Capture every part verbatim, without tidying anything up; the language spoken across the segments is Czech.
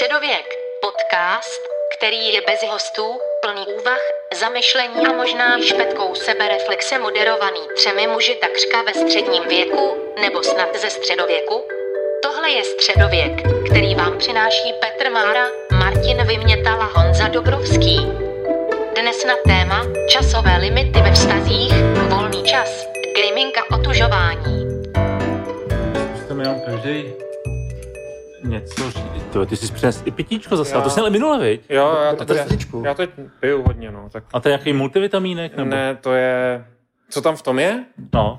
Středověk, podcast, který je bez hostů, plný úvah, zamyšlení a možná i špetkou sebereflexe, moderovaný třemi muži takřka ve středním věku, nebo snad ze středověku. Tohle je Středověk, který vám přináší Petr Mára, Martin Vymětal a Honza Dobrovský. Dnes na téma časové limity ve vztazích, volný čas, gaming a otužování. Zkusíme nám každý něco říct. Ty, ty jsi přinesl i pitíčko zase, a to jsi měl minule, viď? Jo, já to, já, já to piju hodně, no. Tak... A to je nějaký multivitamínek? Nebo? Ne, to je... Co tam v tom je? No.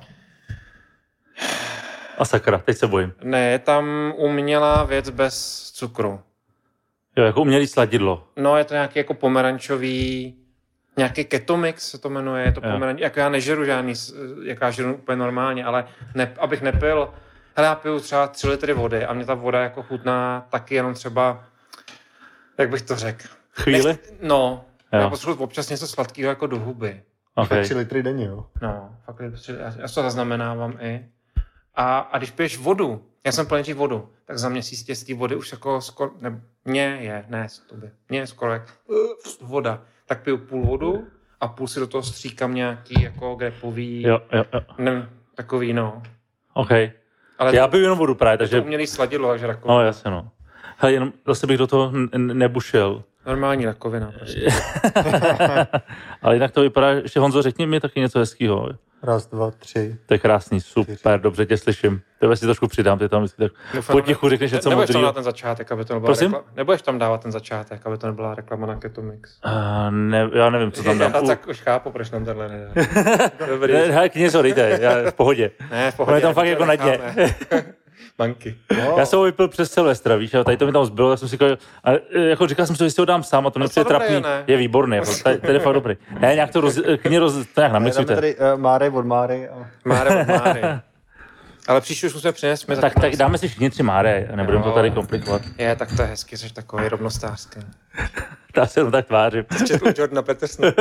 A sakra, teď se bojím. Ne, je tam umělá věc bez cukru. Jo, jako umělý sladidlo. No, je to nějaký jako pomerančový... Nějaký ketomix se to jmenuje, je to pomeranč... Jako já nežeru žádný, jak já žeru úplně normálně, ale ne, abych nepil... Hele, já piju třeba tři litry vody a mě ta voda jako chutná taky jenom třeba... Jak bych to řekl? Chvíli? Nech... No, jo. Já potřebuji občas něco sladkého jako do huby. Okay. tři litry denně, jo? No, fakt, já, já to zaznamenávám i. A, a když piješ vodu, já jsem plněčí vodu, tak za měsíc tě z té vody už jako skoro, ne, mně je, ne, tobě, mně je skoro jak uh, voda. Tak piju půl vodu a půl si do toho stříkám nějaký jako grepový, jo, jo, jo. Ne, takový, no. OK. Ale já to, piju jenom vodu právě, takže... To umělý sladidlo, takže rakovina. No, jasně, no. Hele, jenom zase bych do toho n- nebušel. Normální rakovina, prostě. Ale jinak to vypadá, ještě Honzo, řekni mi taky něco hezkýho. Raz, dva, tři. To je krásný, super, dobře tě slyším. Tebe si trošku přidám, ty tam tak potichu řekneš něco modrýho. Nebudeš tam dát ten začátek, aby to nebyla reklama. Nebudeš tam dávat ten začátek, aby to nebyla reklama na Ketomix. Uh, ne, já nevím, co tam dám. Já tak už chápu, proč nám tenhle nedá. Dobrý. Ne, hele, něco dejte, já v pohodě. Ne, v pohodě. On je tam fakt jako na dně. Banky. No. Já jsem ho vypil přes Silvestra, víš, a tady to mi tam zbylo, já jsem si říkal, a jako říkal jsem si, že si ho dám sám a to nepřijde trapný, ne? je výborný, jako, to je fakt dobrý. Ne, nějak to roz, kně roz, to nějak namixujte. Dáme tady uh, Máry od Máry. A... Máry od Máry. Ale příště už musíme přinést. Tak, tak, tak dáme si všichni tři Máry a nebudeme to tady komplikovat. Je, tak to je hezky, jsi takový rovnostářský. Já se jenom tak tvářím. Četl Jordana Petersona.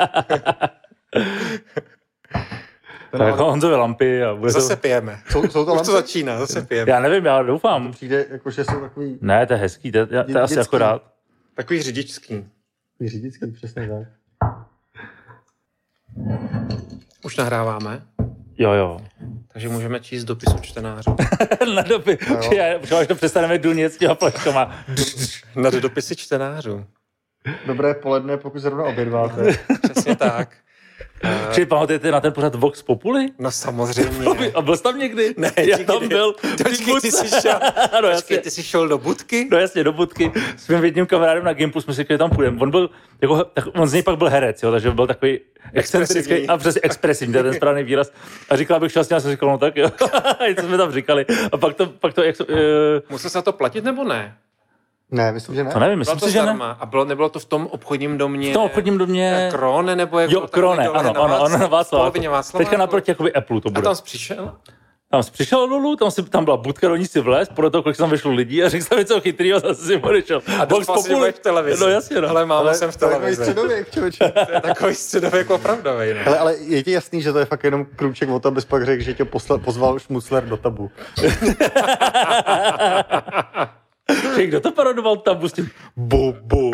Tak jako Honzové lampy a bude zase to... pijeme. Jsou, jsou to Už lampy? to začíná, zase pijeme. Já nevím, já doufám. To přijde, jako, že jsou takový... Ne, to je hezký, to je, to je asi dětský. akorát. Takový řidičský. Řidičský, přesně tak. Už nahráváme. Jo, jo. Takže můžeme číst dopisu čtenářů. Na dopy, už až to přestaneme dunět s těma pleškama. Na dopisy čtenářů. Dobré poledne, pokud zrovna obědváte. Přesně tak. Uh, Čili pamatujete na ten pořad Vox Populi? No samozřejmě. A byl jsi tam někdy? Ne, já nikdy. tam byl. Počkej, ty jsi šel, no, počkej, ty jsi šel do budky? No jasně, do budky. S mým jedním kamarádem na Gimplu jsme si říkali, tam půjdeme. On byl, jako, tak, on z něj pak byl herec, jo, takže byl takový excentrický a přesně expresivní, to je ten správný výraz. A říkal, abych šťastně, a jsem říkal, no tak jo, co jsme tam říkali. A pak to, pak to, jak uh... musel se na to platit nebo ne? Ne, myslím, že ne. To nevím, myslím bylo to si, že ne. A bylo, nebylo to v tom obchodním domě? V tom obchodním domě... Krone, nebo jak... Jo, Krone, ano, ano, ano, na Václaváku. Teďka naproti jakoby Apple to bude. A tam jsi přišel? Tam jsi přišel dolů, tam, si, tam byla budka, do ní si vlez, podle toho, kolik tam vyšlo lidí a řekl jsem něco chytrýho a zase si odešel. A doufal si, že budeš v televizi. No jasně, no. Ale máma jsem v televizi. To je takový středověk, člověče. To je takový středověk opravdovej, no. Ale, ale je ti jasný, že to je fakt jenom krůček o to, abys pak řekl, že tě posla, pozval Šmucler do Tabu. Kdo to parodoval Tabu s tím bu, bu.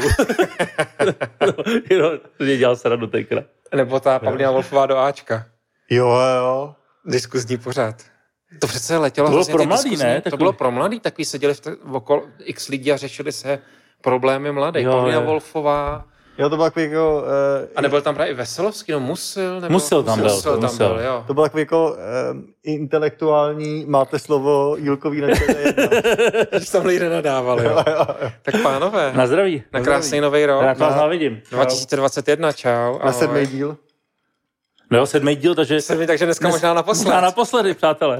Jenom mě dělal sranu tenkrát. Nebo ta Pavlína Wolfová do Ačka. Jo, jo. Diskuzní pořád. To přece letělo. To bylo pro mladý, ne? To bylo pro mladý, takový seděli v t- okolo x lidí a řešili se problémy mladých. Pavlína Wolfová. Jo, to bylo takový jako... Uh, a nebyl tam právě i Veselovský, no Musil? Nebo... Musil tam byl. Musil tam musel. byl, jo. To bylo takový jako uh, intelektuální, máte slovo Jílkový na čele jedna. Když tam lidé nadávali, jo. Tak pánové. Na zdraví. Na krásný nový rok. Rád vás navidím. dva tisíce dvacet jedna, čau. Na sedmý díl. No jo, sedmý díl, takže... Sedmý, takže dneska možná naposled. Možná naposledy, přátelé.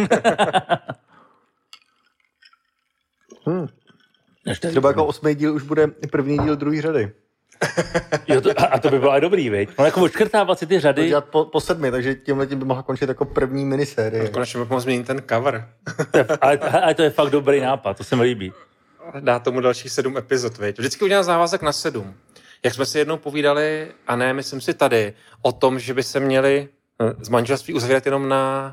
hmm. Třeba jako osmý díl už bude první díl druhý řady. Jo, to, a to by bylo i dobrý, viď? On jako odškrtávat si ty řady. To po, po sedmi, takže tímhletím by mohla končit jako první minisérie. Konečně bych mohl změnit ten cover. ale, ale to je fakt dobrý nápad, to se mi líbí. Dá tomu dalších sedm epizod, viď? Vždycky udělám závazek na sedm. Jak jsme si jednou povídali, a ne, myslím si tady, o tom, že by se měli z manželství uzavírat jenom na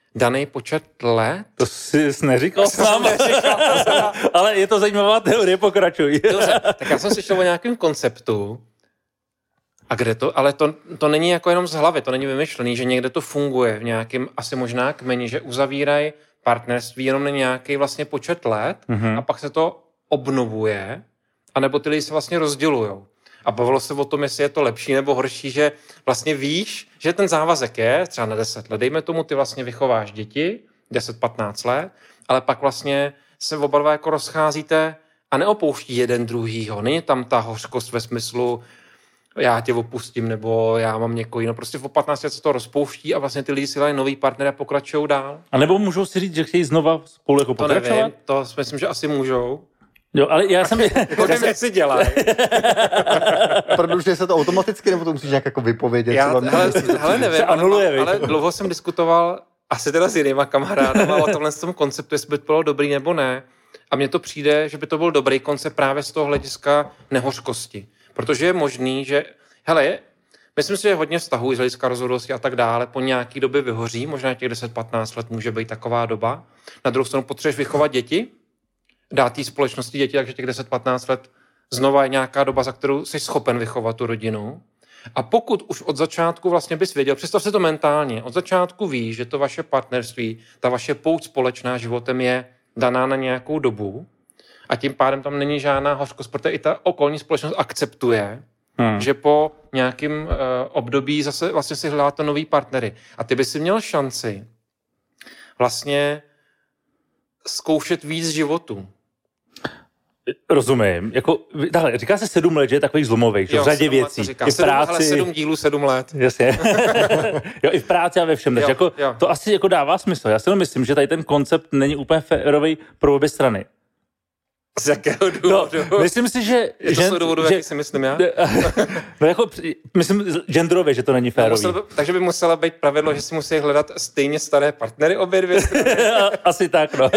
daný počet let. To jsi neříkal sám, ale je to zajímavá teorie, pokračuj. Dobře, tak já jsem slyšel o nějakém konceptu, a kde to, ale to, to není jako jenom z hlavy, to není vymyšlený, že někde to funguje v nějakém asi možná kmeni, že uzavírají partnerství jenom na nějaký vlastně počet let mm-hmm. a pak se to obnovuje, anebo ty lidi se vlastně rozdělujou. A bavilo se o tom, jestli je to lepší nebo horší, že vlastně víš, že ten závazek je třeba na deset let. Dejme tomu, ty vlastně vychováš děti, deset patnáct let, ale pak vlastně se oba dva jako rozcházíte a neopouští jeden druhýho. Není tam ta hořkost ve smyslu já tě opustím, nebo já mám někoho jiného. Prostě v patnácti let se to rozpouští a vlastně ty lidi si dají nový partner a pokračují dál. A nebo můžou si říct, že chtějí znova spolu jako to pokračovat? Nevím, to myslím, že asi můžou. Jo, ale já jsem... Jako nevím, si dělají. Prodlužuje se to automaticky, nebo to musíš nějak jako vypovědět? Já, hele, hele, nevím, anuluje, ale, ale dlouho jsem diskutoval asi teda s jinýma kamarádama o tomhle tom konceptu, jestli by to bylo dobrý nebo ne. A mně to přijde, že by to byl dobrý koncept právě z toho hlediska nehořkosti. Protože je možný, že, hele, je, myslím si, že hodně vztahů z hlediska rozvodosti a tak dále po nějaký době vyhoří, možná těch deset patnáct let může být taková doba. Na druhou stranu potřebuješ vychovat děti, dát té společnosti děti, takže těch deset patnáct let znova je nějaká doba, za kterou jsi schopen vychovat tu rodinu. A pokud už od začátku vlastně bys věděl, představ si to mentálně, od začátku víš, že to vaše partnerství, ta vaše pouť společná životem je daná na nějakou dobu, a tím pádem tam není žádná hořkost, protože i ta okolní společnost akceptuje, hmm. že po nějakém uh, období zase vlastně si hledáte nový partnery. A ty by si měl šanci vlastně zkoušet víc životů. Rozumím. Jako, dále, říká se sedm let, že je takových zlomových, že v řadě věcí. I v práci. Ale sedm dílů, sedm let. Jasně. Jo, i v práci a ve všem. Jo, jako, to asi jako dává smysl. Já si myslím, že tady ten koncept není úplně férový pro obě strany. Z jakého důvodu? No, myslím si, že... Je to z důvodu, jaký si myslím já? No jako, myslím genderově, že to není férový. No, takže by musela být pravidlo, že si musí hledat stejně staré partnery obě dvě strany. Asi tak, no.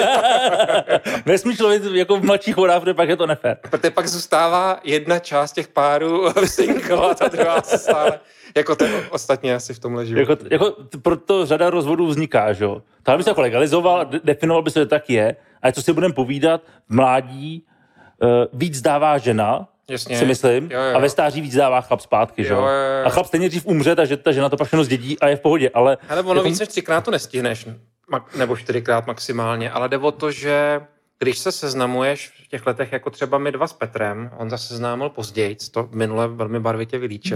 Nesmíš lovit jako v mladších vodách, protože pak je to nefér. Protože pak zůstává jedna část těch párů single a ta druhá se stále... Jako to ostatně asi v tomhle životě. Jako, jako, proto řada rozvodů vzniká, že jo. Tohle by se jako legalizoval, definoval by se, že tak je, ale co si budeme povídat, v mládí uh, víc dává žena, jasně, si myslím, jo, jo. a ve stáří víc dává chlap zpátky, že jo. A chlap stejně dřív umře, takže ta žena to pak všechno zdědí a je v pohodě, ale... Ale ono jako... víc než třikrát to nestihneš, nebo čtyřikrát maximálně, ale jde o to, že když se seznamuješ v těch letech, jako třeba my dva s Petrem, on zase seznámil později, to minule velmi barvitě vylíčil,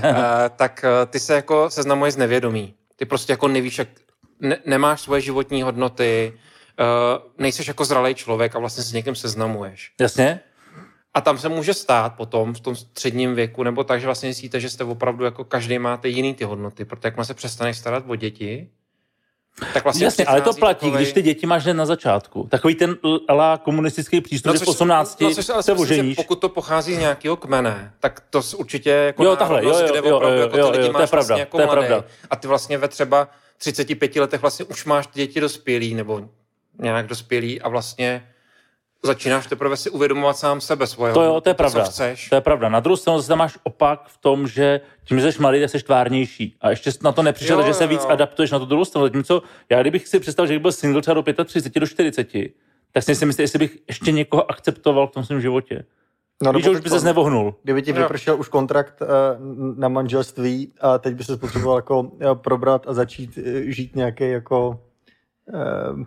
tak ty se jako seznamuješ z nevědomí. Ty prostě jako nevíš, jak ne, nemáš svoje životní hodnoty, nejseš jako zralej člověk a vlastně s někým seznamuješ. Jasně. A tam se může stát potom v tom středním věku, nebo tak, že vlastně zjistíte, že jste opravdu jako každý máte jiný ty hodnoty, protože jak se přestaneš starat o děti, tak vlastně jasně, ale to platí, takovej... když ty děti máš hned na začátku. Takový ten ala komunistický přístup, no, že v osmnácti no, což, se oženíš. Pokud to pochází z nějakého kmene, tak to určitě jako jo, tahle, jo, jo, kde jo, opravdu jo, jako jo, ty lidi jo, máš vlastně jako mladý. A ty vlastně ve třeba třiceti pěti letech vlastně už máš děti dospělý, nebo nějak dospělý a vlastně začínáš teprve si uvědomovat sám sebe svojeho. To jo, to je pravda. To je pravda. Na druhou stranu zase máš opak v tom, že tím, že jsi mladý, tak jsi tvárnější. A ještě na to nepřišel, že se víc jo. adaptuješ na tu druhou stranu. Tím, co já kdybych si představil, že bych byl single třeba do třicet pět do čtyřiceti, tak si myslím, jestli bych ještě někoho akceptoval v tom svém životě. No, víš, že už by ses nevohnul. Kdyby ti vypršel jo. už kontrakt uh, na manželství a teď by se potřeboval jako uh, probrat a začít uh, žít nějaký jako uh,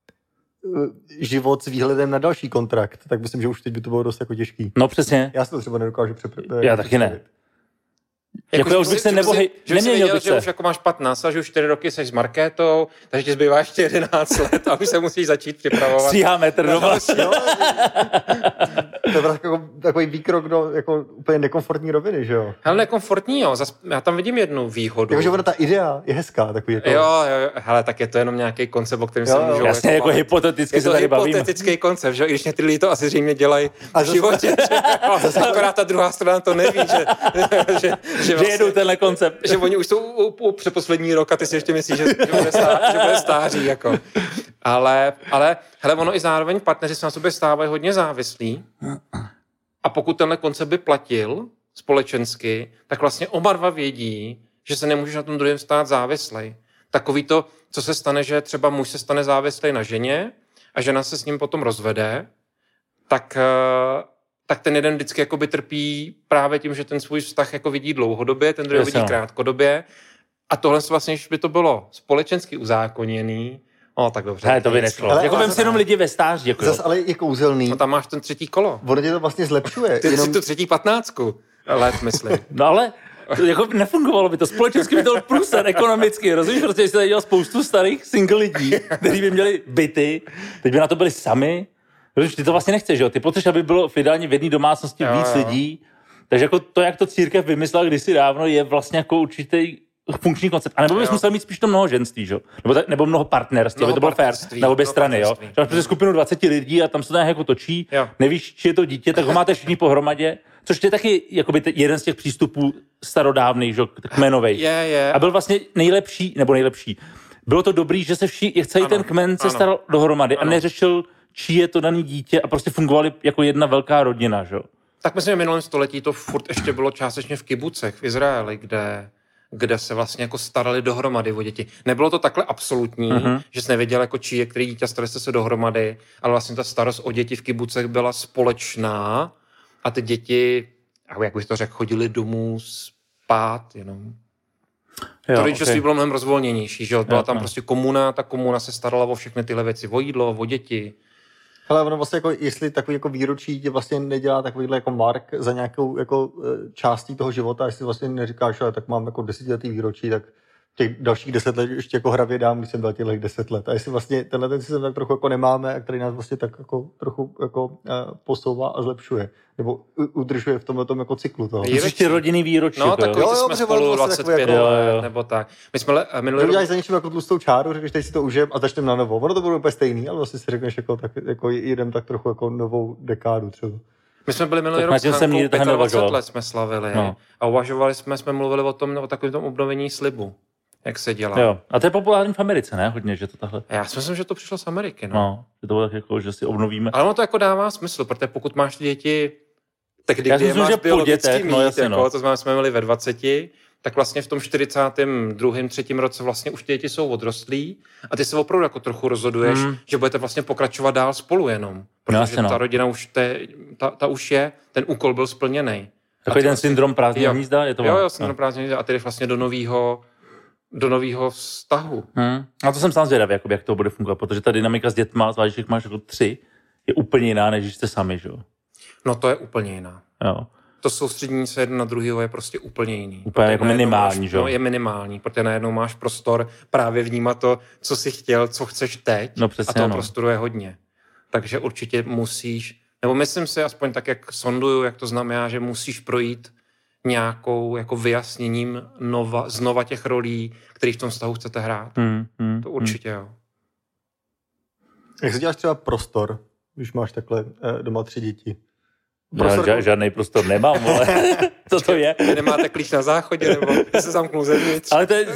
život s výhledem na další kontrakt, tak myslím, že už teď by to bylo dost jako těžký. No přesně. Já si to třeba nedokážu přepředstavit. Já taky ne. Jako, jako už bych se nebohy... Že jsi věděl, že už jako máš patnáct a že už čtyři roky seš s Markétou, takže ti zbývá ještě jedenáct let a už se musíš začít připravovat. Stříhá metr doma. To je jako takový výkrok do jako úplně nekomfortní roviny, že jo? Hele, nekomfortní, jo. Zas, já tam vidím jednu výhodu. Jakože ona ta idea je hezká, takový jako... Jo, jo, hele, tak je to jenom nějaký koncept, o kterém se můžou... Jasně, jako hypoteticky se tady bavíme. Je to hypotetický koncept, že když ty lidi to asi zřejmě dělají v životě, že akorát ta druhá strana to neví, že, že, že, vlastně, že jedou tenhle koncept. Že oni už jsou u, u předposlední rok a ty si ještě myslíš, že, že, bude, stá, že bude stáří, jako. Ale, ale hele, ono i zároveň partneři se na sobě stávají hodně závislí a pokud tenhle koncept by platil společensky, tak vlastně oba dva vědí, že se nemůžeš na tom druhém stát závislej. Takový to, co se stane, že třeba muž se stane závislý na ženě a žena se s ním potom rozvede, tak, tak ten jeden vždycky jakoby trpí právě tím, že ten svůj vztah jako vidí dlouhodobě, ten druhý vidí krátkodobě. A tohle vlastně, když by to bylo společensky uzákoněný, no tak dobře. Ne, to by nešlo. Ale jako vem si jenom lidi ve stáří. Jako zas ale je kouzelný. No tam máš ten třetí kolo. Ono tě to vlastně zlepšuje. Ty jenom... si tu třetí patnáctku let, myslím. No ale to jako nefungovalo by to. Společensky by to byl průser ekonomicky. Rozumíš, protože jsi tady dělal spoustu starých single lidí, kteří by měli byty, teď by na to byli sami. Rozumíš, ty to vlastně nechceš, že jo? Ty potřebuješ, aby bylo v ideálně v jedné domácnosti jo, víc jo. lidí. Takže jako to, jak to církev vymyslela kdysi dávno, je vlastně jako určitý funkční koncept. A nebo bys musel mít spíš to mnoho ženství, že? Nebo, ta, nebo mnoho partnerství, mnoho aby to bylo fér na obě strany, jo? Že máš prostě skupinu dvacet lidí a tam se to nějak jako točí, jo. Nevíš, či je to dítě, tak ho máte všichni pohromadě, což je taky jakoby jeden z těch přístupů starodávných, že? Kmenovej. Je, je. A byl vlastně nejlepší, nebo nejlepší. Bylo to dobrý, že se všichni, celý ano, ten kmen se ano. staral dohromady ano. a neřešil, čí je to daný dítě a prostě fungovali jako jedna velká rodina, že? Tak myslím, že v minulém století to furt ještě bylo částečně v kibucech v Izraeli, kde kde se vlastně jako starali dohromady o děti. Nebylo to takhle absolutní, uh-huh. že jsi nevěděl, jako čí je který dítě, starali jste se dohromady, ale vlastně ta starost o děti v kibucech byla společná a ty děti, jak bych to řekl, chodili domů spát jenom. Jo, to rodičovství okay. bylo mnohem rozvolněnější, že byla jo, tam jo. prostě komuna, ta komuna se starala o všechny tyhle věci, o jídlo, o děti. Ale ono vlastně jako, jestli takový jako výročí tě vlastně nedělá takovýhle jako mark za nějakou jako částí toho života, jestli vlastně neříkáš, ale tak mám jako desetiletý výročí, tak těch dalších deset let ještě jako hravě dám, když jsem dal těch deset let. A jestli vlastně tenhle ten systém tak trochu jako nemáme a který nás vlastně tak jako trochu jako uh, posouvá a zlepšuje. Nebo udržuje v tomhletom jako cyklu toho. Ještě rodinný výročí. No, takový jo, jsme spolu dvacet pět jako, let, nebo tak. My jsme minulý rok... za něčím jako tlustou čáru, řekneš, teď si to užijem a začneme na novo. Ono to bude úplně stejný, ale vlastně si řekneš, jako, tak, jako jdem tak trochu jako novou dekádu třeba. My jsme byli minulý rok s Hankou, dvacet pět let jsme slavili no. a uvažovali jsme, jsme mluvili o tom, o takovém tom obnovení slibu. Jak se dělá. Jo. A to je populární v Americe, ne? Hodně, že to takhle. Já si myslím, že to přišlo z Ameriky, no. No, že to bylo tak jako, že si obnovíme. Ale ono to jako dává smysl, protože pokud máš děti, tak kdy, kdy je máš biologický dětech, mít, no, jasně, jako, no. to znamená, jsme měli ve dvaceti, tak vlastně v tom čtyřicátém druhém, třetím roce vlastně už ty děti jsou odrostlí a ty se opravdu jako trochu rozhoduješ, hmm. že budete vlastně pokračovat dál spolu jenom. Protože no, jasně, ta no. rodina už, te, ta, ta už je, ten úkol byl splněný. Takový ten vlastně, syndrom prázdného hnízda? Je to jo, jo, syndrom prázdného hnízda a tedy vlastně do novýho do nového vztahu. Hmm. A to jsem sám zvědavý, jakoby, jak to bude fungovat, protože ta dynamika s dětma, zvlášť, že máš jako tři, je úplně jiná, než jste sami, že jo? No to je úplně jiná. Jo. To soustředění se jedno na druhého je prostě úplně jiný. Úplně jako minimální, máš, že jo? No, je minimální, protože najednou máš prostor právě vnímat to, co jsi chtěl, co chceš teď no, přesně, a toho no. prostoru je hodně. Takže určitě musíš, nebo myslím si, aspoň tak, jak sonduju, jak to znamená, že musíš projít nějakou jako vyjasněním nova, znova těch rolí, který v tom vztahu chcete hrát. Hmm, hmm, to určitě, hmm. jo. Jak si děláš třeba prostor, když máš takhle eh, doma tři děti? Prostor... Já, žádný prostor nemám, ale co to je? Vy nemáte klíč na záchodě, nebo se zamknul zevnitř? Ale to je...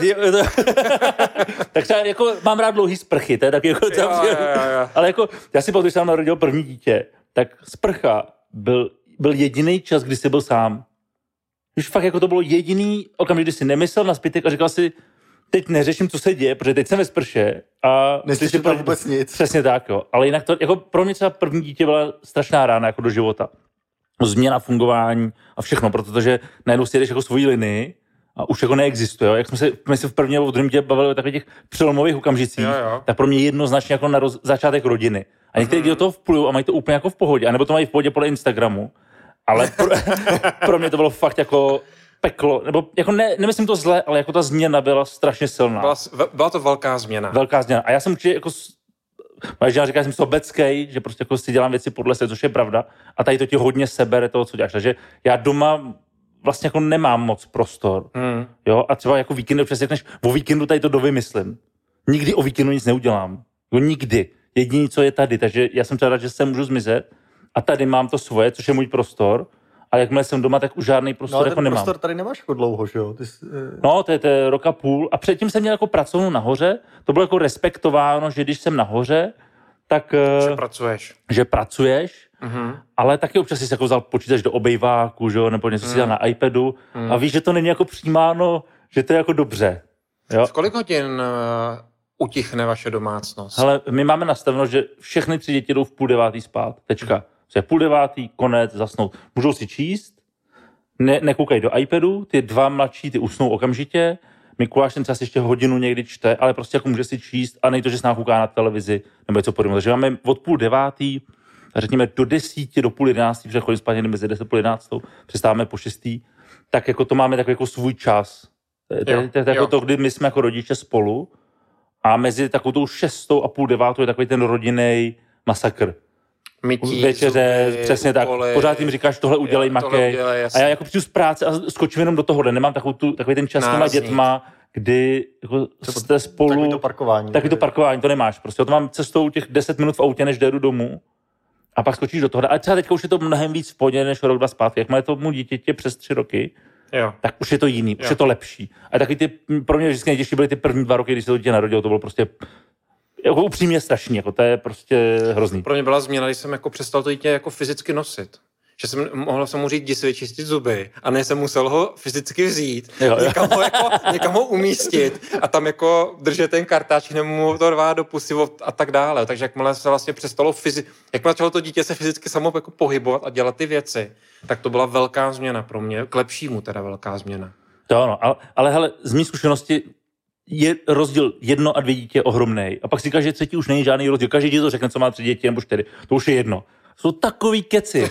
tak třeba jako mám rád dlouhý sprchy, to je tak jako... Jo, jo, jo. Ale jako, já si pamatuju, když jsem narodil první dítě, tak sprcha byl, byl jediný čas, kdy jsi byl sám. Už fakt jako to bylo jediný okamžik, kdy jsi nemyslel na zbytek a říkal si, teď neřeším, co se děje, protože teď jsem ve sprše a... Neslyším tam vůbec nic. Přesně tak, jo. Ale jinak to, jako pro mě třeba první dítě byla strašná rána jako do života. Změna fungování a všechno, protože najednou si jedeš jako svoji linii a už jako neexistuje. Jo. Jak jsme se, my se v první nebo v druhém dítě bavili o takových těch přelomových okamžicích, jo, jo. tak pro mě jednoznačně jako na roz, začátek rodiny. A někteří mm. do toho vplují a mají to úplně jako v pohodě, anebo to mají v pohodě podle Instagramu. Ale pro, pro mě to bylo fakt jako peklo, nebo jako ne, nemyslím to zle, ale jako ta změna byla strašně silná. Byla, byla to velká změna. Velká změna. A já jsem určitě jako, moje žena říká, že jsem sobecký, že prostě jako si dělám věci podle sebe, což je pravda. A tady to ti hodně sebere toho, co děláš. Takže já doma vlastně jako nemám moc prostor. Hmm. Jo? A třeba jako víkendu přesně řekneš, o víkendu tady to dovymyslím. Nikdy o víkendu nic neudělám. Jo, nikdy. Jediné, co je tady. Takže já jsem třeba rád, že se můžu zmizet. A tady mám to svoje, což je můj prostor, a jakmile jsem doma, tak už žádný prostor no, jako nemám. No, prostor tady nemáš jako dlouho, že jo? Ty jsi, eh... No, to je, to je rok a půl. A předtím jsem měl jako pracovnu nahoře. To bylo jako respektováno, že když jsem nahoře, tak... Že pracuješ. Že pracuješ, uh-huh. ale taky občas jsi jako vzal počítač do obejváku, že jo, nebo něco si dělal uh-huh. na iPadu uh-huh. a víš, že to není jako přijímáno, že to je jako dobře. Jo. V kolik hodin uh, utichne vaše domácnost? Hele, my máme nastaveno, že všechny tři děti jdou v půl devátý spát. Tečka. Je půl devátý, konec, zasnout. Můžou si číst, ne, nekoukají do iPadu, ty dva mladší, ty usnou okamžitě, Mikuláš ten čas ještě hodinu někdy čte, ale prostě jako může si číst a nejde to, že se nám kouká na televizi nebo něco podobného. Takže máme od půl devátý, řekněme do desíti, do půl jedenáctý, protože chodím spát někdy mezi deset a půl jedenáctou, přestáváme po šestý, tak jako to máme takový jako svůj čas. To je jako to, kdy my jsme jako rodiče spolu a mezi takovou tou šestou a půl devátou je takový ten rodinný masakr. Mytí, večeře, zuby, přesně tak. úkoly, Pořád jim říkáš, tohle udělej, jo, makej. tohle udělej, a já jako přijdu z práce a skočím jenom do tohohle. Nemám takovou tu, takový ten čas s těma dětma, kdy jako jste spolu... Takový to parkování. Takový to parkování, to nemáš. Prostě to mám cestou těch deset minut v autě, než dojedu domů. A pak skočíš do toho. A třeba teďka už je to mnohem víc v pohodě, než rok, dva zpátky. Jak má tomu dítěti přes tři roky, jo. tak už je to jiný, jo. už je to lepší. A taky ty, pro mě vždycky nejtěžší byly ty první dva roky, když se to dítě narodilo, to bylo prostě jako upřímně strašný, jako to je prostě hrozný. Pro mě byla změna, když jsem jako přestal to dítě jako fyzicky nosit. Že jsem mohl jsem mu říct, jdi si vyčistit zuby a ne jsem musel ho fyzicky vzít, jo, jo. Někam, ho jako, někam ho umístit a tam jako držet ten kartáč, nebo mu to rvát do pusy a tak dále. Takže jakmile se vlastně přestalo fyzicky, jakmile začalo to dítě se fyzicky samo jako pohybovat a dělat ty věci, tak to byla velká změna pro mě, k lepšímu teda velká změna. To ano, ale, ale hele, z mý zkušenosti je rozdíl jedno a dvě dítě ohromnej. A pak si říkáš, že třetí už není žádný rozdíl. Každý to řekne, co má tři děti nebo čtyři. To už je jedno. Jsou takový keci.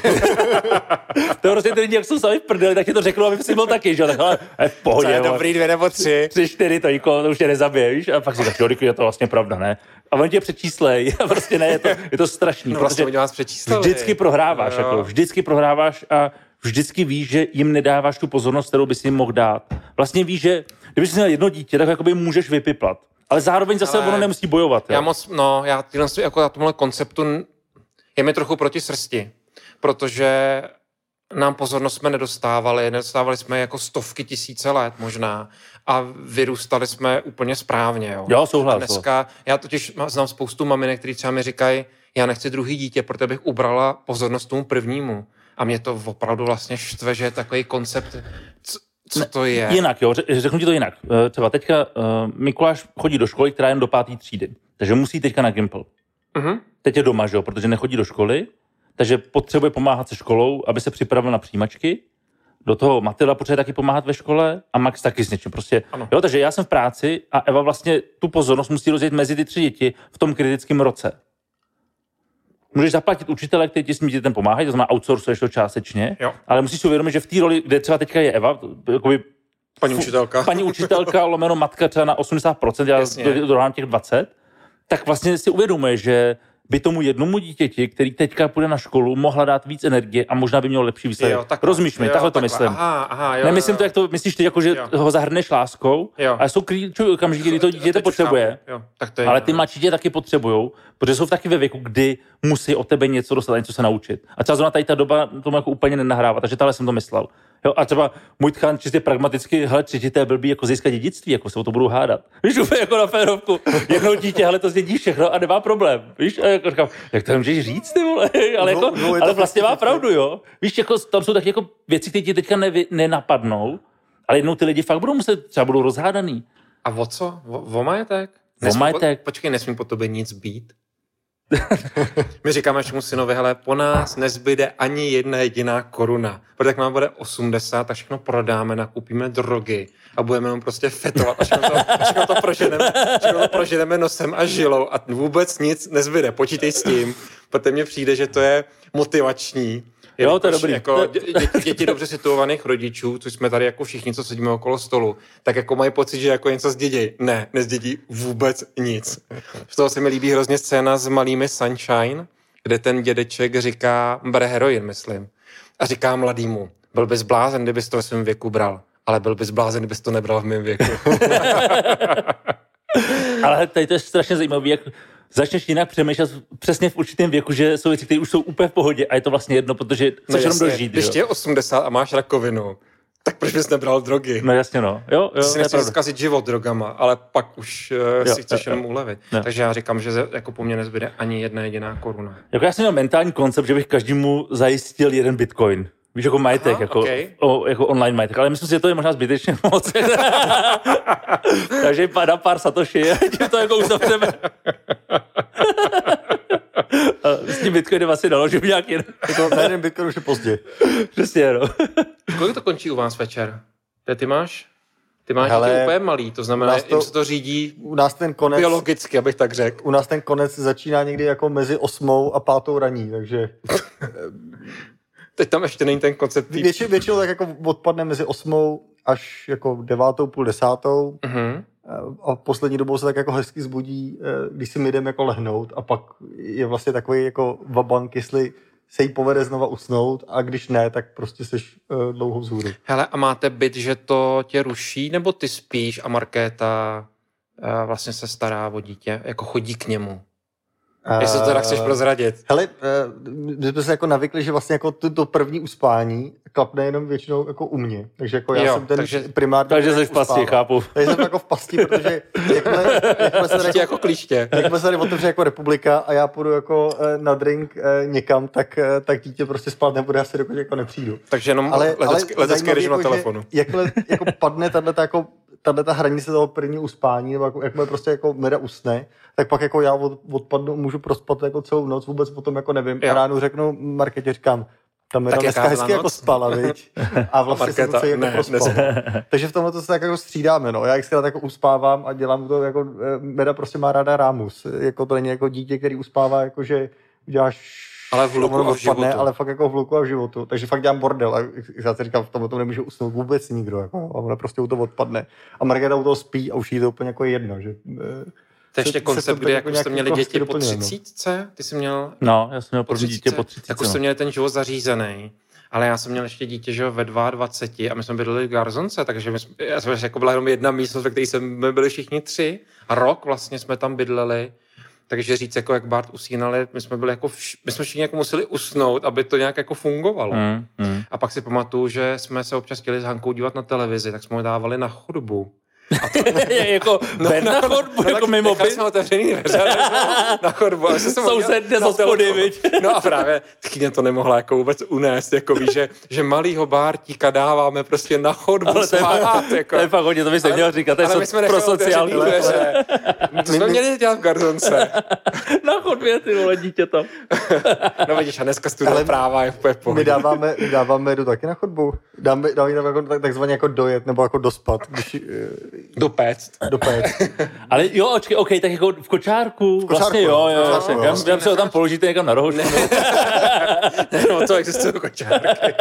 To je prostě ty lidi, jak jsou sami v prdeli, tak ti to řeknu, aby si byl taky, že? Tak ale je v pohodě. Co je dobrý, dvě nebo tři. Tři, čtyři, to, nikoho, to už tě nezabije, víš? A pak si říkáš, jo, je to vlastně pravda, ne? A oni tě přečíslej. A prostě ne, je to, je to strašný. No vlastně oni vás přečísleli. Vždycky prohráváš, jako, vždycky prohráváš a vždycky víš, že jim nedáváš tu pozornost, kterou bys jim mohl dát. Vlastně víš, že kdybys měl jedno dítě, tak jakoby můžeš vypiplat. Ale zároveň zase ale ono nemusí bojovat. Já jo? moc, no, já tyhle, jako na tomhle konceptu je mi trochu proti srsti, protože nám pozornost jsme nedostávali, nedostávali jsme jako stovky tisíce let možná a vyrůstali jsme úplně správně. Jo, jo souhlas. Dneska, já totiž znám spoustu maminek, který třeba mi říkají, já nechci druhý dítě, protože bych ubrala pozornost tomu prvnímu. A mě to opravdu vlastně štve, že je takový koncept, co, co to je. Jinak, jo, řeknu ti to jinak. Třeba teďka uh, Mikuláš chodí do školy, která je jen do páté třídy, takže musí teďka na Gimple. Uh-huh. Teď je doma, že jo, protože nechodí do školy, takže potřebuje pomáhat se školou, aby se připravil na přijímačky. Do toho Matilda potřebuje taky pomáhat ve škole a Max taky s něčím. Prostě, jo, takže já jsem v práci a Eva vlastně tu pozornost musí rozdělit mezi ty tři děti v tom kritickém roce. Můžeš zaplatit učitele, kteří ti s tím dětem pomáhají, to znamená outsourcuješ to částečně, jo. Ale musíš si uvědomit, že v té roli, kde třeba teďka je Eva, jakoby, paní učitelka, paní učitelka lomeno matka třeba na osmdesát procent, já dohrám těch dvacet, tak vlastně si uvědomuje, že by tomu jednomu dítěti, který teďka půjde na školu, mohla dát víc energie a možná by měl lepší výsledek. Rozumíš mi, takhle to myslím. Aha, aha, jo, Nemyslím to, jak to myslíš ty, jako že jo. ho zahrneš láskou, jo. ale jsou klíčové okamžiky, kdy to dítě to potřebuje. Jo, tak to je ale ty mladší tě taky potřebujou, protože jsou v taky ve věku, kdy musí od tebe něco dostat, něco se naučit. A třeba zrovna tady ta doba tomu jako úplně nenahrává, takže tahle jsem to myslel. Jo, a třeba můj tchán čistě pragmaticky, hele, třetí to je blbý jako získat dědictví, jako se o to budou hádat. Víš, úplně jako na férovku. Jednou dítě, hele, to zdědí všechno a nemá problém. Víš, a jako říkám, jak to můžeš říct, ty vole, ale, jako, no, no, ale vlastně má pravdu, jo. Víš, jako, tam jsou taky jako věci, které ti teďka nevy, nenapadnou, ale jednou ty lidi fakt budou muset, třeba budou rozhádaný. A o co? O, o majetek? O majetek. Po, počkej, nesmí po tobě nic být. My říkáme našemu synovi, hele, po nás nezbyde ani jedna jediná koruna. Protože jak nám bude osmdesát, tak všechno prodáme, nakoupíme drogy a budeme jenom prostě fetovat a všechno to, všechno to, proženeme, všechno to proženeme nosem a žilou a vůbec nic nezbyde. Počítej s tím, protože mně přijde, že to je motivační. Jo, to je dobrý. Jako děti, děti dobře situovaných rodičů, což jsme tady jako všichni, co sedíme okolo stolu, tak jako mají pocit, že jako něco zdědí. Ne, nezdědí vůbec nic. Z toho se mi líbí hrozně scéna s malými Sunshine, kde ten dědeček říká, bere heroin, myslím, a říká mladýmu, byl bys blázen, kdybys to ve svém věku bral, ale byl bys blázen, kdybys to nebral v mém věku. Ale tady to je strašně zajímavé, jak začneš jinak přemýšlet přesně v určitém věku, že jsou věci, které už jsou úplně v pohodě a je to vlastně jedno, protože chceš jenom dožít. Když ti je osmdesát a máš rakovinu, tak proč bys nebral drogy? No jasně, no. Jo, jo, si nechceš zkazit život drogama, ale pak už uh, jo, si chceš jo, jenom jo. ulevit. Jo. Takže já říkám, že jako po mně nezbyde ani jedna jediná koruna. Jako já jsem měl mentální koncept, že bych každému zajistil jeden bitcoin. Víš, jako majetek, Aha, jako, okay. o, jako online majetek, ale myslím si, že to je možná zbytečně moc. Takže na pár satoshi, tím to jako uzavřeme. S tím Bitcoinem asi naložím nějak jen. Jako na jeden Bitcoin už je pozdě. Přesně, no. Kolik to končí u vás večer? Ty, ty máš? Ty máš Hele, dítě úplně malý, to znamená, to- jim se to řídí U nás ten konec, biologicky, abych tak řekl. u nás ten konec začíná někdy jako mezi osmou a pátou raní, takže Teď tam ještě není ten koncept. tý- většinou, většinou tak jako odpadne mezi osmou až jako devátou, půl desátou. Mhm. A poslední dobou se tak jako hezky zbudí, když si my jdeme jako lehnout a pak je vlastně takový jako vabank, jestli se jí povede znova usnout a když ne, tak prostě seš uh, dlouho vzhůru. Hele, a máte byt, že to tě ruší, nebo ty spíš a Markéta uh, vlastně se stará o dítě, jako chodí k němu? Jestli to teda chceš prozradit. Hele, uh, my jsme se jako navykli, že vlastně jako to, to první uspání klapne jenom většinou jako u mě. Takže jako já Jo, jsem ten takže- primární... Takže jsi v pasti, uspává. chápu. Takže jsem jako v pasti, protože jakmile, jakmile se tady Prostě jako, jako klíště. jakmile se tady otevře jako republika a já půjdu jako eh, na drink eh, někam, tak, eh, tak dítě prostě spát nebude, asi dokud jako nepřijdu. Takže jenom Ale, ale letecký, letecký zajímavý režim na jako, telefonu. Že jakmile jako padne tato jako tato hranice toho prvního uspání, nebo jako, jakmile prostě jako Meda usne, tak pak jako já od, odpadnu, můžu prospat jako celou noc, vůbec potom jako nevím. Jo. A ráno řeknu Markétě, říkám, ta Meda Tak dneska jaká hezky byla jako noc? spala, viď? A vlastně jsem Markéta, to jako ne, prospal. Takže v tomhle to se tak jako střídáme, no. Já xkrát jako uspávám a dělám to jako, eh, Meda prostě má ráda rámus. Jako to není jako dítě, který uspává, jako že uděláš Ale v hluku ono a v odpadne, životu. ale fakt jako v hluku a v životu. Takže fakt dělám bordel. A já si říkám, v tomhle tom nemůže usnout vůbec nikdo. Jako, a ona prostě u toho odpadne. A Markéta u toho spí a už jí to úplně jako jedno. Že, To je ještě se- se koncept, to kdy tak jako jako jste nějak měli jako děti hezky po doplňuje, no. třicítce? Ty jsi měl No, já jsem měl po první dítě po třicítce? třicítce. Tak už jste no. měli ten život zařízený. Ale já jsem měl ještě dítě, že jo, ve dvaceti dvou a my jsme bydleli v Garzonce, takže my jsme, já jsem jako byla jenom jedna místnost, ve které jsme byli všichni tři a rok vlastně jsme tam bydleli. Takže říct, jako jak Bart usínali, my jsme byli jako, vš- my jsme všichni jako museli usnout, aby to nějak jako fungovalo. Mm, mm. A pak si pamatuju, že jsme se občas chtěli s Hankou dívat na televizi, tak jsme ho dávali na chodbu. jako ven na chodbu, jako mimo Nechali byt. jsme otevřený dveře na chodbu. A jsem Soused jde z hospody, viď? No a právě tchyně to nemohla jako vůbec unést, jako víš, že, že malýho Bártíka dáváme prostě na chodbu Ale to je, spát. Jako. to je fakt hodně, to bys neměl říkat, to je Ale my so, jsme pro nechali sociální. otevřený dveře. To jsme měli dělat v Garzonce. Na chodbě, ty vole, dítě tam. No vidíš, a dneska studoval Ale práva je úplně v my pohodě. dáváme, my dáváme do taky na chodbu. Dáme, dáme tam jako, tak, takzvaně jako dojet, nebo jako dospat, když Dopéct. dopéct. Ale jo, očkej, OK, tak jako v kočárku, kočárku, vlastně jo, jo. v kočárku, já, jo. já, já si ho tam položíte někam na rohošku. No to existují kočárky.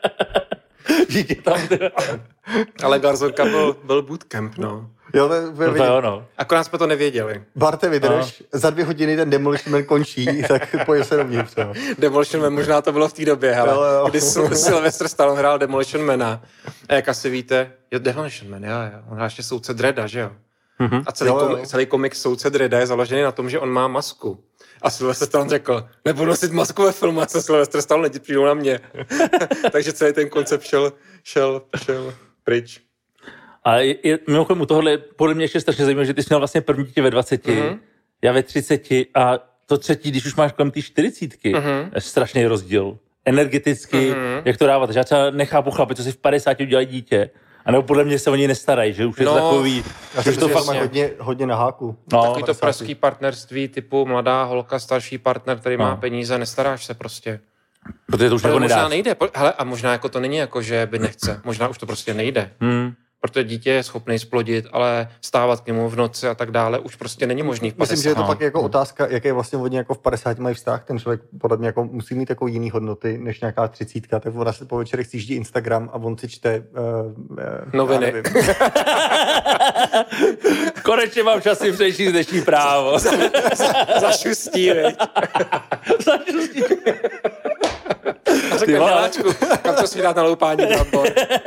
Dítě tam, ty. Ale Garzonka byl, byl bootcamp, no. Jo, to je, No to jo, no. Akorát jsme to nevěděli. Barte, vydrž, za dvě hodiny ten Demolition Man končí, tak pojď se dovnitř. Jo. Demolition Man, možná to bylo v té době, hele, Jo, jo. kdy Sil- Sylvester Stallone hrál Demolition Mana. A jak asi víte, jo, Demolition Man, jo, jo. On hrál ještě soudce Dredda, že jo? Mm-hmm. A celý, Jo, jo. komik, celý komik soudce Dredda je založený na tom, že on má masku. A Sylvester Stallone řekl, nebudu nosit masku ve filmu, a se Sylvester Stallone, lidi přijdou na mě. Takže celý ten koncept šel, šel, šel pryč. A je, je, mimochodem u tohohle podle mě ještě strašně zajímavé, že ty jsi měl vlastně první dítě ve dvaceti, Mhm. já ve třiceti a to třetí, když už máš kolem té čtyřicítky, Mhm. je strašný rozdíl. Energeticky, Mhm. jak to dávat. Takže já třeba nechápu chlapi, co si v padesáti udělají dítě. A nebo podle mě se o něj nestarají, že už je No, to takový, Já že si už to myslím, že fakt... to má hodně, hodně na háku. No, Takový to pražský partnerství typu mladá holka, starší partner, který má No. peníze, nestaráš se prostě. protože to už Ale jako možná nedáš. nejde. Po- Hele, a možná jako to není jako, že by nechce. Možná už to prostě nejde. Hmm. Protože dítě je schopný splodit, ale stávat k němu v noci a tak dále už prostě není možný v padesát. Myslím, že je to No. pak jako otázka, jaké vlastně hodně jako v padesáti mají vztah. Ten člověk podle mě jako musí mít jako jiný hodnoty než nějaká třicítka. Tak ona si po večerech sjíždí Instagram a on si čte uh, uh, Noviny. Konečně mám čas si přečíst dnešní právo. Zašustí, viď? Zašustí. A řekne, vole. Miláčku, kam to si dát na loupání brambor?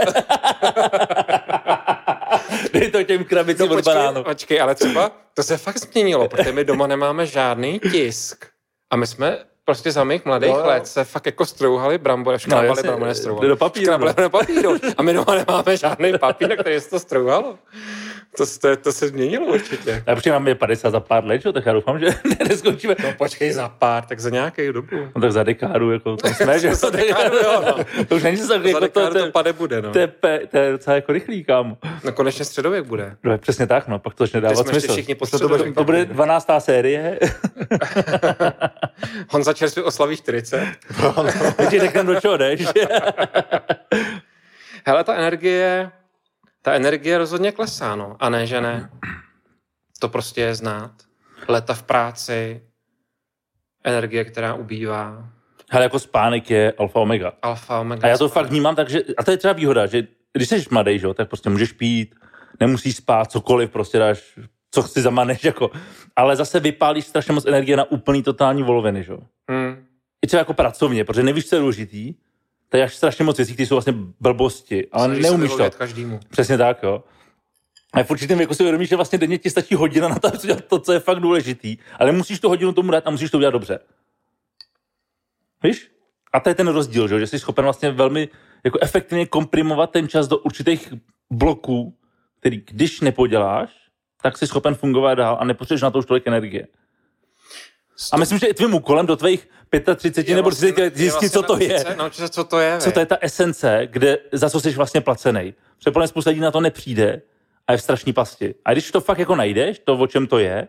Dej to těm krabicím od banánu. počkej, ale třeba to se fakt změnilo, protože my doma nemáme žádný tisk. A my jsme prostě za mých mladých Jo, jo. let se fakt jako strouhali brambory, škrábali jasně, brambory, jde nestrouhali. do papíru, Škrábali no. do papíru. A my doma nemáme žádný papír, na který se to strouhalo. To, to, to se změnilo určitě. Já protože mám je padesát za pár let, tak já doufám, že neskončíme. No počkej za pár, tak za nějakou dobu. No tak za dekádu, jako to jsme, že? Za dekádu, jo, no. To už není za, za jako dekádu to, to pade bude, no. To je, to je docela jako rychlý, kámo. No konečně středověk bude. No, přesně tak, no, pak to začne dávat smysl. Všichni po to, bude, to bude dvanáctá série. Honza čerstvě oslaví čtyřicet. My ti řekneme, do čeho jdeš. Hele, ta energie, ta energie rozhodně klesá, no. A ne, že ne. To prostě je znát. Leta v práci, energie, která ubývá. Hele, jako spánek je alfa omega. Alfa omega. A já to fakt vnímám tak, že, a to je třeba výhoda, že když jsi mladý, že, tak prostě můžeš pít, nemusíš spát, cokoliv, prostě dáš, co si zamaneš, jako. Ale zase vypálíš strašně moc energie na úplný totální voloviny, že? Hmm. I třeba jako pracovně, protože nevíš, co je důležitý, to je až strašně moc věcí, které jsou vlastně blbosti, ale Snažíš neumíš to. Každému. Přesně tak, jo. A v určitém věku si uvědomíš, že vlastně denně ti stačí hodina na to, to, co je fakt důležitý, ale musíš tu hodinu tomu dát a musíš to udělat dobře. Víš? A to je ten rozdíl, že, že jsi schopen vlastně velmi jako efektivně komprimovat ten čas do určitých bloků, který když nepoděláš, tak jsi schopen fungovat dál a nepotřebuješ na to už tolik energie. A myslím, že i tvým úkolem do tvých třicet pět nebo třicet let zjistit, vlastně co to je. Naučit se, co to je. Co to je ta esence, kde, za co jsi vlastně placenej. Protože spousta lidí na to nepřijde a je v strašný pasti. A když to fakt jako najdeš, to, o čem to je,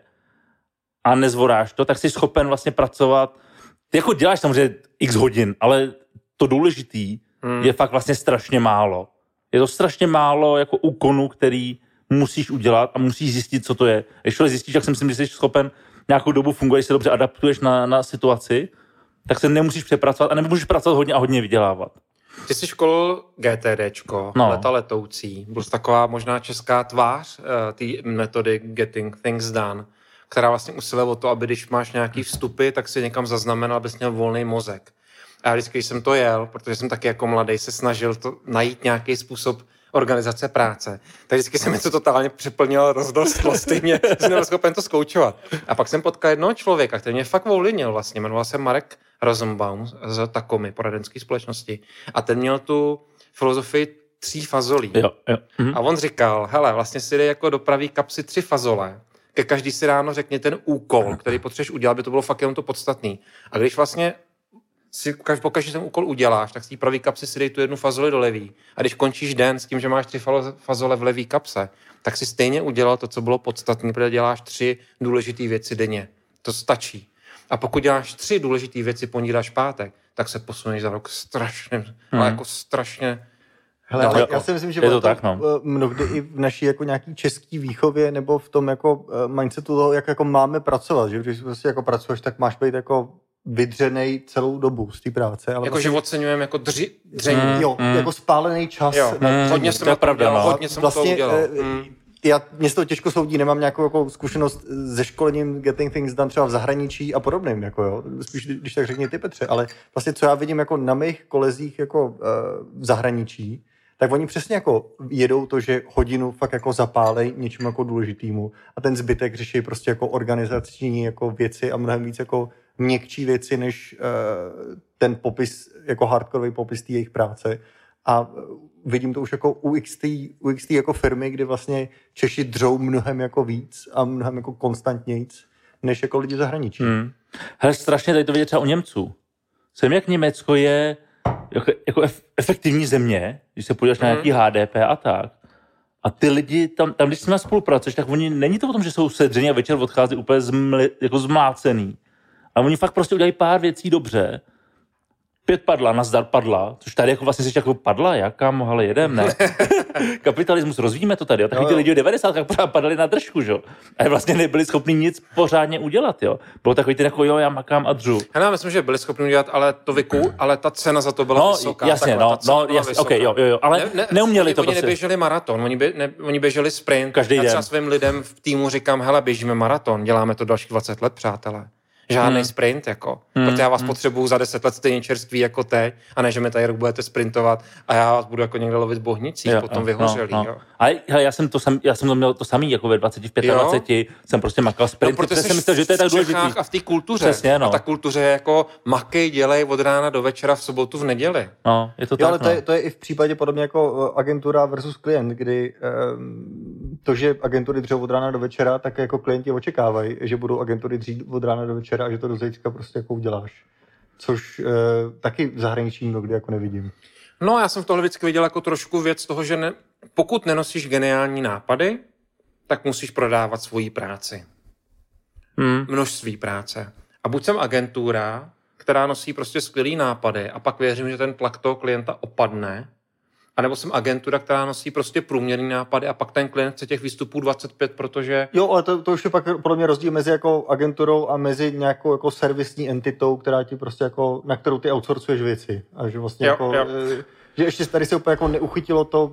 a nezvoráš to, tak jsi schopen vlastně pracovat. Ty jako děláš samozřejmě x hodin, ale to důležitý hmm. je fakt vlastně strašně málo. Je to strašně málo jako úkonů, který musíš udělat a musíš zjistit, co to je. Když to zjistíš, tak si myslím, že jsi schopen nějakou dobu funguješ, se dobře adaptuješ na, na situaci, tak se nemusíš přepracovat a nemůžeš pracovat hodně a hodně vydělávat. Ty jsi školil GTDčko, no. Leta letoucí. Byl jsi taková možná česká tvář uh, té metody Getting Things Done, která vlastně usiluje o to, aby když máš nějaký vstupy, tak si někam zaznamenal, abys měl volný mozek. A já vždycky, když jsem to jel, protože jsem taky jako mladý se snažil to najít nějaký způsob organizace práce, tak vždycky se mi to totálně přeplnilo rozdostlosti, mě jsem nebyl schopen to zkoučovat. A pak jsem potkal jednoho člověka, který mě fakt ovlivnil vlastně, jmenoval se Marek Rosenbaum z Takomy, poradenské společnosti. A ten měl tu filozofii tří fazolí. Jo, jo. Mhm. A on říkal, hele, vlastně si dej jako do pravý kapsy tři fazole, ke každý si ráno řekni ten úkol, který potřebuješ udělat, aby to bylo fakt jenom to podstatný. A když vlastně si po každý ten úkol uděláš, tak z té pravý kapsy si dej tu jednu fazoli do levý. A když končíš den s tím, že máš tři fazole v levý kapse, tak si stejně udělal to, co bylo podstatné, protože děláš tři důležité věci denně. To stačí. A pokud děláš tři důležité věci pondělí až pátek, tak se posuneš za rok strašně, hmm. ale jako strašně. Hele, ale já si myslím, že je to tak, no. Mnohdy i v naší jako nějaký český výchově nebo v tom jako mindsetu toho, jak jako máme pracovat, že když prostě jako pracuješ, tak máš být jako vydřenej celou dobu z té práce. Ale jako vlastně, že oceňujeme jako dři, dření. Mm, jo, mm. jako spálený čas. Jo, mm, hodně jsem to pravda, udělal, hodně jsem vlastně, to udělal. Mm. Já, mě to těžko soudí, nemám nějakou jako zkušenost se školením Getting Things Done třeba v zahraničí a podobným, jako jo. Spíš, když tak řekni ty, Petře, ale vlastně co já vidím jako na mých kolezích jako uh, v zahraničí, tak oni přesně jako jedou to, že hodinu fakt jako zapálej něčemu jako důležitýmu a ten zbytek řeší prostě jako organizační jako věci a mnohem víc jako měkčí věci, než uh, ten popis, jako hardcoreový popis té jejich práce. A vidím to už jako u X T, u X T jako firmy, kdy vlastně Češi dřou mnohem jako víc a mnohem jako konstantnějc, než jako lidi v zahraničí. Hmm. Hele, strašně tady to vidět třeba u Němců. Jsem jak Německo je jako, jako efektivní země, když se podíváš hmm. na nějaký H D P a tak. A ty lidi tam, tam když s nimi spolupracuješ, tak oni, není to o tom, že jsou sedření a večer odchází úplně zmli, jako zmlácený. Ale oni fakt prostě udělají pár věcí dobře. Pět padla, nazdar padla, což tady jako vlastně jsi jako padla, jak kámo, ale jedem, ne? Kapitalismus, rozvíjíme to tady, jo? Taky ty lidi v devadesátkách padali na držku, jo? A vlastně nebyli schopni nic pořádně udělat, jo? Bylo takový ty jako, jo, já makám a dřu. Já myslím, že byli schopni udělat, ale to vyku, ale ta cena za to byla no, vysoká. Jasně, no, no, jasně, okej, okay, jo, jo, jo, ale ne, ne, neuměli oni, to oni prostě. Oni neběželi maraton, oni, bě, ne, oni běželi sprint. Každý já den. třeba svým lidem v týmu říkám, hele, běžíme maraton, děláme to dalších dvacet let, přátelé. Žádný hmm. sprint, jako. Hmm. Protože já vás hmm. potřebuju za deset let stejně čerství jako teď, a ne, že mi tady rok budete sprintovat a já vás budu jako někde lovit bohnicích, jo, potom jo, vyhořelý, no, no. jo. Ale hele, já jsem to sam, já jsem to měl to samý, jako ve dvaceti, v dvaceti pěti, jsem prostě makal sprint, no, protože jsem myslel, že to je tak důležitý. A v té kultuře. Přesně, no. A ta kultuře je jako makej, dělej od rána do večera, v sobotu, v neděli. No, je to jo, tak, ale no. to, je, to je i v případě podobně jako agentura versus klient, kdy um, to, že agentury dřou od rána do večera, tak jako klienti očekávají, že budou agentury dřít od rána do večera a že to do zítřka prostě jako uděláš. Což eh, taky v zahraničí mnohdy jako nevidím. No, já jsem v tohle vždycky viděl jako trošku věc toho, že ne, pokud nenosíš geniální nápady, tak musíš prodávat svoji práci. Hmm. Množství práce. A buď jsem agentura, která nosí prostě skvělý nápady a pak věřím, že ten tlak toho klienta opadne, anebo jsem agentura, která nosí prostě průměrný nápady a pak ten klient chce těch výstupů dvacet pět, protože... Jo, ale to, to už je pak podle mě rozdíl mezi jako agenturou a mezi nějakou jako servisní entitou, která ti prostě jako, na kterou ty outsourcuješ věci. A že vlastně jo, jako... Jo. Že ještě tady se úplně jako neuchytilo to,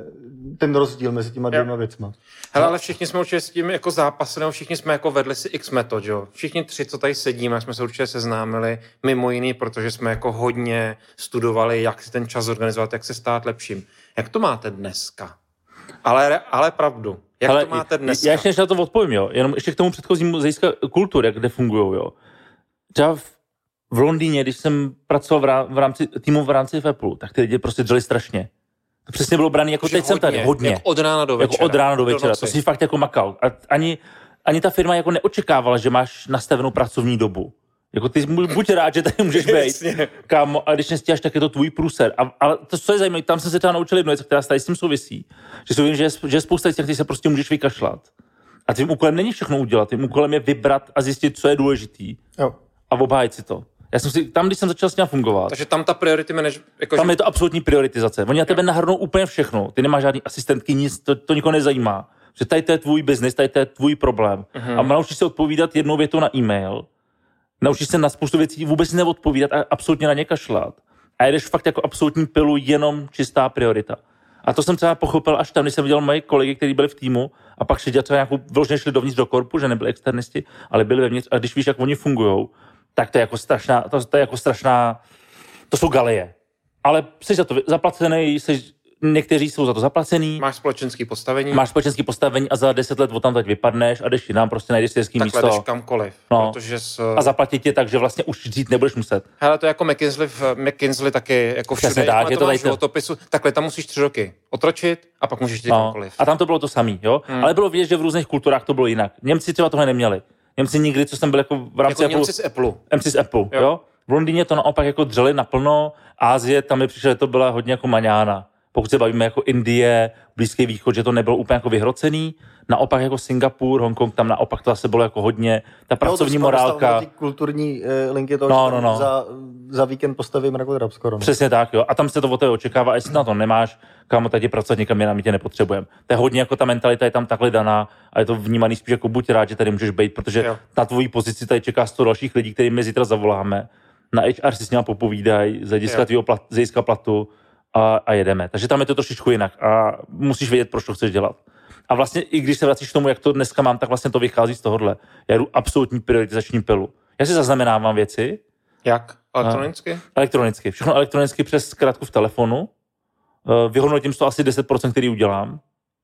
ten rozdíl mezi těma dvěma věcma. Hele, ale všichni jsme určitě s tím jako zápasili, všichni jsme jako vedli si x metod, jo. Všichni tři, co tady sedíme, jsme se určitě seznámili, mimo jiný, protože jsme jako hodně studovali, jak si ten čas organizovat, jak se stát lepším. Jak to máte dneska? Ale, ale pravdu. Jak ale to máte dneska? Já ještě než na to odpovím, jo. Jenom ještě k tomu předchozímu zejska kultur, jak kde fungujou, jo. Třeba v, v Londýně, když jsem pracoval v rámci týmu v rámci Apple, tak ty lidi prostě dřeli strašně. To přesně bylo braný, jako teď hodně, jsem tady, hodně. Jako od rána do večera. Jako od rána do večera, to si fakt jako makal. A ani, ani ta firma jako neočekávala, že máš nastavenou pracovní dobu. Jako ty buď rád, že tady můžeš být, kámo, a když nestíháš, tak je to tvůj průser. A, ale to, co je zajímavé, tam jsem se třeba naučil jednu věc, která tady s tím souvisí, že souvisí, že je, že je spousta těch, kteří se prostě můžeš vykašlat. A tvým úkolem není všechno udělat, tvým úkolem je vybrat a zjistit, co je důležitý. Jo. A obhájit si to. Já jsem si, tam, když jsem začal s ním fungovat. Takže tam ta priority manage, jako tam že... je to absolutní prioritizace. Oni na tebe nahrnou úplně všechno. Ty nemáš žádný asistentky, nic, to, to nikoho nezajímá. Že tady to je tvůj biznis, tady to je tvůj problém. Uh-huh. A naučíš se odpovídat jednou větou na e-mail. Naučíš se na spoustu věcí vůbec neodpovídat a absolutně na ně kašlat. A jedeš fakt jako absolutní pilu, jenom čistá priorita. A to jsem třeba pochopil až tam, když jsem viděl moje kolegy, kteří byli v týmu a pak šli dělat třeba nějakou, vložně šli dovnitř do korpu, že nebyli externisti, ale byli vevnitř. A když víš, jak oni fungujou, tak to je jako strašná, to, to je jako strašná, to jsou galie. Ale jsi za to zaplacený, jsi, někteří jsou za to zaplacený. Máš společenský postavení. Máš společenský postavení a za deset let od tam teď vypadneš a jdeš jinam, prostě najdeš si hezký místo. Takhle jdeš kamkoliv. No. Protože s... A zaplatit tě tak, že vlastně už žít nebudeš muset. Hele, to je jako McKinsey, v McKinsey taky, jako všude, tak, je to máš životopisu, takhle tam musíš tři roky otročit a pak můžeš jít no. kamkoliv. A tam to bylo to samý, jo? Hmm. Ale bylo vidět, že v různých kulturách to bylo jinak. Němci třeba tohle neměli. Němci nikdy, co jsem byl jako v rámci jako Apple. Němci z Apple. Němci z Apple, jo. jo? V Londýně to naopak jako dřeli naplno, Ázie, tam mi přišlo, že to byla hodně jako maňána. Pokud se bavíme jako Indie, Blízký východ, že to nebylo úplně jako vyhrocený, naopak jako Singapur, Hongkong, tam naopak to zase bylo jako hodně, ta pracovní no, morálka. Ty kulturní eh, linky toho, no, no, no. Za, za víkend postavím jako drab skoro. No. Přesně tak, jo. A tam se to od tebe očekává, a jestli na to nemáš, kámo, tady pracovat někam jinam, my tě nepotřebujeme. To je hodně jako ta mentalita je tam takhle daná a je to vnímaný spíš jako buď rád, že tady můžeš být, protože jo. Na tvojí pozici tady čeká sto dalších lidí, kterým my zítra zavoláme. Na H R si s nimi popovídají, z hlediska tvýho plat, z hlediska platu a, a jedeme. Takže tam je to trošičku jinak a musíš vědět, proč to chceš dělat. A vlastně i když se vracíš k tomu, jak to dneska mám, tak vlastně to vychází z tohohle. Já jdu absolutní prioritizační pilu. Já si zaznamenávám věci. Jak? Elektronicky? A, elektronicky. Všechno elektronicky přes zkrátku v telefonu. Vyhodnotím to asi deset procent, který udělám.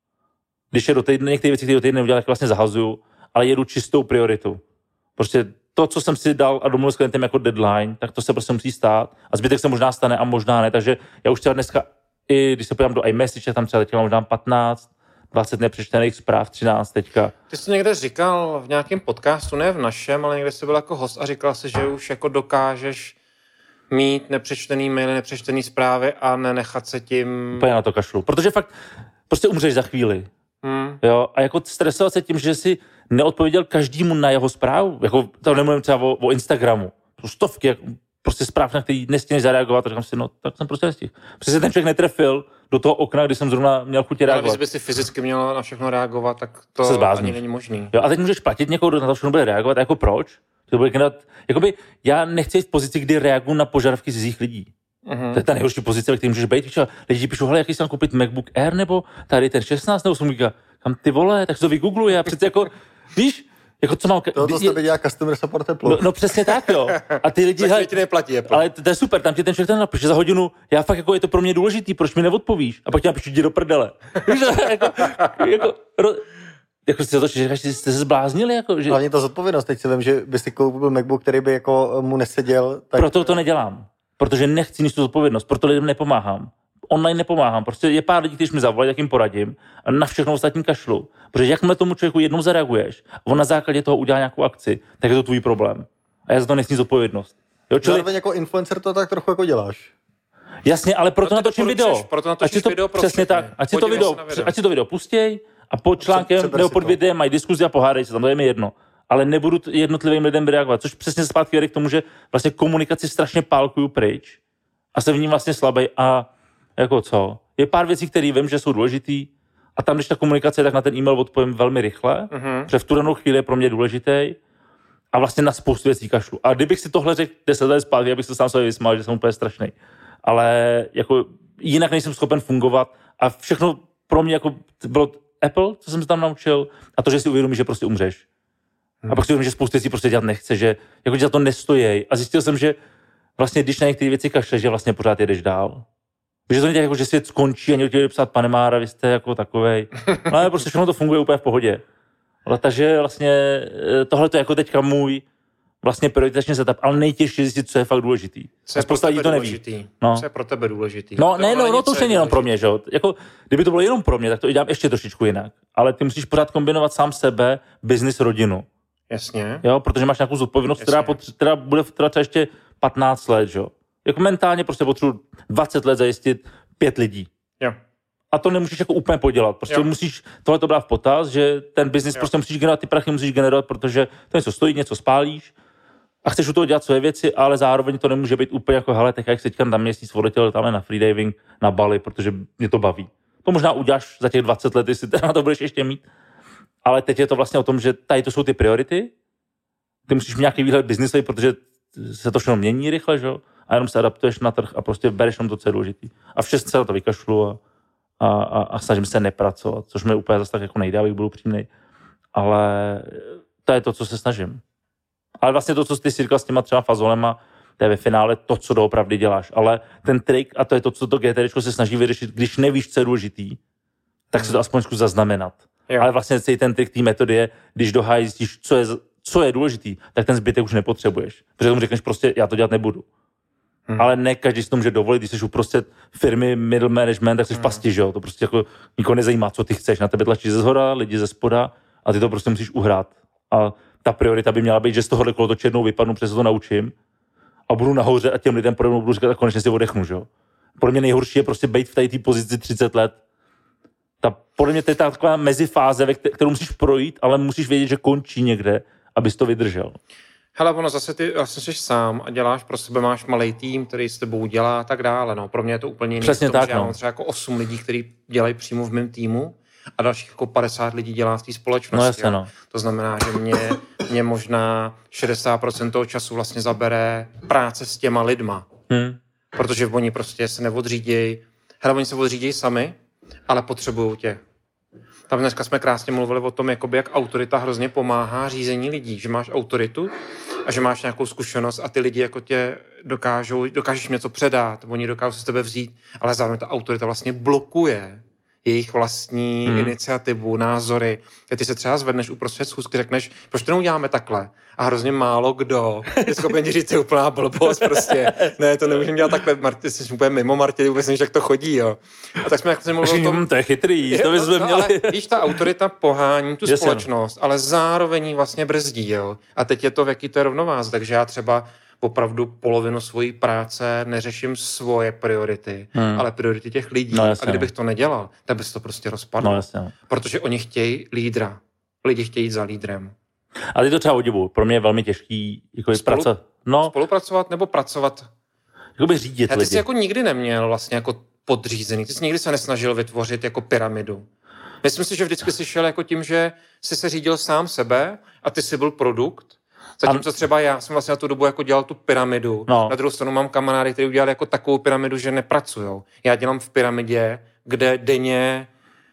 Když je do týdne, některé věci, které do týdne udělám, tak vlastně zahazuju, ale jedu čistou prioritu. Prostě to, co jsem si dal a domluvil s klientem jako deadline, tak to se prostě musí stát. A zbytek se možná stane a možná ne. Takže já už třeba dneska, i když se podívám do iMessage, tam třeba teď mám možná patnáct, dvacet nepřečtených zpráv, třináct teďka. Ty jsi to někde říkal v nějakém podcastu, ne v našem, ale někde jsi byl jako host a říkal jsi, že už jako dokážeš mít nepřečtený maily, nepřečtený zprávy a nenechat se tím... Úplně na to kašlu. Protože fakt prostě umřeš za chvíli. Hmm. Jo? A jako stresovat se tím, že jsi neodpověděl každému na jeho zprávu. Jako tam nemluvím třeba o, o Instagramu. To stovky jako, prostě zpráv, na který nestíhneš zareagovat. A říkám si, no tak jsem prostě nestihl. Přesně ten člověk netrefil do toho okna, kdy jsem zrovna měl chuť reagovat. Ale když by si fyzicky měl na všechno reagovat, tak to ani není možný. Jo, a teď můžeš platit někoho, kdo na to všechno bude reagovat. A jako proč? To bude kdat, jakoby, já nechci jít v pozici, kdy reaguju na požadavky cizích lidí. Uh-huh. To je ta nejhorší pozice, ve které můžeš být. Lidi píšou, hele, jaký jsem koupit MacBook Air, nebo tady ten šestnáct, nebo jsem říká, kam ty vole, tak si to vygoogluje. A přece jako, víš, jako co mám... To, to z tebe dělá customer support Apple. No, no přesně tak, jo. A ty lidi... hele, ti neplatí Apple. Ale to, to je super, tam ti ten člověk ten napíše za hodinu, já fakt jako je to pro mě důležitý, proč mi neodpovíš? A pak ti napíšu, jdi do prdele. Víš, jako, jako, ro, jako jste to, že jste se zbláznili, jako, že... Hlavně ta zodpovědnost, teď si vím, že bys si koupil MacBook, který by jako mu neseděl. Tak... Proto to nedělám. Protože nechci níst tu zodpovědnost, proto lidem nepomáhám. online nepomáhám. Prostě je pár lidí, kteří mi zavolají, jak jim poradím a na všechno ostatní kašlu. Protože jakmile tomu člověku jednou zareaguješ a on na základě toho udělá nějakou akci, tak je to tvůj problém. A já za to nesní zodpovědnost. Jo, člověk... Zároveň jako influencer to tak trochu jako děláš. Jasně, ale proto, proto natočím video. Proto natočíš to, video pro přesně tak. Ať si, to video, video. ať si to video pustěj a pod článkem nebo pod videem mají diskuzi a pohádají se tam, to je mi jedno. Ale nebudu jednotlivým lidem reagovat, což přesně zpátky vede k tomu, že vlastně komunikaci strašně pálkuju pryč a jsem v ní vlastně slabý a jako co. Je pár věcí, které vím, že jsou důležitý a tam, když ta komunikace je, tak na ten e-mail odpovím velmi rychle, mm-hmm. protože v tu danou chvíli je pro mě důležitý a vlastně na spoustu věcí kašlu. A kdybych si tohle řekl deset let zpátky, abych se sám sobě vysmál, že jsem úplně strašný. Ale jako jinak nejsem schopen fungovat a všechno pro mě jako bylo Apple, co jsem se tam naučil a to, že si uvědomíš, že prostě umřeš. Hmm. A pak si uvědomíš, že spoustu věcí prostě dělat nechce, že jako za to nestojí. A zjistil jsem, že vlastně když na některé věci kašleš, že vlastně pořád jedeš dál. Že to není tak, jako, že svět skončí a někdo ti psát, pane Mára, vy jste jako takovej. No ale prostě všechno to funguje úplně v pohodě. Ale takže vlastně tohle to je jako teďka můj vlastně prioritačně setup, ale nejtěžší zjistit, co je fakt důležitý. Co je pro tebe to důležitý? No. Co je pro tebe důležitý? No, ne, no, no to už není jenom pro mě, že jo. Jako, kdyby to bylo jenom pro mě, tak to dělám ještě trošičku jinak. Ale ty musíš pořád kombinovat sám sebe, business, rodinu. Jasně. Jo, protože máš nějakou zodpovědnost, která, potře- která bude trvat třeba ještě patnáct let, že jo. Jako mentálně prostě potřebuji dvacet let zajistit pět lidí. Jo. A to nemůžeš jako úplně podělat. Prostě jo. musíš tohle to brát v potaz, že ten business jo. prostě musíš generovat, ty prachy musíš generovat, protože to něco stojí, něco spálíš. A chceš u toho dělat své věci, ale zároveň to nemůže být úplně jako, hele, tak jak se teďka na měsíc odletěl tam na freediving na Bali, protože mě to baví. To možná uděláš za těch dvacet let, jestli na to budeš ještě mít. Ale teď je to vlastně o tom, že tady to jsou ty priority. Ty musíš mít nějaký výhled biznisový, protože se to všechno mění rychle, že? A jenom se adaptuješ na trh a prostě bereš tam to, co je důležitý. A v šest se na to vykašlu a, a, a, a snažím se nepracovat, což mi úplně zase tak jako nejde, abych byl upřímnej. Ale to je to, co se snažím. Ale vlastně to, co ty si říkal s těma třeba fazolema, to je ve finále to, co doopravdy děláš. Ale ten trik, a to je to, co to GTDčko se snaží vyřešit, když nevíš, co je důležitý, tak se to aspoň zkus zaznamenat. Jo. Ale vlastně celý ten trik té metody je, když dohájí zjistíš, co je, co je důležitý, tak ten zbytek už nepotřebuješ. Protože tomu řekneš prostě, já to dělat nebudu. Hmm. Ale ne každý si to může dovolit, když jsi uprostřed firmy middle management, tak jsi hmm. v pasti, že jo? To prostě jako nikoho nezajímá, co ty chceš. Na tebe tlačí ze zhora, lidi ze spoda a ty to prostě musíš uhrát. A ta priorita by měla být, že z tohohle kolotoče jednou vypadnu, přes to naučím a budu nahoře a těm lidem pode mnou budu říkat a konečně si odechnu, že jo? Podle mě nejhorší je prostě být v té pozici třicet let. Ta, podle mě to je ta taková mezifáze, ve kterou musíš projít, ale musíš vědět, že končí někde, abys to vydržel. Hele, ono zase ty vlastně jsi sám a děláš pro sebe, máš malej tým, který s tebou dělá a tak dále. No, pro mě je to úplně jiný. Přesně tak, já no. mám třeba jako osm lidí, kteří dělají přímo v mém týmu a dalších jako padesát lidí dělá v té společnosti. No, jasně, no. To znamená, že mě, mě možná šedesát procent toho času vlastně zabere práce s těma lidma. Hmm. Protože oni prostě se neodřídějí. Hele, oni se odřídějí sami, ale potřebují tě. Tam dneska jsme krásně mluvili o tom, jakoby, jak autorita hrozně pomáhá řízení lidí, že máš autoritu a že máš nějakou zkušenost a ty lidi jako tě dokážou, dokážeš něco předat, oni dokážou se z tebe vzít, ale zároveň ta autorita vlastně blokuje jejich vlastní hmm. iniciativu, názory. A ty se třeba zvedneš uprostřed schůzky, řekneš, proč to neuděláme takhle? A hrozně málo kdo je schopen ti říct, to je úplná blbost, prostě. Ne, to nemůžeme dělat takhle, Marty, jsi úplně mimo, Marty, vůbec nevíš, jak to chodí, jo. A tak jsme jak mluvili o tom... To je chytrý, to bychom no, měli. Ale, víš, ta autorita pohání tu yes, společnost, no. ale zároveň ji vlastně brzdí, jo. A teď je to v jaký to je rovnováze, takže já třeba opravdu polovinu svojí práce neřeším svoje priority, hmm. ale priority těch lidí. No, jasně, a kdybych to nedělal, tak by se to prostě rozpadlo. No, jasně. Protože oni chtějí lídra. Lidi chtějí jít za lídrem. A ty to třeba odivu. Pro mě je velmi těžký jako Spolu, pracovat. No, spolupracovat nebo pracovat. Jakoby řídit já, ty lidi. jsi jako nikdy neměl vlastně jako podřízený. Ty jsi nikdy se nesnažil vytvořit jako pyramidu. Myslím si, že vždycky jsi šel jako tím, že jsi se řídil sám sebe a ty jsi byl produkt. Zatímco třeba já jsem vlastně na tu dobu jako dělal tu pyramidu. No. Na druhou stranu mám kamarády, kteří udělali jako takovou pyramidu, že nepracujou. Já dělám v pyramidě, kde denně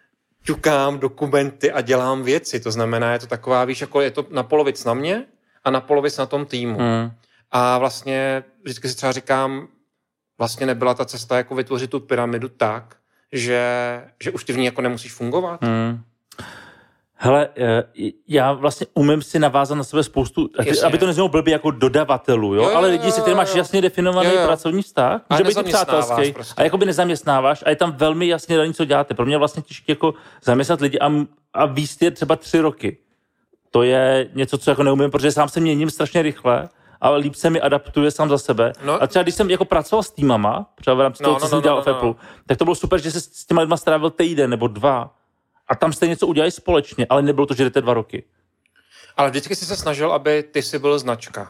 ťukám dokumenty a dělám věci. To znamená, je to taková, víš, jako je to na polovic na mě a na polovic na tom týmu. Mm. A vlastně vždycky si třeba říkám, vlastně nebyla ta cesta jako vytvořit tu pyramidu tak, že, že už ty v ní jako nemusíš fungovat. Mm. Hele, já vlastně umím si navázat na sebe spoustu, Jasně. aby to neznělo blbě jako dodavatelů, jo? jo, jo ale lidi, se kterým máš jasně definovaný jo, jo. pracovní vztah, může být i přátelský, prostě. A jakoby nezaměstnáváš a je tam velmi jasně daný, co děláte. Pro mě vlastně těžké jako zaměstnat lidi a, a víc je třeba tři roky. To je něco, co jako neumím, protože sám se měním strašně rychle, ale líp se mi adaptuje sám za sebe. No. A třeba když jsem jako pracoval s týmama, třeba v rámci no, toho, no, co no, jsem no, dělal no, v Apple, no. tak to bylo super, že se s těma lidma strávil týden nebo dva. A tam jste něco udělali společně, ale nebylo to, že jdete dva roky. Ale vždycky jsi se snažil, aby ty jsi byl značka.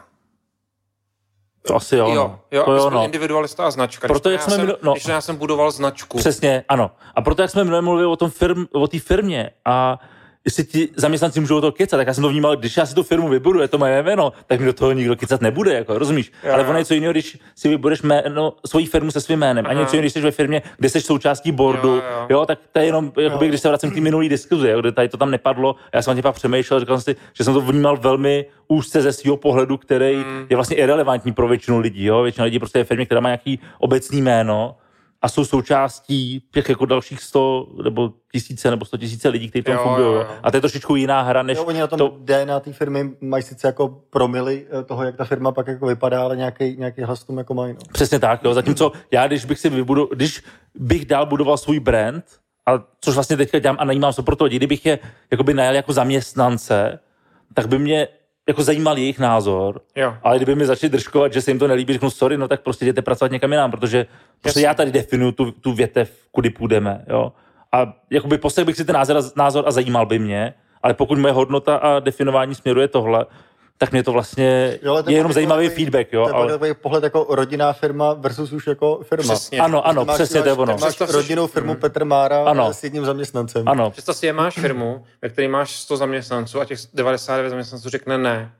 To asi jo. Jo, jo, to aby jo, jsi no. individualista a značka. Proto, když jak jsme jsem, minu... no. když já jsem budoval značku. Přesně, ano. A proto, jak jsme minule mluvili o tom firm, o té firmě a jestli ti zaměstnanci můžou do toho kecat, tak já jsem to vnímal, když já si tu firmu vybudu, je to moje jméno, tak mi do toho nikdo kecat nebude, jako, rozumíš? Jo, ale ono je co jiného, když si vybudeš jméno, svoji firmu se svým jménem, a něco jiného, když jsi ve firmě, kde jsi součástí boardu, jo, jo. jo tak to je jenom, jakoby, když se vracím k té minulý diskuzi, jo, kde tady to tam nepadlo, já jsem třeba přemýšlel, říkal jsem si, že jsem to vnímal velmi úzce ze svého pohledu, který hmm. je vlastně irelevantní pro většinu lidí, jo, většina lidí prostě je firmě, která má nějaký obecný jméno. A jsou součástí těch jako dalších sto nebo tisíce nebo sto tisíce lidí, kteří tam fungují. A to je trošičku jiná hra, než... Jo, oni na tom to... D N A té firmy mají sice jako promily toho, jak ta firma pak jako vypadá, ale nějaký, nějaký hlas tom jako mají. No. Přesně tak, jo. Zatímco já, když bych si vybudoval, když bych dál budoval svůj brand, a což vlastně teďka dělám a najímám se pro to lidi, kdybych je jakoby najal jako zaměstnance, tak by mě jako zajímal jejich názor, jo. Ale kdyby mi začali držkovat, že se jim to nelíbí, řeknu sorry, no tak prostě jděte pracovat někam jinam, protože prostě já tady definuju tu, tu větev, kudy půjdeme, jo. A jakoby poslech bych si ten názor, názor a zajímal by mě, ale pokud moje hodnota a definování směru je tohle, tak mě to vlastně jo, je jenom zajímavý takový, feedback, jo. To je ale... takový pohled jako rodinná firma versus už jako firma. Přesně. Ano, ano, máš, přesně to je ono. Máš rodinnou firmu hmm. Petr Mára ano. s jedním zaměstnancem. Ano. Představ si, máš firmu, ve které máš sto zaměstnanců a těch devadesát devět zaměstnanců řekne ne.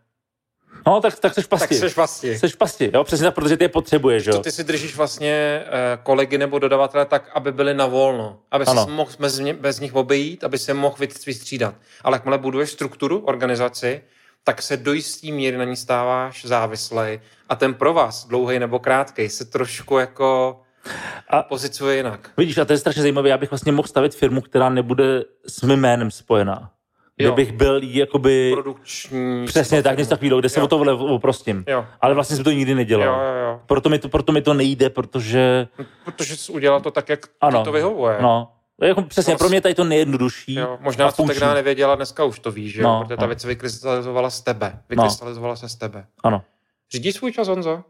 No, tak, tak seš v pasti. Tak seš v pasti. Seš v pasti, jo, přesně tak, protože ty je potřebuješ, jo. To ty si držíš vlastně eh, kolegy nebo dodavatele tak, aby byli na volno. Aby si mohl bez, bez nich obejít, aby se mohl vystřídat. Ale jakmile buduješ strukturu, organizaci, tak se do jistý míry na ní stáváš závislej a ten pro vás, dlouhej nebo krátkej, se trošku jako a pozicuje jinak. Vidíš, a to je strašně zajímavé, já bych vlastně mohl stavit firmu, která nebude s mým jménem spojená. Kde bych byl jakoby... Produkční... Přesně tak, něco takového, kde se o to oprostím. Jo. Ale vlastně jsem to nikdy nedělal. Jo, jo, jo. Proto, mi to, proto mi to nejde, protože... Protože jsi udělal to tak, jak ano, to vyhovuje. No. Jako přesně, vlastně, pro mě tady to nejjednodušší. Jo, možná to tak nevěděla, dneska už to víš, že no, protože ta no. věc vykrystalizovala z tebe. Vykrystalizovala no. se z tebe. Ano. Řídíš svůj čas, Honzo?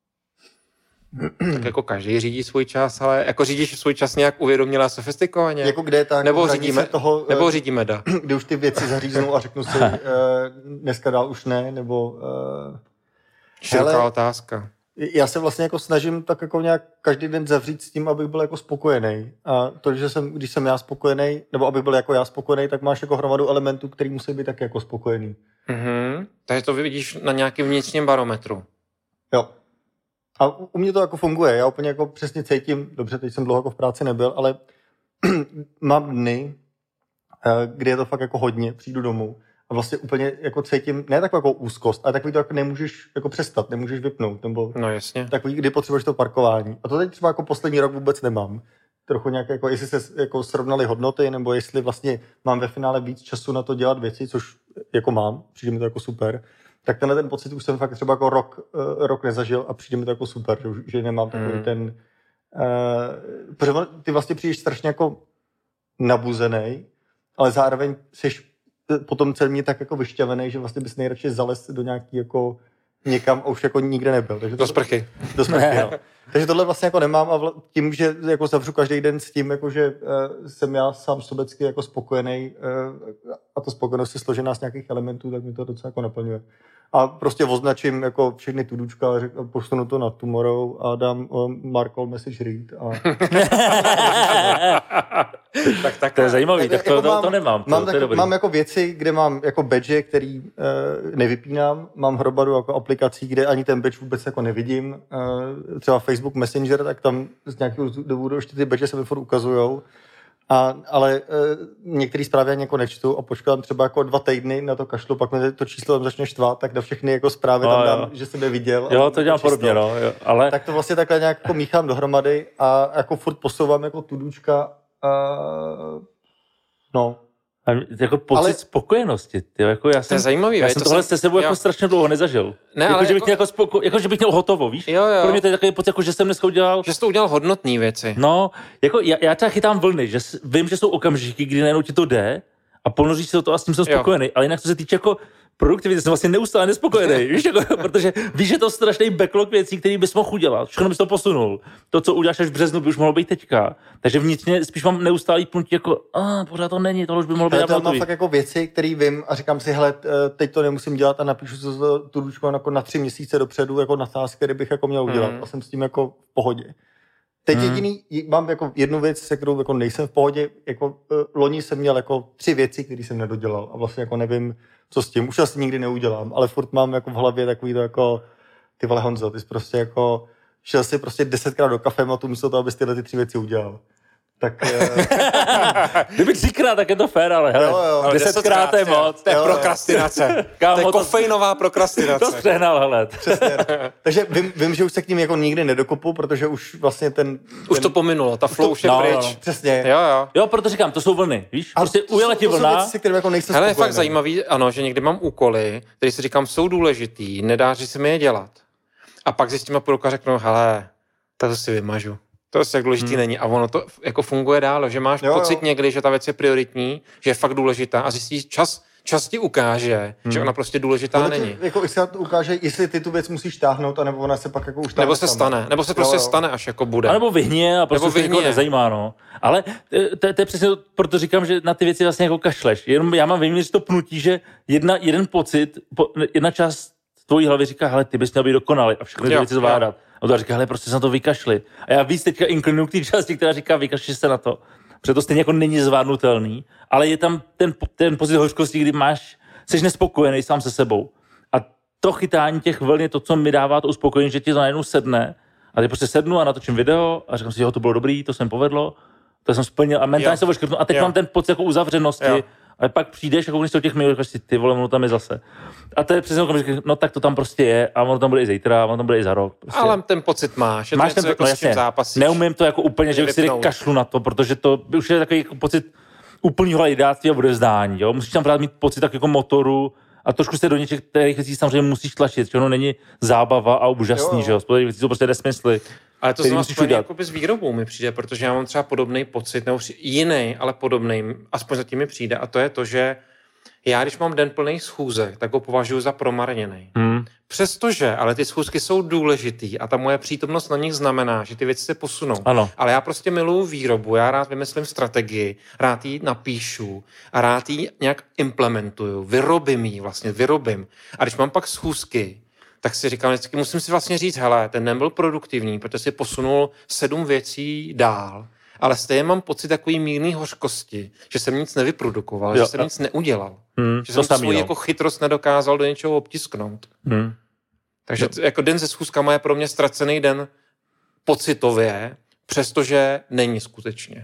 Tak jako každý řídí svůj čas, ale jako řídíš svůj čas nějak uvědoměle a sofistikovaně? Jako kde tak? Nebo řídíme, toho, nebo řídíme da? Kdy už ty věci zaříznou a řeknu si, uh, dneska dál už ne, nebo... Uh, Široká hele, otázka. Já se vlastně jako snažím tak jako nějak každý den zavřít s tím, abych byl jako spokojený. A to, že jsem, když jsem já spokojený, nebo abych byl jako já spokojený, tak máš jako hromadu elementů, který musí být taky jako spokojený. Mhm. Takže to vidíš na nějakém vnitřním barometru. Jo. A u mě to jako funguje, já úplně jako přesně cítím, dobře, teď jsem dlouho jako v práci nebyl, ale mám dny, kdy je to fakt jako hodně, přijdu domů a vlastně úplně jako cítím, ne takovou jako úzkost, ale takový to jako nemůžeš jako přestat, nemůžeš vypnout, nebo no jasně. Takový, kdy potřebuješ to parkování. A to teď třeba jako poslední rok vůbec nemám. Trochu nějak jako, jestli se jako srovnaly hodnoty, nebo jestli vlastně mám ve finále víc času na to dělat věci, což jako mám, přijde mi to jako super. Tak tenhle ten pocit už jsem fakt třeba jako rok, uh, rok nezažil a přijde mi to jako super, že, že nemám takový mm. ten... Uh, protože ty vlastně přijdeš strašně jako nabuzený, ale zároveň jsi potom celý tak jako vyšťavený, že vlastně bys nejradši zalez do nějaký jako někam a už jako nikde nebyl. Takže to, do sprchy. Do sprchy, no. Takže tohle vlastně jako nemám a vl- tím, že jako zavřu každý den s tím, jako, že uh, jsem já sám sobecky jako spokojený uh, a ta spokojenost je složená z nějakých elementů, tak mi to docela jako naplňuje. A prostě označím jako všechny tudučka a, řek, a posunu to na tomorrow a dám uh, Markol message read. A... tak, tak, to je zajímavý, tak, tak to, jako to, mám, to nemám. Mám, to, to tak, mám jako věci, kde mám jako badge, který uh, nevypínám. Mám hromadu jako aplikací, kde ani ten badge vůbec jako nevidím. Uh, třeba Facebook Messenger, tak tam z nějakého důvodu ještě ty badge se mi furt ukazujou. A, ale e, některé zprávy ani jako nečtu a počkám třeba jako dva týdny na to kašlu, pak mi to číslo tam začne štvát, tak na všechny jako zprávy no, tam dám, jo. že jsem je viděl. Jo, to dělám podobně, no. Jo, ale... Tak to vlastně takhle nějak jako míchám dohromady a jako furt posouvám jako tudučka a no. A jako pocit ale... spokojenosti, tyjo, jako já jsem, to je zajímavý, já jsem to tohle jsem... se sebou jako strašně dlouho nezažil. Ne, jako, ale že bych jako... měl jako, spoko... jako, že bych měl hotovo, víš? Jo, jo. Pro mě to je takový pocit, jako, že jsem dneska udělal... Že jsi to udělal hodnotný věci. No, jako já, já třeba chytám vlny, že vím, že jsou okamžiky, kdy najednou ti to jde a ponoříš se do toho a s tím jsem spokojený, jo. Ale jinak co se týče jako produktivity, jsem vlastně neustále nespokojený, víš, jako, protože víš, že to je strašný backlog věcí, který bys mohl udělat, všechno bys to posunul. To, co uděláš až v březnu, by už mohlo být teďka. Takže vnitřně spíš mám neustálý pnutí, jako, a pořád to není, to už by mohlo být. Ale to mám fakt jako věci, které vím a říkám si, hele, teď to nemusím dělat a napíšu si to, tu ručku jako na tři měsíce dopředu, jako na task, který bych jako měl udělat. Hmm. A jsem s tím jako v pohodě. Teď hmm. jediný, mám jako jednu věc, se kterou jako nejsem v pohodě, jako uh, loni jsem měl jako tři věci, které jsem nedodělal a vlastně jako nevím, co s tím, už asi nikdy neudělám, ale furt mám jako v hlavě takový to jako, ty vole Honzo, ty jsi prostě jako, šel jsi prostě desetkrát do kafematu místo toho, abys tyhle ty tři věci udělal. Tak... Kdyby třikrát, tak je to fér, ale hele, jo, jo, desetkrát je moc. To je prokrastinace. To je kofeinová prokrastinace. To střehnal, hele. Přesně. Takže vím, vím, že už se k ním jako nikdy nedokopu, protože už vlastně ten... Už ten... to pominulo, ta flow už je no, pryč. No. Přesně. Jo, jo. Jo, proto říkám, to jsou vlny, víš? A prostě ujela ti vlna. To jsou věci, jako nejsem hele, je fakt zajímavý, ano, že někdy mám úkoly, které si říkám, jsou důležitý, nedáří se mi je dělat. A pak zjistím a půlka řeknu, hele, tak to si vymažu. To tak důležitý hmm. není. A ono to jako funguje dál, že máš jo, pocit jo. někdy, že ta věc je prioritní, že je fakt důležitá a zjistíš, čas, čas ti ukáže, hmm. že ona prostě důležitá není. není. Jako se to ukáže, jestli ty tu věc musíš táhnout, anebo ona se pak jako už Nebo se stane, nebo se prostě jo, jo. stane, až jako bude. A nebo vyhně a prostě se jako nezajímá, no. Ale to, to je přesně to, proto říkám, že na ty věci vlastně jako kašleš. Jenom já mám vejměř to pnutí, že jedna, jeden pocit, jedna část tvojí hlavy říká, hele, ty bys měl být dokonalý a všechny ty věci zvládat. A to říká, hele, prostě se na to vykašli. A já víc teďka inklinuju k té části, která říká, vykašli se na to. Protože to stejně jako není zvládnutelný, ale je tam ten, ten pocit hořkosti, kdy máš, jsi nespokojený sám se sebou. A to chytání těch vln je to, co mi dává to uspokojení, že ti to najednou sedne. A ty prostě sednu a natočím video a říkám si, jo, to bylo dobrý, to jsem povedlo, to jsem splnil a mentálně se oškrtnu. A teď jo. mám ten pocit jako uzavřenosti. Jo. A pak přijdeš a koukneš do těch mailů, říkáš si, ty vole, ono tam je zase. A to je přesně okamžik, no tak to tam prostě je a ono tam bude i zítra, ono tam bude i za rok. Prostě. Ale ten pocit máš, je máš to ten, jako no, s tím zápasíš. Neumím to jako úplně, že bych si kašlu na to, protože to už je takový jako pocit úplného lidáctví a odevzdání, jo. Musíš tam právě mít pocit tak jako motoru a trošku se do něčech těch věcí samozřejmě musíš tlačit, že ono není zábava a úžasný, jo. že jo. Společně věci jsou prostě nesmysly. Ale to znamená spojený jako s výrobou mi přijde, protože já mám třeba podobný pocit, nebo jiný, ale podobný, aspoň zatím mi přijde, a to je to, že já, když mám den plný schůzek, tak ho považuji za promarněný. Hmm. Přestože, ale ty schůzky jsou důležitý a ta moje přítomnost na nich znamená, že ty věci se posunou. Ano. Ale já prostě miluju výrobu, já rád vymyslím strategii, rád ji napíšu a rád ji nějak implementuju, vyrobím ji, vlastně vyrobím. A když mám pak schůzky, tak si říkám vždycky, musím si vlastně říct, hele, ten den byl produktivní, protože si posunul sedm věcí dál. Ale stejně mám pocit takový mírný hořkosti, že jsem nic nevyprodukoval, jo, že jsem a... nic neudělal. Hmm, že jsem svou jako chytrost nedokázal do něčeho obtisknout. Hmm. Takže t- jako den se schůzkama je pro mě ztracený den pocitově, přestože není skutečně.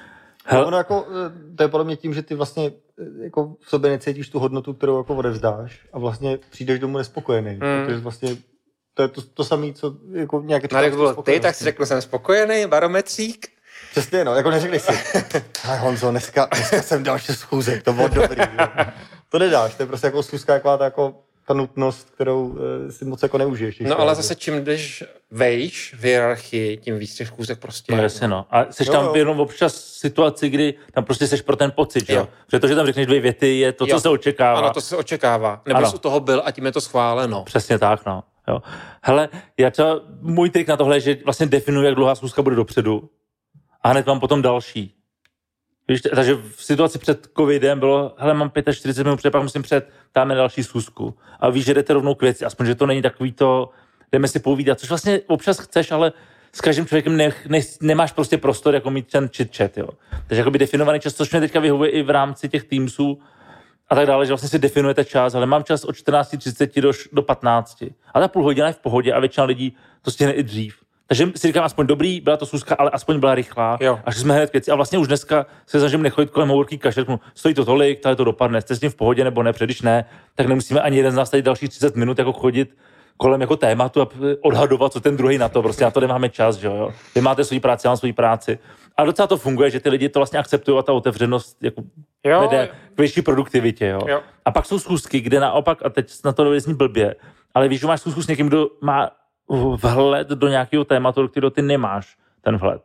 No, ono jako, to je podle mě tím, že ty vlastně jako v sobě necítíš tu hodnotu, kterou jako odevzdáš a vlastně přijdeš domů nespokojený. Hmm. Protože vlastně to je to, to samé, co jako nějaké... No, jak bylo ty, tak si řekl, jsem spokojený, barometřík. Přesně, no, jako neřekli si, ale Honzo, dneska, dneska jsem dal šest schůzek, to bylo dobrý. Jo. To nedáš, to je prostě jako schůzka, jako ta, jako ta nutnost, kterou e, si moc jako neužiješ. No ale zase čím jdeš vejš v hierarchii, tím víc těch schůzek prostě. No jasně, no. A jsi tam jo. jenom občas situaci, kdy tam prostě seš pro ten pocit, jo. Protože to, že tam řekneš dvě věty, je to, jo. co se očekává. Ano, to se očekává. Nebo jsi u toho byl a tím je to schváleno. Přesně tak, no. Jo. Hele, já třeba, můj trik na tohle je, že vlastně definuji, jak dlouhá schůzka bude dopředu. A hned mám potom další. Víš, takže v situaci před covidem bylo, hele, mám čtyřicet pět minut před, pak musím před, dáme další schůzku. A víš, že jdete rovnou k věci, aspoň, že to není takový to, jdeme si povídat, což vlastně občas chceš, ale s každým člověkem ne, ne, nemáš prostě prostor, jako mít ten chit-chat, jo. Takže jakoby definovaný čas, což mě teďka vyhovuje i v rámci těch Teamsů a tak dále, že vlastně si definujete čas, ale mám čas od čtrnáct třicet do, do patnáct. A ta půl hodina je v pohodě a většina lidí to stihne i dřív. Takže si říkám, aspoň dobrý, byla to schůzka, ale aspoň byla rychlá. Jo. Až jsme hned k věci. A vlastně už dneska se snažím nechodit kolem hovorky kašlet. Stojí to tolik, tady to dopadne, jste s tím v pohodě nebo ne, protože když ne, tak nemusíme ani jeden z nás tady dalších třicet minut jako chodit kolem jako tématu a odhadovat, co ten druhý na to, prostě na to nemáme čas, že jo. Vy máte svoji práci, já mám svoji práci. A docela to funguje, že ty lidi to vlastně akceptují a ta otevřenost jako jo, vede k větší produktivitě, jo. jo. A pak jsou schůzky, kde naopak, a teď na to nevězní blbě, ale víš, že máš schůzku s někým, kdo má vhled do nějakého tématu, do kterého ty nemáš ten vhled.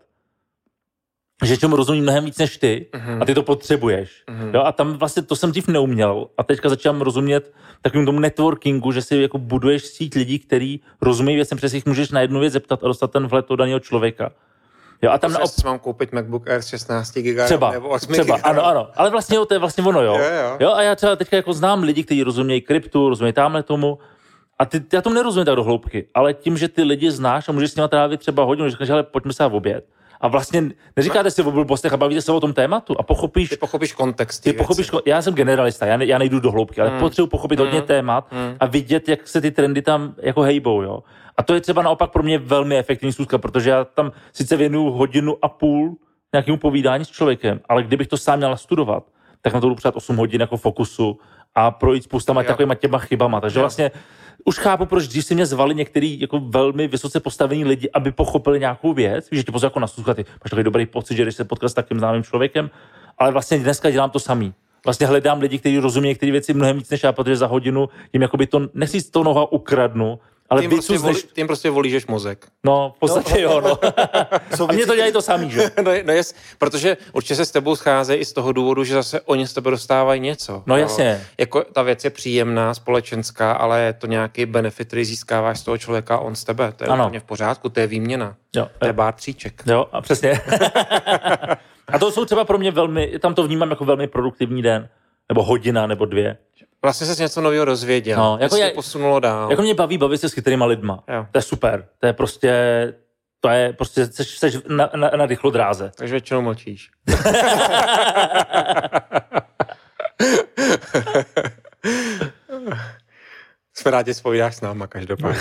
Že čemu rozumí mnohem víc než ty mm-hmm. a ty to potřebuješ. Mm-hmm. Jo, a tam vlastně to jsem dřív neuměl a teďka začínám rozumět takovým tomu networkingu, že si jako buduješ síť lidí, který rozumí věcem, přes jich můžeš na jednu věc zeptat a dostat ten vhled toho daného člověka. Jo, a tam na naop... mám koupit MacBook Air s šestnácti giga třeba, nebo osmi třeba, giga. ano, ano. Ale vlastně jo, to je vlastně ono, jo. Jo, jo. jo a já třeba teďka jako znám lidi, kteří rozumějí kryptu, rozumějí tamhle tomu. A ty, já tomu nerozumím tak do hloubky, ale tím, že ty lidi znáš a můžeš s nimi trávit třeba hodinu, říkáš, ale pojďme se v oběd. A vlastně neříkáte si o blbostech a bavíte se o tom tématu a pochopíš... Ty pochopíš kontext. Ty pochopíš, já jsem generalista, já, ne, já nejdu do hloubky, ale mm. potřebuji pochopit mm. hodně témat mm. a vidět, jak se ty trendy tam jako hejbou, jo. A to je třeba naopak pro mě velmi efektivní schůzka, protože já tam sice věnuju hodinu a půl nějakému povídání s člověkem, ale kdybych to sám měl studovat, tak na to budu přát osm hodin jako fokusu a projít spoustama takovýma těma chybama. Takže jo. vlastně už chápu, proč když si mě zvali některý jako velmi vysoce postavení lidi, aby pochopili nějakou věc, víš, že tě pozval jako na schůzku, ty máš takový dobrý pocit, že když se potkal s takým známým člověkem, ale vlastně dneska dělám to samý. Vlastně hledám lidi, kteří rozumí některé věci mnohem víc než já, protože za hodinu jim jakoby to, nechci z toho noha ukradnu, ale tím prostě, volí, než... tím prostě volížeš mozek. No, v podstatě no, jo, no. A mě to dělají to samý, že? no, no jest, protože určitě se s tebou scházejí i z toho důvodu, že zase oni z tebe dostávají něco. No jasně. Jako ta věc je příjemná, společenská, ale je to nějaký benefit, který získáváš z toho člověka a on z tebe. To je ano. úplně v pořádku, to je výměna. Jo. To je bártříček. Jo, a přesně. A to jsou třeba pro mě velmi, tam to vnímám jako velmi produktivní den, nebo hodina, nebo dvě. Vlastně se něco nového dozvěděl. No, jako je, posunulo dál. Jako mě baví bavit se s chytrýma lidma. Jo. To je super. To je prostě, to je prostě, seš, seš na, na, na rychlodráze. Takže většinou mlčíš. Jsme rádi, spovídáš s náma každopádně.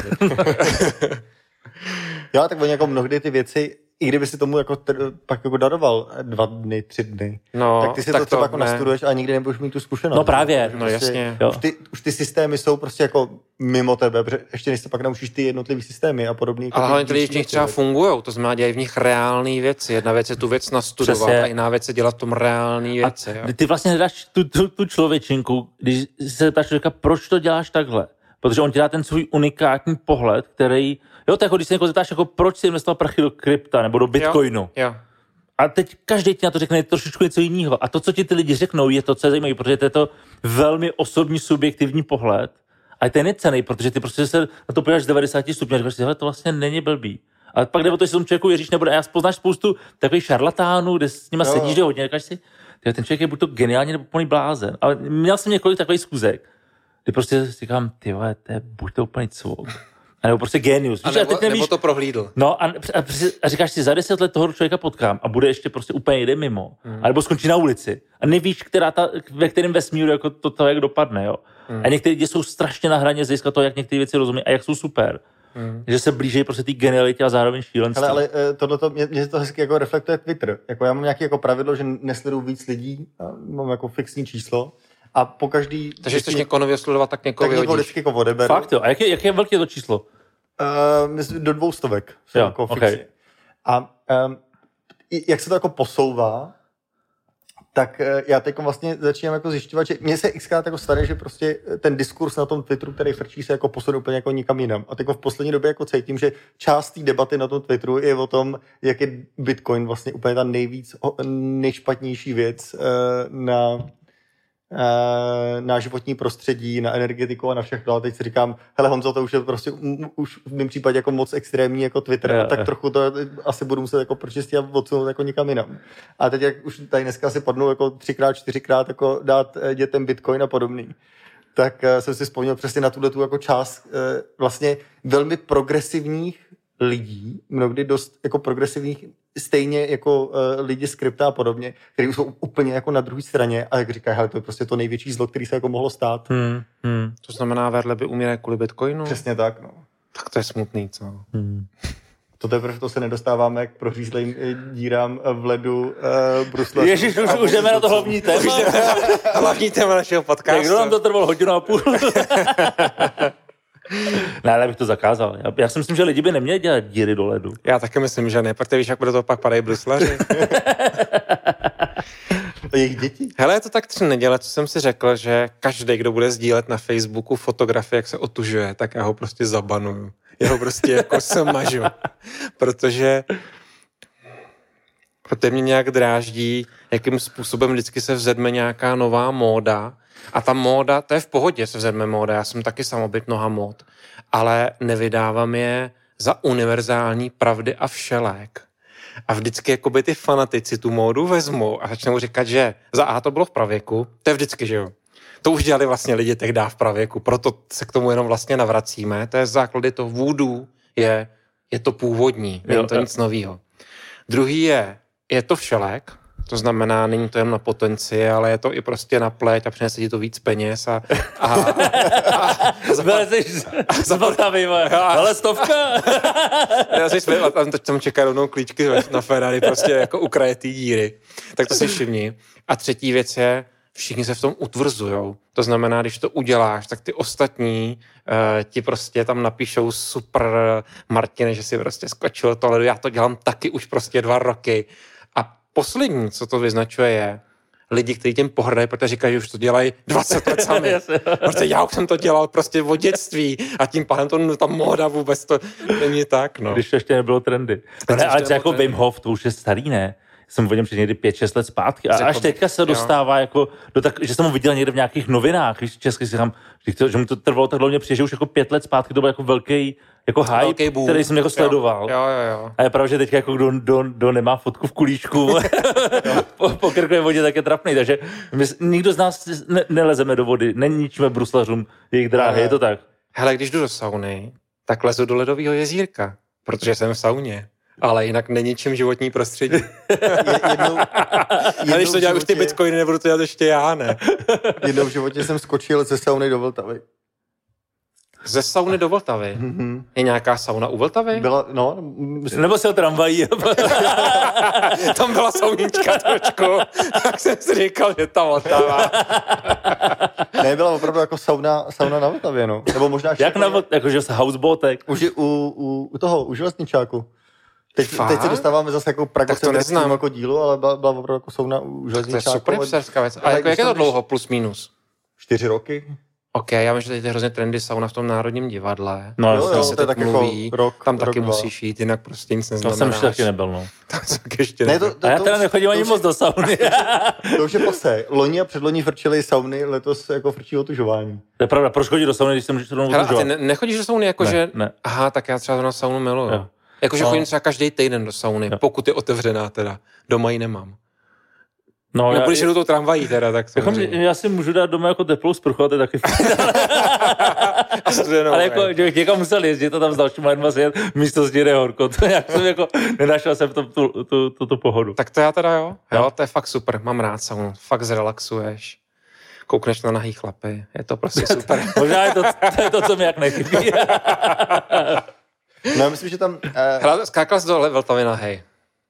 Jo, tak oni jako mnohdy ty věci, i kdyby si tomu jako tr- pak jako daroval dva dny, tři dny, no, tak ty si tak to třeba to jako ne. nastuduješ a nikdy nebudeš mít tu zkušenost. No právě. No prostě, jasně. Už ty, už ty systémy jsou prostě jako mimo tebe, protože ještě než se pak naučíš ty jednotlivý systémy a podobný. Jako ale hlavně ty lidi v nich třeba fungujou, to znamená dělají v nich reální věci. Jedna věc je tu věc nastudovat Přesně. a jiná věc je dělat v tom reální věci. A ty vlastně hledáš tu, tu, tu člověčinku, když se ptáš člověka, proč to děláš takhle? Protože on ti dá ten svůj unikátní pohled, který... Jo, to jako když se někoho zeptáš, jako proč jsi investoval prachy do krypta nebo do bitcoinu. Jo, jo. A teď každý ti na to řekne trošičku něco jiného. A to, co ti ty lidi řeknou, je to, co je zajímavé, protože to je to velmi osobní, subjektivní pohled. A ten je cený, protože ty prostě se na to podíváš z devadesát stupňů a říkáš si, hele, to vlastně není blbý. A pak jde o to, že se tomu člověku věříš, nebo ne. A já poznáš spoustu takových šarlatánů, kde s nima jo. sedíš, že hodně, říkáš si, ten člověk je buď to geniální, nebo úplný blázen. Ale měl jsem několik takových schůzek, kdy prostě si říkám, ty vole, to je buď to úplný cvok. A nebo prostě genius. A nebo, nevíš, nebo to prohlídl. No a, a, a říkáš si, za deset let toho člověka potkám a bude ještě prostě úplně jde mimo. Hmm. A nebo skončí na ulici. A nevíš, která ta, ve kterém vesmíru jako to, to jak dopadne. Jo? Hmm. A některé lidi jsou strašně na hraně z hlediska toho, jak některé věci rozumí a jak jsou super. Hmm. Že se blíží prostě té genialitě a zároveň šílenství. Ale, ale tohleto, mě, mě to hezky jako reflektuje Twitter. Jako já mám nějaké jako pravidlo, že nesleduju víc lidí, mám jako fixní číslo. A po každý... Takže chceš někoho nově sledovat, tak někoho vyhodíš. Tak někoho vždycky jako odeberu. Fakt jo. A jak je, jak je velké to číslo? Uh, do dvou stovek. Jo, jako okay. A um, jak se to jako posouvá, tak uh, já teď vlastně začínám jako zjišťovat, že mně se xkrát jako stane, že prostě ten diskurs na tom Twitteru, který frčí, se jako posune úplně jako nikam jinam. A teď v poslední době jako cítím, že část té debaty na tom Twitteru je o tom, jak je Bitcoin vlastně úplně ta nejvíc, nejšpatnější věc uh, na... na životní prostředí, na energetiku a na všechno. A teď si říkám, hele Honzo, to už je prostě už v mém případě jako moc extrémní jako Twitter, yeah, tak yeah. trochu to asi budu muset jako pročistit a odsunout jako nikam jinam. A teď jak už tady dneska si padnou jako třikrát, čtyřikrát jako dát dětem Bitcoin a podobný, tak jsem si vzpomněl přesně na tuhle tu jako část vlastně velmi progresivních lidí, mnohdy dost jako progresivních, stejně jako uh, lidi z krypta a podobně, kteří jsou úplně jako na druhé straně a jak říkají, hele, to je prostě to největší zlo, který se jako mohlo stát. Hmm, hmm. To znamená, vedle by umírají kvůli Bitcoinu? Přesně tak, no. Tak to je smutný, co? Hmm. To teprve to se nedostáváme k prořízlým dírám v ledu uh, Bruslu. Ježiš, už, už jdeme na to hlavní téma. Hlavní téma našeho podcastu. Tak kdo nám to trvalo hodinu a půl? Ne, ale bych to zakázal. Já, já si myslím, že lidi by neměli dělat díry do ledu. Já taky myslím, že ne, protože víš, jak bude to pak padají bruslaři. Jejich děti? Hele, je to tak tři neděle, co jsem si řekl, že každý, kdo bude sdílet na Facebooku fotografie, jak se otužuje, tak já ho prostě zabanuju. Já ho prostě jako smažu. Protože protože mě nějak dráždí, jakým způsobem vždycky se vzedme nějaká nová móda. A ta móda, to je v pohodě, se vzedme móda, já jsem taky samobyt mnoha mód, ale nevydávám je za univerzální pravdy a všelék. A vždycky jakoby ty fanatici tu módu vezmou a začnou říkat, že za A to bylo v pravěku, to je vždycky, že jo. To už dělali vlastně lidi tehdy v pravěku, proto se k tomu jenom vlastně navracíme. To je základy toho voodoo, je, je to původní, není to nic novýho. Druhý je, je to všelék, to znamená, není to jen na potenci, ale je to i prostě na pleť a přinese ti to víc peněz a... a, a, a Zaplatavý, ale stovka. Já si smím, a tam, tam čeká rovnou klíčky na Ferrari, prostě jako ukrajetý díry. Tak to si všimni. A třetí věc je, všichni se v tom utvrzujou. To znamená, když to uděláš, tak ty ostatní uh, ti prostě tam napíšou super, Martine, že si prostě skočil to ledu. Já to dělám taky už prostě dva roky. A poslední, co to vyznačuje, je lidi, kteří tím pohrdají, protože říkají, že už to dělají dvacet let sami. Protože já už jsem to dělal prostě od dětství a tím pádem to, ta móda vůbec to není tak, no. Když to ještě nebylo trendy. No ne, ale jako Wim Hof, to už je starý, ne? Jsem viděl před někdy pět šest let zpátky a až teďka se dostává jo. jako do tak, že jsem ho viděl někde v nějakých novinách, když česky si tam, že mu to trvalo tak dlouho, přijde, že už jako pět let zpátky to byl jako velký jako hype, který jsem jako sledoval. Jo, jo, jo. A je pravda, že teďka jako kdo, kdo, kdo nemá fotku v kulíčku po, po krkové vodě, tak je trapný, takže my, nikdo z nás ne, nelezeme do vody, neničíme bruslařům jejich dráhy, je to tak. Hele, když jdu do sauny, tak lezu do ledového jezírka, protože jsem v sauně. Ale jinak neničím životní prostředí. jednou, jednou a když to dělá už ty bitcoiny, nebudu to dělat ještě já, ne? Jednou v životě jsem skočil ze sauny do Vltavy. Ze sauny do Vltavy? Mm-hmm. Je nějaká sauna u Vltavy? Byla, no. Myslím... Nebo se o tramvají. Tam byla saunička trošku. Tak jsem si říkal, že ta Vltava. Ne, byla opravdu jako sauna, sauna na Vltavě, no. Nebo možná... Jak na Vltavě? Jakože houseboatek? Už u, u, u toho, u železničáku. Teď, teď se dostáváme zase jako pragocentrickým jako dílu, ale byla, byla opravdu jako sauna u železničáku. To je super psarská věc. A jako, jak je to dlouho, plus minus? Čtyři roky. Ok, já myslím, že teď je hrozně trendy sauna v tom Národním divadle. No, jo, jo, se to je tak mluví, jako rok, tam rok, taky dva. musíš jít, jinak prostě nic neznamenáš. To jsem ještě taky nebyl, no. Tak ještě ne, to, to, a já to teda už, nechodím ani moc do sauny. To už je posé. Loni a předloni frčily sauny, letos jako frčí otužování. To je pravda, proč chodit do sauny, když jsem můžu Hele, a ty ne, nechodíš do sauny jako, ne, že... Ne. Aha, tak já třeba na saunu miluju. Jakože no. chodím třeba každý týden do sauny, jo. pokud je otevřená teda. Doma ji nemám. No, já, když jedu tou tramvají teda, tak jako já si můžu dát doma jako teplou sprchu, a to je taky a studenou, ale jako, že bych někam musel jezdit a tam s dalšíma lidma sjet, místo z něj horko. To jak jsem jako, nenašel jsem tu, tu, tu, tu, tu pohodu. Tak to já teda jo. Jo, no. To je fakt super, mám rád saunu. Fakt zrelaxuješ. Koukneš na nahý chlapy, je to prostě super. Možná je to, to, je to, co mi jak nechybí. No já myslím, že tam... Uh... Hele, skákal jsi do Vltavy nahej.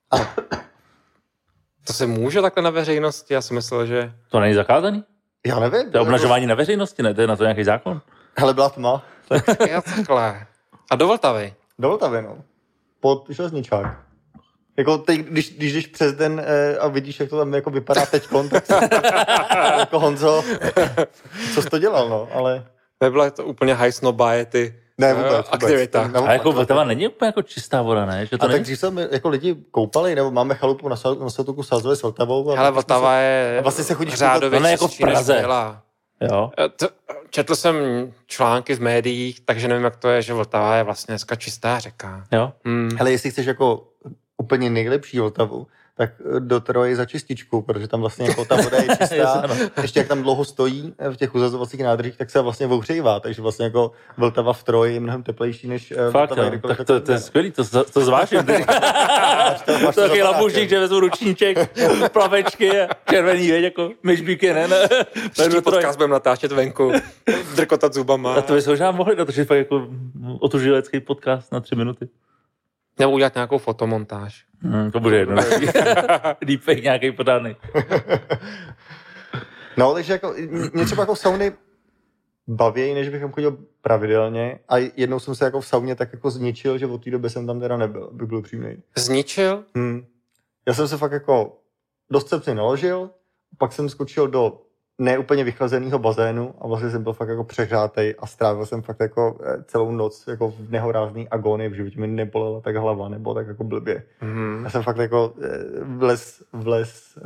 To se může takhle na veřejnosti? Já si myslel, že... To není zakázaný? Já nevím. To je obnažování na veřejnosti, ne? To je na to nějaký zákon. Hele, byla tma. Já takhle. A do Vltavy? Do Vltavy, no. Pod železničák. Jako teď, když, když jdeš přes den eh, a vidíš, jak to tam jako vypadá teďkon, tak jako Honzo, co jsi to dělal, no, ale... Nebyla to úplně high snobiety. Ne, vůbec, vůbec. Aktivita. A jako Vltava není úplně jako čistá voda, ne? Že to a není... tak když jsme jako lidi koupali, nebo máme chalupu na, na Svatoku Sázové s Vltavou. Hele, Vltava je vlastně se chodíš řádově no, jako v Praze. Jo. To, četl jsem články v médiích, takže nevím, jak to je, že Vltava je vlastně dneska čistá řeka. Jo. Hmm. Hele, jestli chceš jako úplně nejlepší Vltavu, tak do Troje za čističku, protože tam vlastně jako ta voda je čistá. Ještě jak tam dlouho stojí v těch uzazovacích nádržích, tak se vlastně ohřejvá, takže vlastně jako Vltava v Troji je mnohem teplejší než fakt, Vltava. Jo, tak to, to je skvělý, to, to zvážím. To, to taky labušník, že vezmu ručníček, plavečky, červený, věď, jako myšbíky, ne? ne. Příští podcast budeme natáčet venku, drkotat zubama. A to bychom možná mohli natočit fakt jako otužilecký podcast na tři minuty. Nebo udělat nějakou fotomontáž. Hmm, to bude jedno. Deepfake nějaký podaný. No, takže jako, mě třeba jako sauny bavěji, než bych tam chodil pravidelně. A jednou jsem se jako v sauně tak jako zničil, že od té doby jsem tam teda nebyl, abych byl přímnej. Zničil? Hmm. Já jsem se fakt jako dost se naložil, pak jsem skočil do neúplně vychlazeného bazénu a vlastně jsem byl fakt jako přehřátej a strávil jsem fakt jako celou noc jako v nehorázný agónii, v životě mi nebolela tak hlava, nebo tak jako blbě. Mm-hmm. Já jsem fakt jako vlez, vlez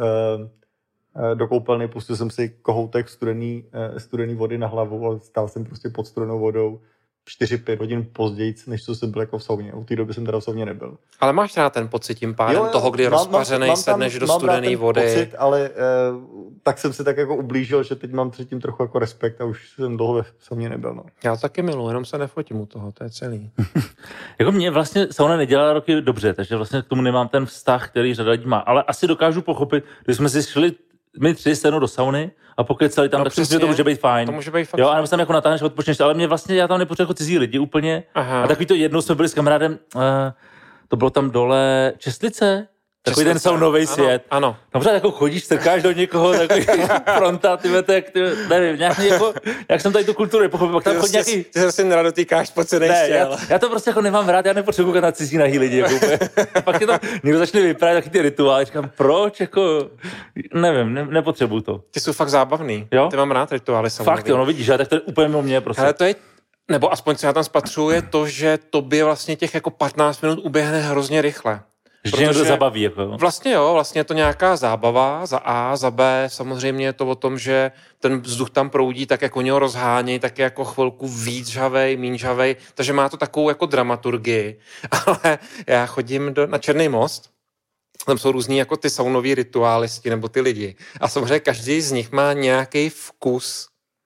uh, do koupelny, pustil jsem si kohoutek studený, uh, studený vody na hlavu a stál jsem prostě pod studenou vodou čtyři pět hodin později, než co jsem byl jako v sauně. U té doby jsem teda v sauně nebyl. Ale máš rád ten pocit tím pádem jo, jo, toho, kdy rozpařenej sedneš do studené vody. Pocit, ale uh, tak jsem si tak jako ublížil, že teď mám předtím trochu jako respekt a už jsem dlouho v sauně nebyl. No. Já taky miluji, jenom se nefotím u toho, to je celý. Jako mě vlastně sauna nedělala roky dobře, takže vlastně k tomu nemám ten vztah, který řada lidí má. Ale asi dokážu pochopit, když jsme si šli my tři sednou do sauny a pokecali tam, no, tak přesně, to může být fajn. To může být fakt. Jo, a nebo tam jako natáhneš, odpočneš, ale mě vlastně, já tam nepotřebuji jako cizí lidi úplně. Aha. A takový to jednou jsme byli s kamarádem, uh, to bylo tam dole Čestlice, takový ten saunový svět. Ano. Dobře, jako chodíš, strkáš do někoho, takový fronta, ty vete, ty, nevím, nějaký jako, jak jsem tady tu kulturu nepochopil, pak tam chodí nějaký... Ty se si nerad dotýkáš po celé ne, já, já, to prostě jako nemám rád, já nepotřebuji koukat na cizí nahý lidi, jako pak je tam, někdo začne vyprávět taky ty rituály, říkám, proč, jako, nevím, ne, nepotřebuji to. Ty jsou fakt zábavný, jo? Ty mám rád rituály saunový. Fakt jo, no vidíš, ale tak to je úplně mimo mě, prostě. Ale to je, nebo aspoň co já tam spatřuju, je to, že tobě vlastně těch jako patnáct minut uběhne hrozně rychle. Že tě někdo zabaví, jako. Vlastně jo, vlastně je to nějaká zábava, za A, za B, samozřejmě je to o tom, že ten vzduch tam proudí, tak jako něho rozhání, tak je jako chvilku víc žhavej, míň žhavej, takže má to takovou jako dramaturgii. Ale já chodím do, na Černý most, tam jsou různý jako ty saunoví rituálisti nebo ty lidi a samozřejmě každý z nich má nějaký vkus.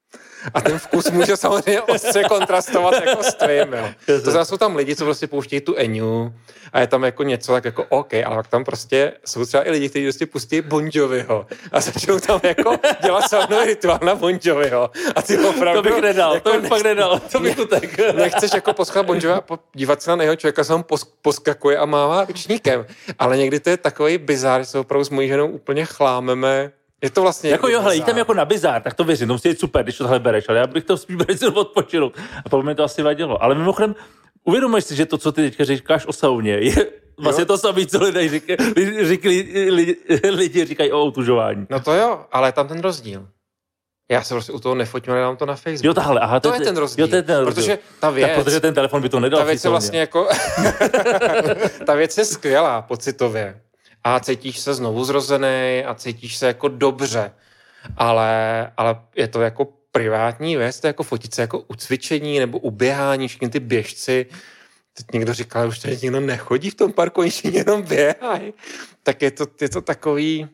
A ten vkus může samozřejmě ostře kontrastovat jako s tvým, jo. To zase jsou tam lidi, co prostě pouštějí tu Eňu a je tam jako něco tak jako OK, ale tak tam prostě jsou třeba i lidi, kteří prostě pustí Bon Joviho a začnou tam jako dělat saunový rituál na Bon Joviho. A ty opravdu... To bych nedal, jako to bych fakt nedal, to bych utek. Nechceš jako poslouchat Bon Jovi a dívat se na něho člověka, se tam poskakuje a mává ručníkem. Ale někdy to je takový bizár, že se opravdu s mojí ženou úplně chlámeme. Je to vlastně jako jo, hele, jít tam jako na bizár, tak to věřím, to musí být super, když to tohle bereš, ale já bych to spíš bral odpočinu. A to by mi to asi vadilo. Ale mimochodem, uvědomuješ si, že to, co ty teďka říkáš o sauně, je vlastně jo? To samé, co lidé říkají, lidi, lidi, lidi říkají o otužování. No to jo, ale je tam ten rozdíl. Já se prostě u toho nefotím, ale dám to na Facebook. Jo, tahle, aha, to, to je ten rozdíl. Jo, to je ten rozdíl. Protože ta věc... Tak, protože ten telefon by to nedal. Ta věc je vlastně jako... ta věc je skvělá pocitově. A cítíš se znovu zrozený a cítíš se jako dobře. Ale, ale je to jako privátní věc, to je jako fotit se jako u cvičení nebo u běhání, všichni ty běžci. Teď někdo říkal, už tady někdo nechodí v tom parku, oni jenom běhají. Tak je to, je to takový...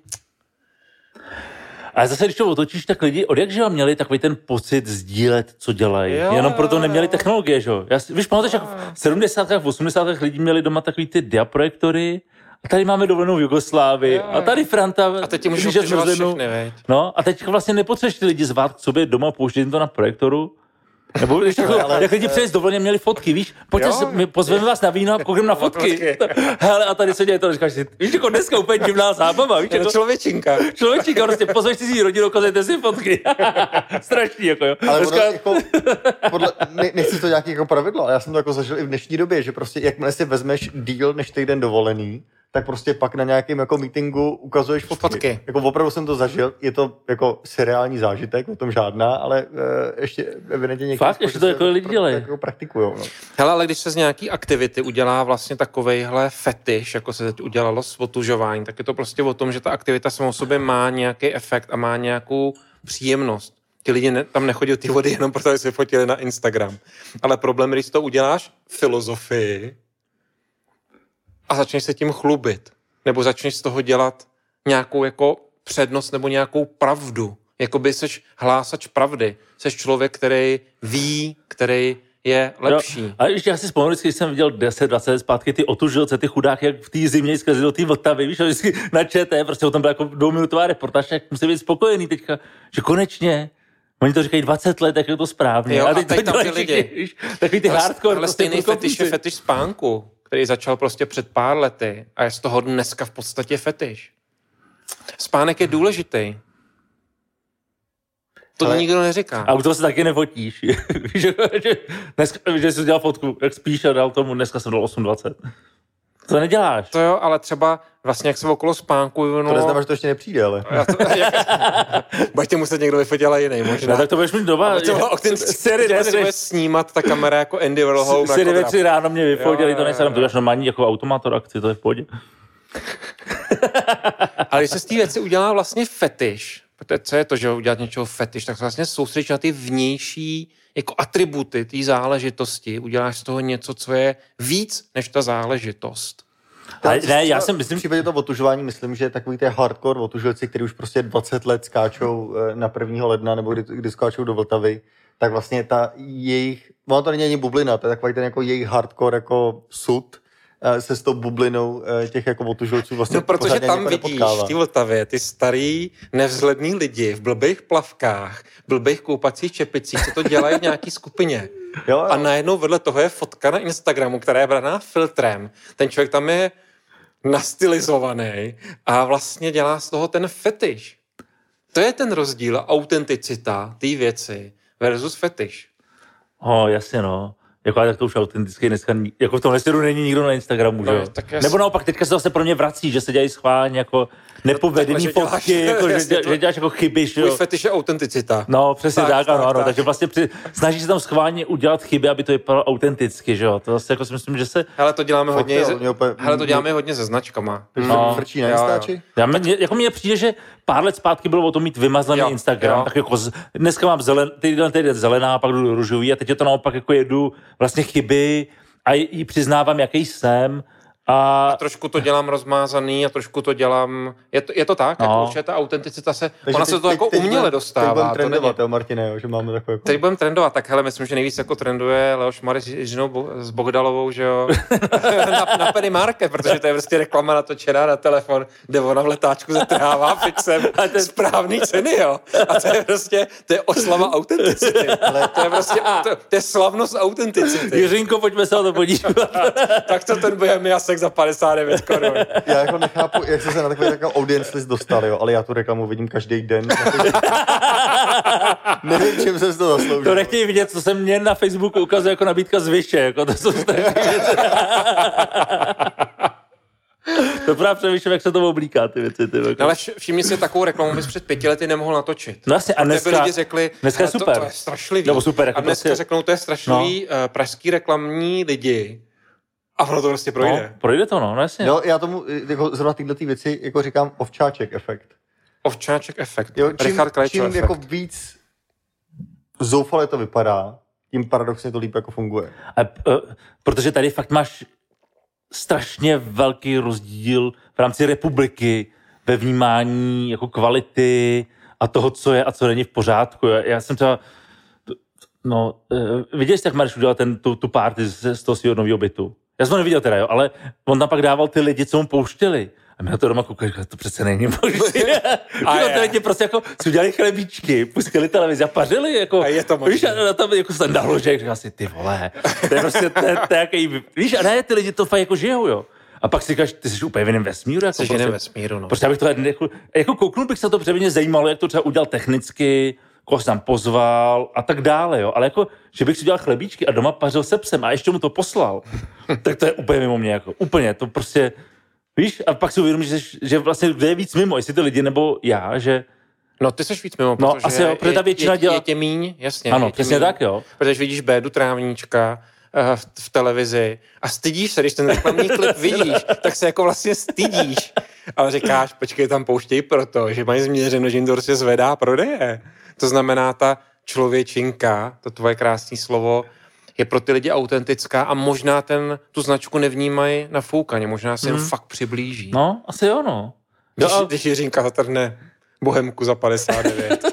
Ale zase, když to otočíš, tak lidi od jakživa měli takový ten pocit sdílet, co dělají. Jo, jenom proto neměli technologie, že jo? Víš, pamatuješ, jak v sedmdesátých, v osmdesátých lidi měli doma takový ty diaprojektory. A tady máme dovolenou v Jugoslávii. Jo, a tady Franta... A teď ti můžeš obtěžovat všechny, veď? No, a teď vlastně nepotřebuješ ty lidi zvát k sobě doma, pouštět jim to na projektoru. Nebo když to, ale, jak lidi přijeli dovoleně, měli fotky, víš? Pojďte, se, my pozveme vás na víno a koukneme na fotky. Hele, a tady se děje to, říkáš si, víš, jako dneska úplně divná zábava, víš? Jako člověčinka. Člověčinka, prostě pozveš si rodinu, ukazujete si fotky. Strašný, jako jo. Ale dneska... ono, jako, podle, ne, nechci to nějaký jako pravidlo, ale já jsem to jako zažil i v dnešní době, že prostě jakmile si vezmeš díl než týden dovolený, tak prostě pak na nějakém jako meetingu ukazuješ fotky. fotky. Jako opravdu jsem to zažil, je to jako seriální zážitek, o tom žádná, ale uh, ještě evidentně někdo... Fakt, ještě to jako lidi dělají. Jako praktikujou, no. Hele, ale když se z nějaký aktivity udělá vlastně takovejhle fetiš, jako se teď udělalo s otužováním, tak je to prostě o tom, že ta aktivita sama o sobě má nějaký efekt a má nějakou příjemnost. Ti lidi ne, tam nechodí ty vody jenom proto, aby se fotili na Instagram. Ale problém, když to uděláš filozofii, a začneš se tím chlubit. Nebo začneš z toho dělat nějakou jako přednost nebo nějakou pravdu. Jakoby seš hlásač pravdy. Seš člověk, který ví, který je lepší. Jo, a ještě já si vzpomínám, když jsem viděl deset dvacet zpátky ty otužilce, ty chudáky, jak v té zimě skrze do té Vltavy, víš, a vždycky na ČT, prostě o tom byla jako dvouminutová reportáž, jak musí být spokojený teďka, že konečně oni to říkají dvacet let, tak je to správně. Jo, a teď, a teď to tam ty lidi. Víš, takový ty ale, hardcore. Ale prostě stejný fetiš je fetiš spánku, který začal prostě před pár lety a je z toho dneska v podstatě fetiš. Spánek je důležitý. To ale... nikdo neříká. A u toho se taky nefotíš. Víš, že, dneska, že jsi udělal fotku, jak spíš a dal tomu, dneska jsem dal osm dvacet. To neděláš. To jo, ale třeba vlastně jak se okolo spánku... No... To neznamená, že to ještě nepřijde, ale... Bude tě muset někdo vyfotit, ale jiný možná. No, tak to budeš mít doma. Série bude snímat ta kamera jako Andy Warhol. Série ve tři ráno mě vyfotili, to nejsem, to dáš normální jako automátor akci, to je v pohodě. Ale když se z té věci udělá vlastně fetiš, protože co je to, že udělat něčeho fetiš, tak se vlastně soustředíš na ty vnější jako atributy té záležitosti, uděláš z toho něco, co je víc než ta záležitost. Ale ne, já jsem myslím... V případě toho otužování myslím, že takový ty hardcore otužilci, kteří už prostě dvacet let skáčou na prvního ledna, nebo kdy, kdy skáčou do Vltavy, tak vlastně ta jejich, ono to není ani bublina, to je takový ten jako jejich hardcore jako sud, se s tou bublinou těch jako otužilců vlastně no, protože tam vidíš v té Vltavě ty starý nevzhledný lidi v blbých plavkách, blbých koupacích čepicích, co to dělají v nějaký skupině. Jo, jo. A najednou vedle toho je fotka na Instagramu, která je braná filtrem. Ten člověk tam je nastylizovaný a vlastně dělá z toho ten fetiš. To je ten rozdíl, autenticita té věci versus fetiš. Oh, jasně no. Jako, tak to už autenticky dneska, jako v tomhle stylu není nikdo na Instagramu, no, že jo? Nebo naopak, teďka se to zase pro mě vrací, že se dělají schválně jako nepovedený no, fotky, děláš, jako, že, děláš, že děláš jako chyby, že jo? Tvůj fetiš je autenticita. No, přesně tak, tak, tak ano, ano, takže vlastně při, snažíš se tam schválně udělat chyby, aby to vypadalo autenticky, že jo? To zase jako si myslím, že se... Hele, to děláme hodně, ze, hele, to děláme hodně se značkama. No, frčí na Instači? Jako mně přijde, že pár let zpátky bylo o tom mít vymazaný jo, Instagram, jo. Tak jako z, dneska mám zelen, týden, týden zelená, pak jdu růžový a teď je to naopak jako jedu vlastně chyby a jí přiznávám, jaký jsem. A... a trošku to dělám rozmázaný a trošku to dělám... Je to, je to tak? No. Jako určitě ta autenticita se... Takže ona teď, se to teď, jako teď uměle dostává. Teď budeme trendovat, jo, Martine, jo, že máme takové... Jako... Teď budeme trendovat, tak hele, myslím, že nejvíc jako trenduje Leoš Marek s Jiřinou s Bogdalovou, že jo, na, na Penny Market, protože to je prostě reklama natočená na telefon, kde ona v letáčku zatrhává fixem a to je správný ceny, jo. A to je prostě, to je oslava autenticity. Ale to je prostě, to, to je slavnost autenticity. Jiřinko, pojďme se na to podívat. Tak to ten Bohemia Sex za padesát devět korun. Já jako nechápu, jak jste se na takový takový audience list dostali, jo, ale já tu reklamu vidím každý den. Nevím, čím jsem si to zasloužil. To nechtějí vidět, co se mě na Facebooku ukazuje jako nabídka z Vyše, jako to jsou strašné věci. To právě přemýšlím, jak se to oblíká, ty věci. Ty, jako. No ale všimni si, takovou reklamu bys před pěti lety nemohl natočit. No vlastně, a dneska, lidi řekli, dneska je super. To, to je strašlivý. No, super, jako a dneska prostě... řeknou, to je strašlivý, no. uh, pražský reklamní lidi. A ono to prostě projde. No, projde to, no, no jasně. Jo, já tomu jako zrovna tyhle ty věci jako říkám ovčáček efekt. Ovčáček efekt. Jo, čím, Richard Krajčo čím efekt. jako víc zoufale to vypadá, tím paradoxně to líp jako funguje. A, uh, protože tady fakt máš strašně velký rozdíl v rámci republiky ve vnímání jako kvality a toho, co je a co není v pořádku. Já, já jsem třeba no, uh, viděli jste, jak Mareš udělal ten, tu, tu party z, z toho svého nového bytu? Já jsem to neviděl teda, jo, ale on tam pak dával ty lidi, co mu pouštěli. A my na to doma koukali, to přece není možné. A ty lidi prostě jako si udělali chlebíčky, pustili televizi a pařili, jako, a je to možné. Víš, a na tam jako se tam dalo, že říkal si, ty vole, to je prostě, to je, to je jaký, víš, a ne, ty lidi to fakt jako žijou, jo. A pak si říkáš, ty jsi úplně v jiném vesmíru. Jako jsi v jiném vesmíru, no. Prostě abych to, jako, jako kouknul bych se to, protože mě zajímalo, jak to třeba udělal technicky, koho jsem tam pozval a tak dále, jo. Ale jako, že bych si dělal chlebíčky a doma pařil se psem a ještě mu to poslal, tak to je úplně mimo mě, jako, úplně, to prostě, víš, a pak si uvědomíš, že, že vlastně kde je víc mimo, jestli ty lidi nebo já, že... No, ty seš víc mimo, no, protože asi jo, protože ta většina je, dělá... je tě míň, jasně. Ano, přesně míň, tak, jo. Protože vidíš Bédu Trávníčka uh, v, v televizi a stydíš se, když ten reklamní klip vidíš, tak se jako vlastně stydíš. Ale říkáš, počkej, tam pouštěj proto, že mají změřeno, že jim to prostě zvedá prodeje. To znamená, ta člověčinka, to tvoje krásné slovo, je pro ty lidi autentická a možná ten, tu značku nevnímají na foukaně, možná se jim hmm. fakt přiblíží. No, asi jo, no. Když, jo, ale... když Jiřinka zatrhne Bohemku za padesát devět.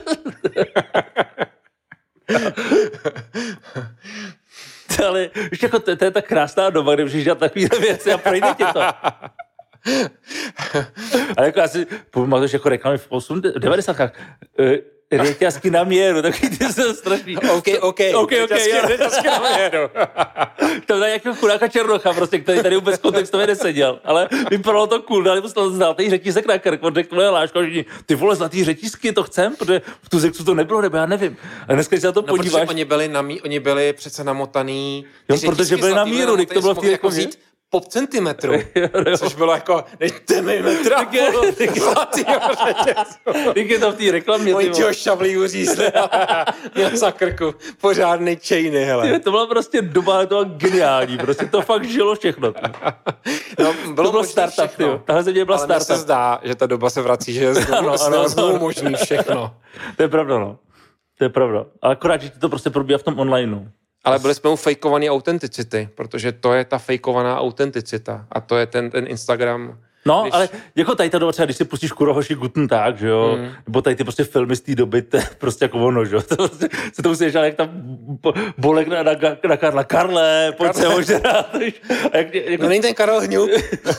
Ale víš, jako to, to je ta krásná doba, kde můžeš dělat takovýhle věci a projde ti to. Ale jako já si pamatuju, jako reklamy v osmdesátých, devadesátkách. řetězky na míru, taky ty jsou strašný. OK, OK, OK, OK, já. řetězky na míru. To je nějakého chudáka Černocha, prostě, který tady vůbec kontextově neseděl, ale vypadalo to cool, dali mu zlatý řetízek na krk, on řekl, no Láško, ty vole zlatý řetízky, to chcem, protože v tu Zexu to nebylo, nebo já nevím. A dneska, když se na to no, podíváš... Protože oni byli, na mí, oni byli přece namotaný... Jo, protože byli na míru, když to bylo v té jako vzít po centimetru, což bylo jako, dejte mi metra a půl zlatýho řetězku. Když je to v té reklamě. Oni ti ho šavlí uřízli, měl za krku pořádnej chainy, hele. Ty, to byla prostě doba, to byla geniální, prostě to fakt žilo všechno. No, bylo to bylo startup, tyjo. Tahle země byla ale startup. Ale mně se zdá, že ta doba se vrací, že je znovu, ano, ano, znovu ano. možný všechno. To je pravda, no. To je pravda. Ale akorát, že to prostě probíhá v tom onlineu. Ale byli jsme u fejkované autenticity, protože to je ta fejkovaná autenticita a to je ten, ten Instagram. No, když... ale jako tady ta doba třeba, když si pustíš Kurohoši Guten Tag, že jo, mm. nebo tady ty prostě filmy z té doby, to je prostě jako ono, že jo, to prostě, se to musíš, ale jak tam Bolek na, na, na Karla, Karle, pojď se ožrat. Jako... No není ten Karel Hňuk.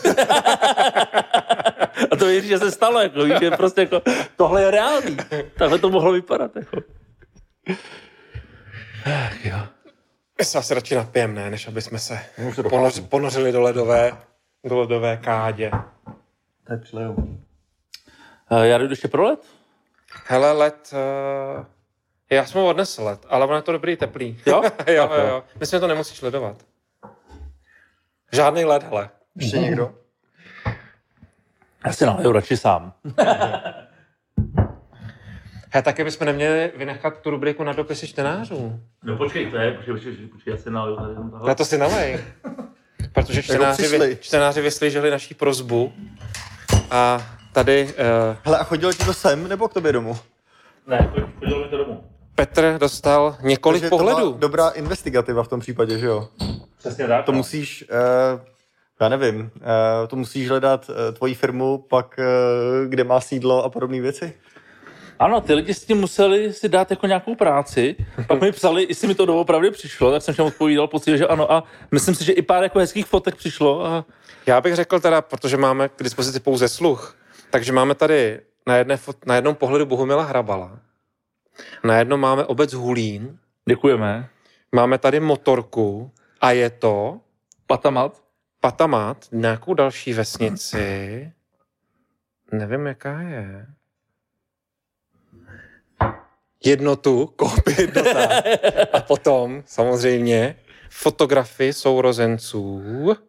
A to je, že se stalo, jako, víš, že prostě jako, tohle je reálný, takhle to mohlo vypadat, jako. Ach, jo. My se asi radši napijem, ne, než aby jsme se ponoř, ponořili do ledové, do ledové kádě. To je přileju. Uh, já jdu ještě pro led? Hele, led... Uh... Já jsem ho odnesl led, ale ono je to dobrý teplý. Jo? jo, jo, jo. Myslím, že to nemusíš ledovat. Žádný led, hele. Ještě někdo? Já si naleju radši sám. He, taky bychom neměli vynechat tu rubriku na dopisy čtenářů. No počkej, to je, počkej, počkej, počkej, já si naleju tady toho. Na to si nalej. Protože čtenáři, vy, čtenáři vyslyšeli naší prosbu a tady... Uh, Hele, a chodilo ti to sem, nebo k tobě domů? Ne, chodilo mi to domů. Petr dostal několik Takže pohledů. To dobrá investigativa v tom případě, že jo? Přesně tak. To musíš... Uh, já nevím, uh, to musíš hledat uh, tvoji firmu, pak uh, kde má sídlo a podobné věci. Ano, ty lidi s tím museli si dát jako nějakou práci, pak mi psali, jestli mi to doopravdy přišlo, tak jsem všem odpovídal pocit, že ano a myslím si, že i pár jako hezkých fotek přišlo. A... Já bych řekl teda, protože máme k dispozici pouze sluch, takže máme tady na, jedné fot, na jednom pohledu Bohumila Hrabala, na jednom máme obec Hulín. Děkujeme. Máme tady motorku a je to... Patamat. Patamat, nějakou další vesnici, nevím jaká je... Jednotu, koupit jednota. A potom, samozřejmě, fotografii sourozenců,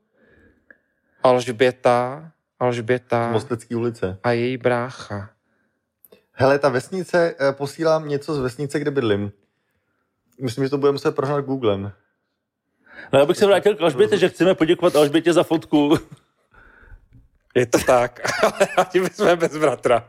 Alžběta, Alžběta Mostecké ulice. A její brácha. Hele, ta vesnice, posílám něco z vesnice, kde bydlím. Myslím, že to budeme muset prohnat Googlem. No já bych se vrátil k Alžbětě, že chceme poděkovat Alžbětě za fotku. Je to tak, ale rádi bychom bez bratra.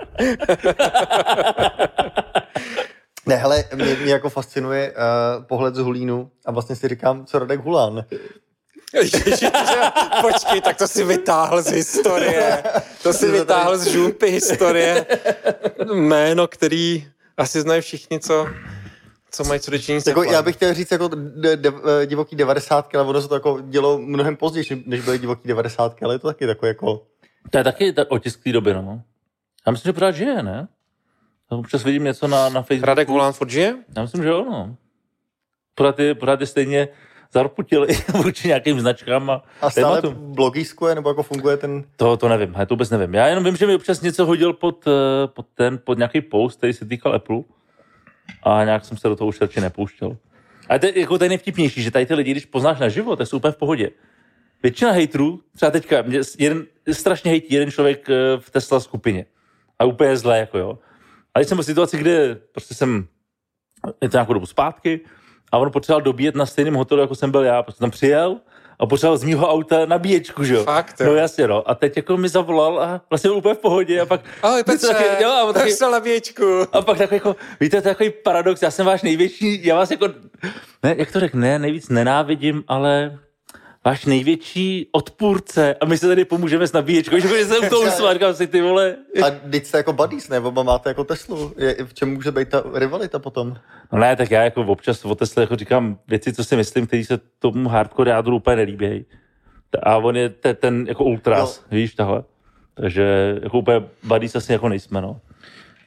Ne, hele, mě, mě jako fascinuje uh, pohled z Hulínu a vlastně si říkám, co Radek Hulán. Ježiště, počkej, tak to si vytáhl z historie. To si vytáhl z žumpy historie. Jméno, který asi znají všichni, co, co mají co dočinit. Jako, já bych chtěl říct jako de, de, divoký devadesátky, ale ono se to jako dělo mnohem později, než byly divoký devadesátky, ale je to taky takový jako... To je taky otisk té doby, no. Já myslím, že pořád žije, ne? Já občas vidím něco na, na Facebooku. Radek Hulán furt žije? Já myslím, že jo, no. Pořád je, pořád je stejně zarputili vůči nějakým značkám a A stále tématům. blogískuje, nebo jako funguje ten... To, to nevím, já to vůbec nevím. Já jenom vím, že mi občas něco hodil pod, pod, ten, pod nějaký post, který se týkal Apple a nějak jsem se do toho už radši nepouštěl. Ale to je jako tady nejvtipnější, že tady ty lidi, když poznáš na život, tak jsou úplně v pohodě. Většina hejtrů, třeba teďka, jeden, strašně hejtí jeden člověk v Tesla skupině. A úplně zlé, jako jo. A teď jsem byl v situaci, kde prostě jsem, je to nějakou dobu zpátky, a on potřeboval dobíjet na stejném hotelu, jako jsem byl já. Prostě tam přijel a potřeboval z mýho auta nabíječku, že jo. Fakt, jo. No jasně, no. A teď jako mi zavolal a vlastně byl úplně v pohodě. A pak... Ahoj Petře, taky, jo, a taky, na nabíječku. A pak takový jako, víte, to je takový paradox, já jsem váš největší, já vás jako, ne, jak to řekl, ne, nejvíc nenávidím, ale... váš největší odpůrce a my se tady pomůžeme s nabíječkou, že jsem to usmát, říkám si, ty vole. A teď jste jako buddies, ne? Oba máte jako Teslu. Je, v čem může být ta rivalita potom? No ne, tak já jako občas o Tesle jako říkám věci, co si myslím, který se tomu hardcore jádru úplně nelíbí. A on je ten, ten jako ultras, no. Víš, tahle. Takže jako úplně buddies asi jako nejsme, no.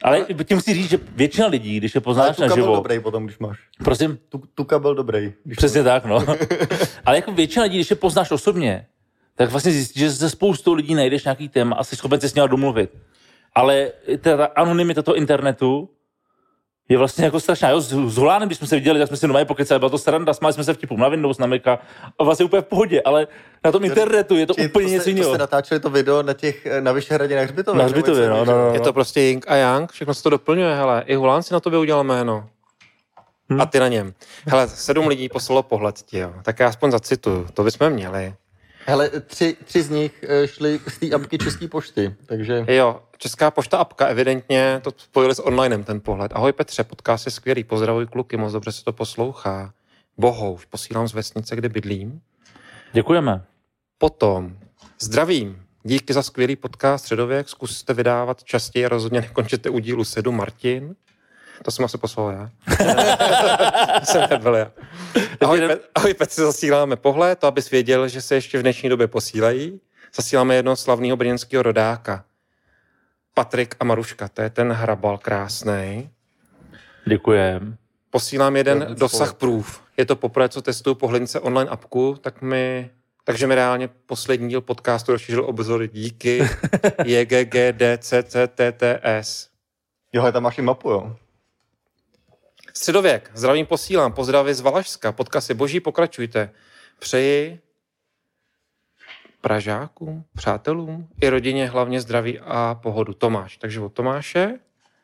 Ale tím chci říct, že většina lidí, když je poznáš na živo... živo... byl dobrý potom, když máš. Prosím? Tuka byl dobrý. Přesně to... tak, no. Ale jako většina lidí, když je poznáš osobně, tak vlastně zjistíš, že ze spoustou lidí najdeš nějaký téma a jsi schopen se s ním domluvit. Ale ta anonymita toho internetu je vlastně jako strašná. Jo, s, s Holánem, když jsme se viděli, tak jsme si doma pokecali, byla to sranda, smáli jsme se vtipům na Windows, na Maca a vlastně úplně v pohodě, ale na tom internetu je to Či úplně to něco jiného. To jste natáčeli to video na těch, na Vyšehradě na Hřbitově. Na Hřbitově, no, no, no. Je to prostě Ying a Yang, všechno se to doplňuje, hele, i Holán si na tobě udělal jméno. Hmm. A ty na něm. Hele, sedm lidí poslalo pohled ti, jo. Tak já aspoň zacituju, to bychom měli. Hele, tři, tři z nich šli z té apky České pošty, takže... Jo, Česká pošta apka, evidentně to spojili s onlinem ten pohled. Ahoj Petře, podcast je skvělý, pozdravuj kluky, moc dobře se to poslouchá. Bohouš, posílám z vesnice, kde bydlím. Děkujeme. Potom, zdravím, díky za skvělý podcast Středověk, zkuste vydávat častěji a rozhodně nekončete u dílu sedm, Martin. To jsem asi poslal já. To jsem nebyl já. Ahoj, Pe- ahoj Petře, zasíláme pohled, to abys věděl, že se ještě v dnešní době posílají. Zasíláme jednoho slavného brněnského rodáka. Patrik a Maruška, to je ten hrabal krásnej. Děkujem. Posílám jeden dosah proof. Je to poprvé, co testuju po hlednice online apku, tak mi, takže mi reálně poslední díl podcastu rozšířil obzory díky J G G D C C T T S. Jo, tam máš i mapu, jo. Středověk, zdravím posílám, pozdravy z Valašska, podcast je boží, pokračujte. Přeji Pražákům, přátelům i rodině hlavně zdraví a pohodu. Tomáš, takže od Tomáše.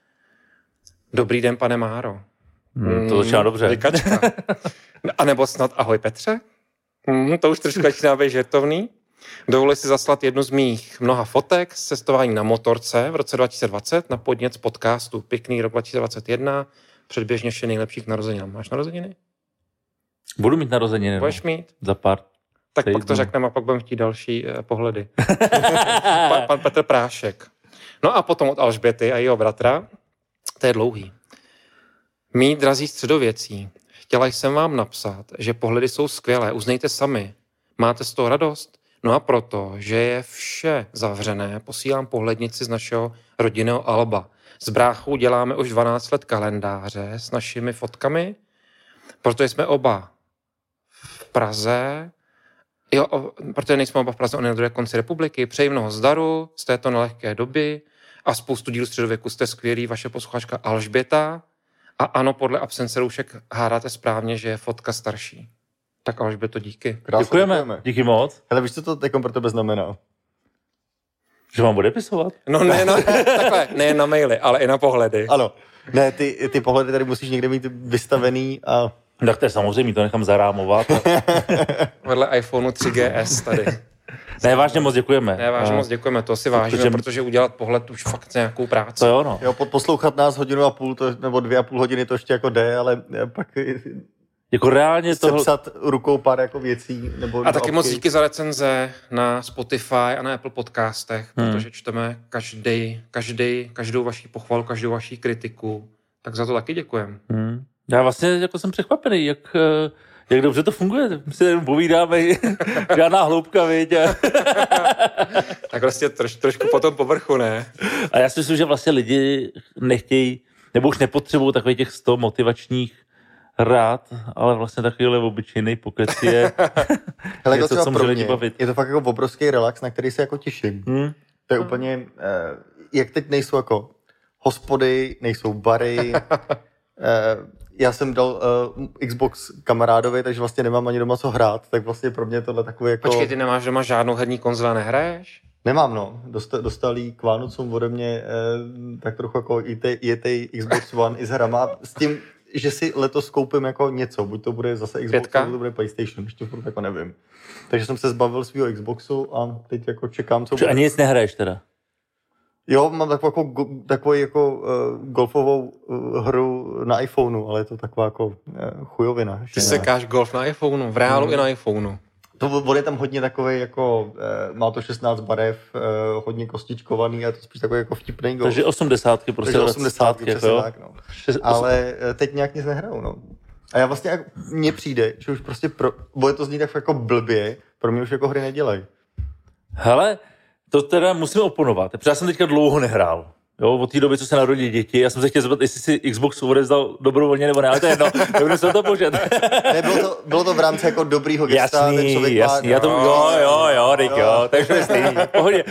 Dobrý den, pane Máro. Hmm, to začíná dobře. Vykačka. A nebo snad ahoj Petře. Hmm, to už trošku začíná být žertovný. Dovoluji si zaslat jednu z mých mnoha fotek z cestování na motorce v roce dva tisíce dvacet na podnět z podcastu. Pěkný rok dva tisíce dvacet jedna, předběžně vše nejlepších narozenin. Máš narozeniny? Budu mít narozeniny. Budeš mít? Za pár. Tak pak to řekneme a pak budeme chtít další eh, pohledy. pan, pan Petr Prášek. No a potom od Alžběty a jejího bratra. To je dlouhý. Mí drazí středověcí, chtěla jsem vám napsat, že pohledy jsou skvělé, uznejte sami. Máte z toho radost? No a proto, že je vše zavřené, posílám pohlednici z našeho rodinného alba. S bráchou děláme už dvanáct let kalendáře s našimi fotkami, protože jsme oba v Praze, jo, protože nejsme oba v Praze, on je na druhé konci republiky. Přeji mnoho zdaru z této nelehké doby a spoustu dílů středověku. Jste skvělý, vaše posluchačka Alžběta. A ano, podle absence roušek hádáte správně, že je fotka starší. Tak Alžběto, díky. Krásně, děkujeme. děkujeme. Díky moc. Hele, víš, co to teď pro tebe znamená? Že mám odepisovat? No ne, no, takhle, ne na maily, ale i na pohledy. Ano. Ne, ty, ty pohledy tady musíš někde mít vystavený a... Tak to je samozřejmě, to nechám zarámovat. A... Vedle iPhoneu tři G S tady. Ne, vážně moc děkujeme. Ne, vážně moc děkujeme, to si vážíme, protože, protože udělat pohled už fakt nějakou práci. To jo, no. Jo, poslouchat nás hodinu a půl, to, nebo dvě a půl hodiny, to ještě jako jde, ale pak... Jako reálně to... Sepsat rukou pár jako věcí. Nebo a taky moc díky za recenze na Spotify a na Apple podcastech, hmm. protože čteme každý, každý, každou vaši pochvalu, každou vaši kritiku. Tak za to taky děkujeme. Hmm. Já vlastně jako jsem překvapený, jak, jak dobře to funguje. My si jenom povídáme, žádná hloubka, viď. Tak vlastně troš, trošku po tom povrchu, ne? A já si myslím, že vlastně lidi nechtějí, nebo už nepotřebují takových těch sto motivačních rád, ale vlastně takovýhle obyčejný pokec je hele, něco, to co může lidi bavit. Je to fakt jako obrovský relax, na který se jako těším. Hmm. To je úplně, eh, jak teď nejsou jako hospody, nejsou bary. eh, já jsem dal eh, Xbox kamarádovi, takže vlastně nemám ani doma co hrát, tak vlastně pro mě tohle takový jako... Počkej, ty nemáš doma žádnou herní konzoli, nehraješ? Nemám, no. Dost, dostali k Vánocům ode mě eh, tak trochu jako i tej Xbox One i s hrama. S tím, že si letos koupím jako něco. Buď to bude zase Xbox, nebo to bude PlayStation. Ještě furt jako nevím. Takže jsem se zbavil svého Xboxu a teď jako čekám, co bude. Ani nic nehraješ teda? Jo, mám takovou jako, takovou jako uh, golfovou uh, hru na iPhoneu, ale je to taková jako uh, chujovina. Ty sekáš golf na iPhoneu, v reálu hmm. i na iPhoneu. To on je tam hodně takový jako, eh, má to šestnáct barev, eh, hodně kostičkovaný a to spíš takový jako vtipný golf. Takže osmdesátky, prostě Takže osmdesátky, přesně jako, tak, no. Ale teď nějak nic nehraju, no. A já vlastně, jak mně přijde, že už prostě, pro, bude to znít tak jako blbě, pro mě už jako hry nedělají. Hele, to teda musím oponovat, protože já jsem teďka dlouho nehrál. Jo, od té doby, co se narodili děti, já jsem se chtěl zeptat, jestli si Xbox odevzdal dobrovolně nebo ne, ale to je jedno, nebudu se to požet. Ne, bylo to, bylo to v rámci jako dobrýho gesta, jasný, ten člověk jasný, má... já to, jo, jo, jo, Rick, jo, jo takže je stejný, pohodě.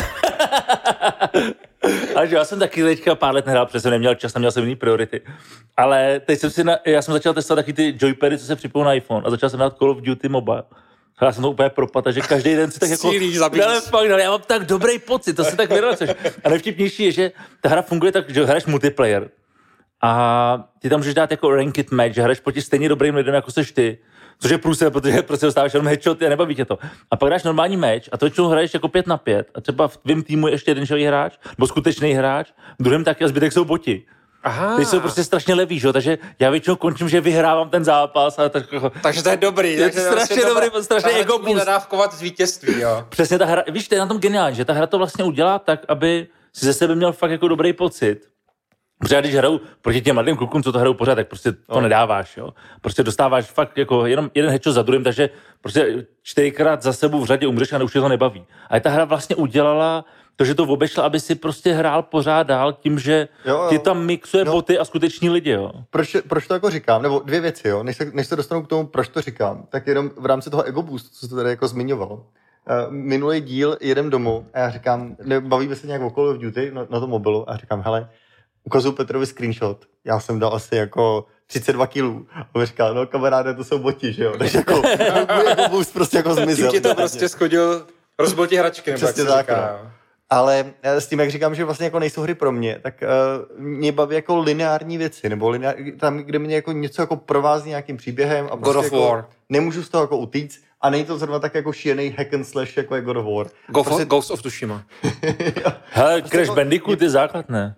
Ale já jsem taky teďka pár let nehrál, protože jsem neměl čas, neměl jsem jiný priority. Ale teď jsem si, na, já jsem začal testovat taky ty joypady, co se připojí na iPhone a začal jsem hrát Call of Duty Mobile. Já jsem to úplně propad, takže každý den si tak jako... Ale fakt, ale já mám tak dobrý pocit, to se tak vyraceš. A nejvtipnější je, že ta hra funguje tak, že hraješ multiplayer. A ty tam můžeš dát jako ranked match, že hraješ proti stejně dobrým lidem, jako seš ty. Což je průser, protože prostě dostáváš jenom headshot a nebaví tě to. A pak dáš normální match a to většinou hraješ jako pět na pět. A třeba v tvém týmu je ještě jeden živý hráč, nebo skutečný hráč, v druhém taky a zbytek jsou boti. Aha. Ty jsou prostě strašně leví, že? Takže já většinou končím, že vyhrávám ten zápas. A tak, jako, takže to je dobrý. Je to strašně dobrý, strašně ego boost. Nadávkovat z vítězství, jo. Přesně ta hra, víš, to je na tom geniální, že ta hra to vlastně udělá tak, aby si ze sebe měl fakt jako dobrý pocit. Protože když hraju proti těm mladým klukům, co to hrajou pořád, tak prostě to no. nedáváš, jo. Prostě dostáváš fakt jako jenom jeden headshot za druhým, takže prostě čtyřikrát za sebou v řadě umřeš a už tě to nebaví. A ta hra vlastně udělala to, že to obešla, aby si prostě hrál pořád dál tím, že jo, jo. ti tam mixuje no. boty a skuteční lidi, jo. Proč, proč to jako říkám? Nebo dvě věci, jo. Než se, než se dostanu k tomu, proč to říkám, tak jenom v rámci toho ego boostu, co jste tady jako zmiňoval. Uh, minulý díl jedem domů a já říkám, ne, bavíme se nějak o Call of Duty na, na tom mobilu a říkám, hele, ukazuju Petrovi screenshot. Já jsem dal asi jako třicet dva kilů. A on říkal, no kamaráde, to jsou boti, že jo. Takže jako, jako boost prostě jako zmizel. Tím ti to prostě schodil, rozbil ti hračky, nebo jak se tak, říká. No. Ale s tím, jak říkám, že vlastně jako nejsou hry pro mě, tak uh, mě baví jako lineární věci, nebo lineár, tam, kde mě jako něco jako provází nějakým příběhem a prostě jako nemůžu z toho jako utíct a není to zrovna tak jako šílený hack and slash, jako je God of War. Go prostě... Ghost of Tsushima. Hele, prostě Crash jako... Bandicoot je základ, ne?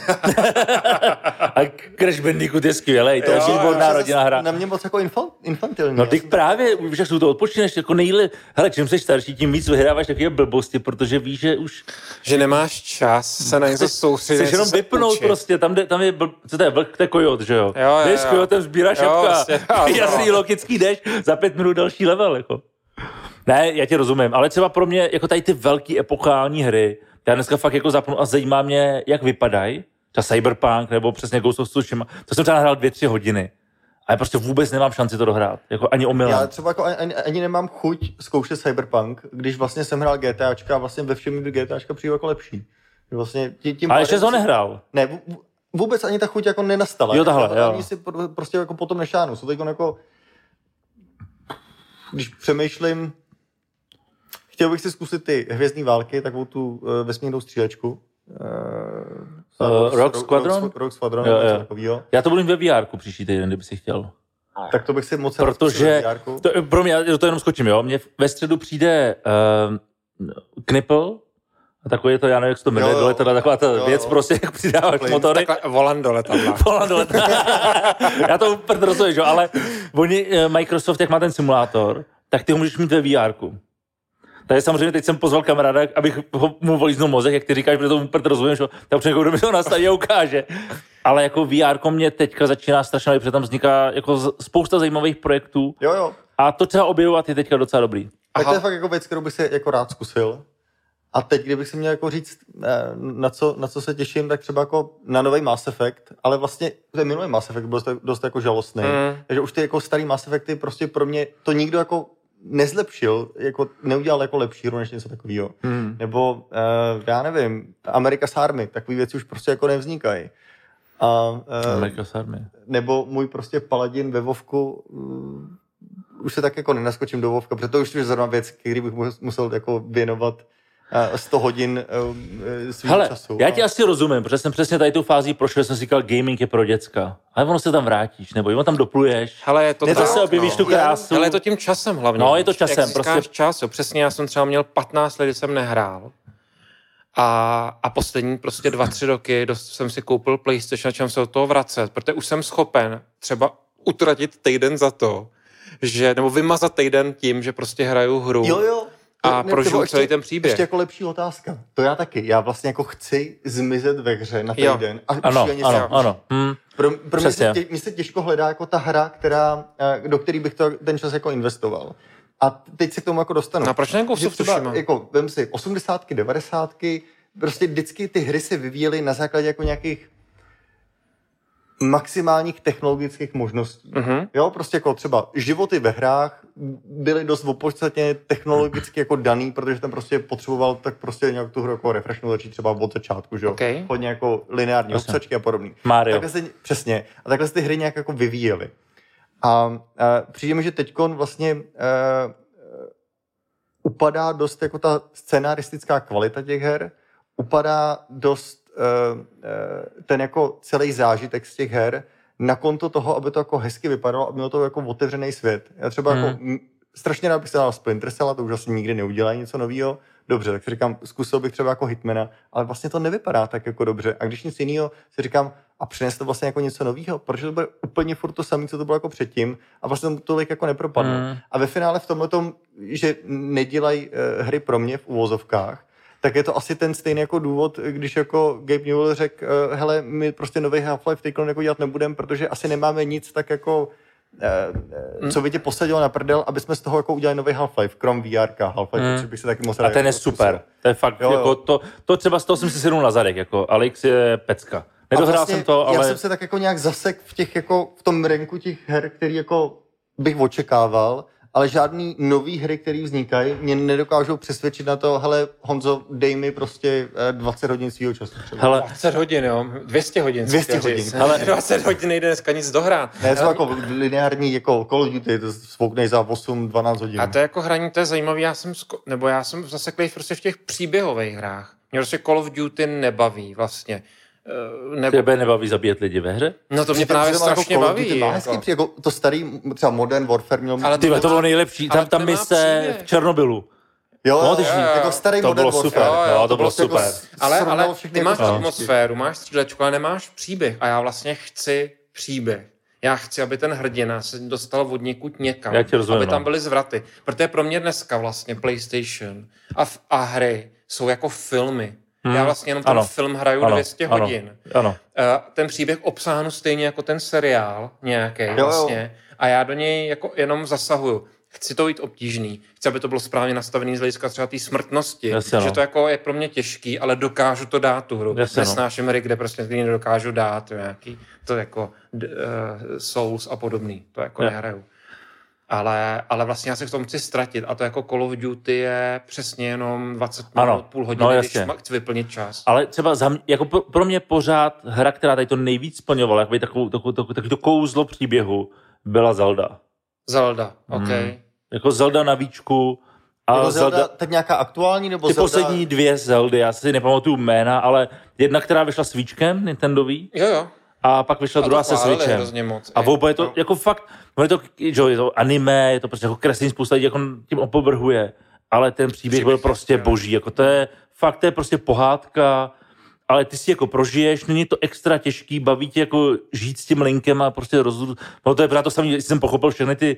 A Crash Bandicoot je skvělej, to je výborná rodinná hra. Na mě moc jako infant, infantilní. No ty právě, víš, jak jsou to odpočineš, jako nejle, hele, čím jsi starší, tím víc vyhráváš takové blbosti, protože víš, že už... Že nemáš čas se na něco soustředit. Chceš jenom vypnout učit. Prostě, tam, de, tam je, bl... co to je, vlk, to je kojot, že jo? Jo, jo, jo. S kojotem sbíráš jabka, jasný jo. logický jdeš, za pět minut další level, jako. Ne, já ti rozumím, ale třeba pro mě, jako tady ty velký epochální hry, já dneska fakt jako zapnu a zajímá mě, jak vypadají. Třeba Cyberpunk nebo přesně Ghost of Tsushima. To jsem třeba nahrál dvě, tři hodiny. A já prostě vůbec nemám šanci to dohrát. Jako ani omylem. Já třeba jako ani, ani nemám chuť zkoušet Cyberpunk, když vlastně jsem hrál GTAčka a vlastně ve všem mi GTAčka přijde jako lepší. Vlastně tím a ještě jsi ho nehrál. Ne, vůbec ani ta chuť jako nenastala. Jo, tahle, jo. Ani si prostě jako potom nešánu. Jsou to jako... Když přemýšlím... Chtěl bych si zkusit ty hvězdní války, takovou tu uh, vesmírnou střílečku. Uh, uh, Rogue Squadron? Rogue, Rogue Squadron, jo, něco jo. takovýho. Já to budu ve vé erku příští týden, kdyby si chtěl. Tak to bych si moc protože to, pro mě, já to jenom skočím, jo. Mně ve středu přijde uh, Knipl, a takový to, já nevím, jak se to jmenuje, dole teda taková ta jo, věc, jo. Prostě, jak přidáváš Play. Motory. Takhle volant do letadla. Volant do letadla. Já to úplně rozumím, jo, ale oni, Microsoft, jak má ten simulátor, tak ty ho můžeš mít ve vé erku. Takže samozřejmě teď jsem pozval kamaráda, abych ho, mu volíznul mozek, jak ty říkáš, protože to úplně rozumím, že tak přijde, kdo mi to nastaví a ukáže. Ale jako vé erko mě teďka začíná strašně, protože tam vzniká jako spousta zajímavých projektů. Jo, jo. A to třeba objevovat je teďka docela dobrý. Tak to je fakt jako věc, kterou bych si jako rád zkusil. A teď, kdybych si měl jako říct, na co, na co se těším, tak třeba jako na nový Mass Effect, ale vlastně ten minulý Mass Effect byl dost, dost jako žalostný. Mm. Takže už ty jako starý Mass Effecty prostě pro mě to nikdo jako nezlepšil, jako neudělal jako lepší hru než něco takového. Hmm. Nebo, uh, já nevím, America's Army, takové věci už prostě jako nevznikají. A, uh, America's Army. Nebo můj prostě paladin ve Vovku, uh, už se tak jako nenaskočím do Vovka, protože to už je zrovna věc, který bych musel jako věnovat uh, sto hodin uh, svým Hele, času. Já ti asi rozumím, protože jsem přesně tady tu fází prošel, že jsem si říkal, gaming je pro děcka. Ale ono se tam vrátíš, nebo jo, tam dopluješ. Hele, je to tak, zase objevíš no. tu krásu. Ale je to tím časem hlavně. No, je to časem. Jak získáš prostě... čas, jo. Přesně, já jsem třeba měl patnáct let, kdy jsem nehrál. A, a poslední prostě dva, tři roky dost, jsem si koupil PlayStation, a čem se do toho vracet, protože už jsem schopen třeba utratit týden za to, že, nebo vymazat týden tím, že prostě hraju hru. Jo, jo. A ne, prožiju ještě, celý ten příběh. Ještě jako lepší otázka. To já taky. Já vlastně jako chci zmizet ve hře na týden. A ano, ano, ano. Hmm. Pro, pro mě, se tě, mě se těžko hledá jako ta hra, která, do který bych to, ten čas jako investoval. A teď se k tomu jako dostanu. No proč ne Ghost of Tsushima? Jako, vem si osmdesátky, devadesátky, prostě vždycky ty hry se vyvíjely na základě jako nějakých maximálních technologických možností. Mm-hmm. Jo, prostě jako třeba životy ve hrách byly dost opodstatně technologicky jako daný, protože ten prostě potřeboval tak prostě nějak tu hru jako refreshnout, začít třeba od začátku, že jo. Okay. Hodně jako lineární obsačky a podobný. Mario. Takhle se, přesně. A takhle se ty hry nějak jako vyvíjely. A, a přijde mi, že teďkon vlastně uh, upadá dost jako ta scenaristická kvalita těch her, upadá dost uh, uh, ten jako celý zážitek z těch her na konto toho, aby to jako hezky vypadalo a mělo to jako otevřený svět. Já třeba hmm. jako m, strašně rád bych se dal Splinter Cell, to už asi nikdy neudělají něco novýho. Dobře, tak si říkám, zkusil bych třeba jako Hitmana, ale vlastně to nevypadá tak jako dobře. A když nic jiného, si říkám, a přines to vlastně jako něco novýho, protože to bude úplně furt to samé, co to bylo jako předtím a vlastně to tolik jako nepropadlo. Mm. A ve finále v tomhletom, že nedělají uh, hry pro mě v uvozovkách, tak je to asi ten stejný jako důvod, když jako Gabe Newell řekl, uh, hele, my prostě nový Half-Life teď jako dělat nebudeme, protože asi nemáme nic tak jako Uh, co by tě posadilo na prdel, aby jsme z toho jako udělali nový Half-Life, krom V R ka, Half-Life, mm. bych se taky moc rád. A ten je super. To je fakt, jo, jo. Jako to, to třeba z toho jsem si sednul na zadek, jako Alex je pecka. Nedohrál vlastně, jsem to, ale... Já jsem se tak jako nějak zasek v těch jako, v tom renku těch her, který jako bych očekával, ale žádný nový hry, které vznikají, mě nedokážou přesvědčit na to, hele, Honzo, dej mi prostě dvacet hodin svýho času. Hele, dvacet hodin, jo, dvě stě hodin. dvě stě hodin. Ale dvacet hodin nejde dneska nic dohrát. Ne, to jako lineární, jako Call of Duty, to svouknej za osm dvanáct hodin. A to je jako hraní, to je zajímavý, já jsem, sko- nebo já jsem zaseklý prostě v těch příběhových hrách. Mě prostě Call of Duty nebaví vlastně. Nebo... Tebe nebaví zabíjet lidi ve hře? No to mě právě strašně jako baví. Jako... Hezký, jako to starý, třeba Modern Warfare měl... Ale tyhle, to bylo nejlepší, tam, tam mise v Černobylu. Jo, no, jo, jo, jako starý to Modern bylo Warfare. Super, jo, jo, to, to bylo super. Jako, ale ale ty máš jako atmosféru, máš střílečku, ale nemáš příběh. A já vlastně chci příběh. Já chci, aby ten hrdina se dostal od někud někam, rozumím, aby tam no. byly zvraty. Protože pro mě dneska vlastně PlayStation a, a hry jsou jako filmy. Hmm. Já vlastně jenom ten ano. film hraju ano. dvě stě ano. hodin. Ano. Ten příběh obsáhnu stejně jako ten seriál nějaký vlastně. A já do něj jako jenom zasahuju. Chci to být obtížný. Chci, aby to bylo správně nastavený z hlediska třeba té smrtnosti. Jasně, že no. to jako je pro mě těžký, ale dokážu to dát tu hru. Jasně, Nesnáším hry, kde prostě nedokážu dát nějaký, to jako uh, Souls a podobný. To jako je. nehraju. Ale, ale vlastně já se v tom chci ztratit a to jako Call of Duty je přesně jenom dvacet minut, půl hodiny, no, když chci vyplnit čas. Ale třeba za mě, jako pro, pro mě pořád hra, která tady to nejvíc splňovala, jako takovou, takovou, takovou, takovou to kouzlo příběhu, byla Zelda. Zelda, ok. Hmm. Jako Zelda na víčku. A jako Zelda, Zelda, tak nějaká aktuální? Nebo ty Zelda... poslední dvě Zeldy, já si nepamatuju jména, ale jedna, která vyšla s víčkem, Nintendový. Jo, jo. A pak vyšla a druhá se Switchem. Moc, a oba je to no. jako fakt, je to, je to anime, je to prostě jako kreslení, spousta lidí jako tím opovrhuje, ale ten příběh, příběh byl prostě boží, jako to je fakt, to je prostě pohádka, ale ty si jako prožiješ, není to extra těžký, baví tě jako žít s tím Linkem a prostě rozhodnout, no to je právě to samé, jsem pochopil všechny ty,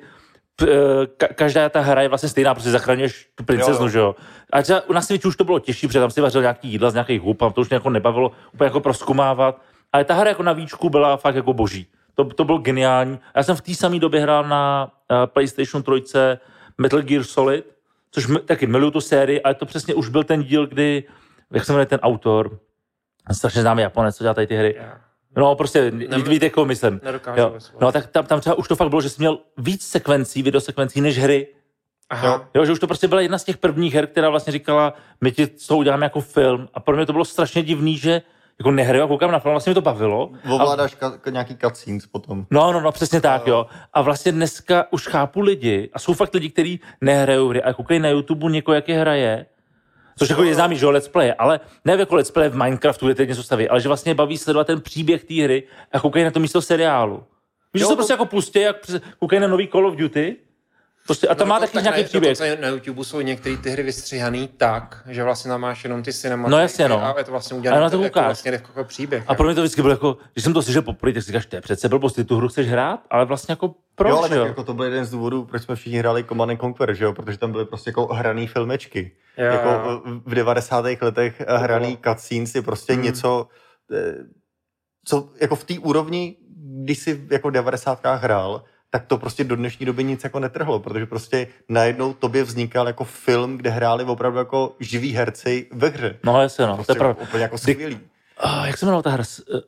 ka- každá ta hra je vlastně stejná, prostě zachraňuješ tu princeznu, že jo. A třeba na Switchu už to bylo těžší, protože tam si vařil nějaký jídla z nějakých hub, a to už mě jako nebavilo úplně jako proskumávat. Ale ta hra jako na víčku byla fakt jako boží. To, to bylo geniální. Já jsem v té samé době hrál na uh, PlayStation tři Metal Gear Solid, což m- taky miluju tu sérii, ale to přesně už byl ten díl, kdy, jak se jmenuje ten autor, strašně známý Japonec, co dělá tady ty hry. Yeah. No prostě, Nem, víte, jako myslím. Nedokážu. No tak tam, tam třeba už to fakt bylo, že jsi měl víc sekvencí, videosekvencí než hry. Aha. Jo, že už to prostě byla jedna z těch prvních her, která vlastně říkala, my ti z toho uděláme jako film. A pro mě to bylo strašně divný, že jako nehraju a koukám na film, vlastně mi to bavilo. Ovládáš a... ka- nějaký cutscenes potom. No, no, no, přesně tak, jo. A vlastně dneska už chápu lidi, a jsou fakt lidi, kteří nehrajou hry a koukají na YouTube někoho, jak je hraje, což jako je známý, že let's play, ale ne jako let's play v Minecraftu, kde teď něco staví, ale že vlastně baví sledovat ten příběh té hry a koukají na to místo seriálu. Víš, že se prostě jako pustí, jak koukají na nový Call of Duty, prostě, a tam no, má taky nějaký příběh. Na YouTube jsou některé ty hry vystřihaný tak, že vlastně tam máš jenom ty cinematiky. No jasně, no. A je to vlastně udělané na to jako vlastně jako příběh. A pro mě to vždycky bylo jako, když jsem to slyšel poprvé, tak si říkáš, to je přece blbost, ty tu hru chceš hrát, ale vlastně jako proč, jo? ale tak jo? jako to byl jeden z důvodů, proč jsme všichni hráli Command and Conquer, že jo? Protože tam byly prostě jako hraný filmečky. Jo, jako jo. v devadesátých letech hraný cutscenes je prostě hmm. něco, co jako v té úrovni, když si jako v devadesátkách hrál, tak to prostě do dnešní doby nic jako netrhlo, protože prostě najednou tobě vznikal jako film, kde hráli opravdu jako živí herci ve hře. No jasně, no, prostě to je pravda. úplně jako skvělý. Oh, jak se jmenovala ta hra?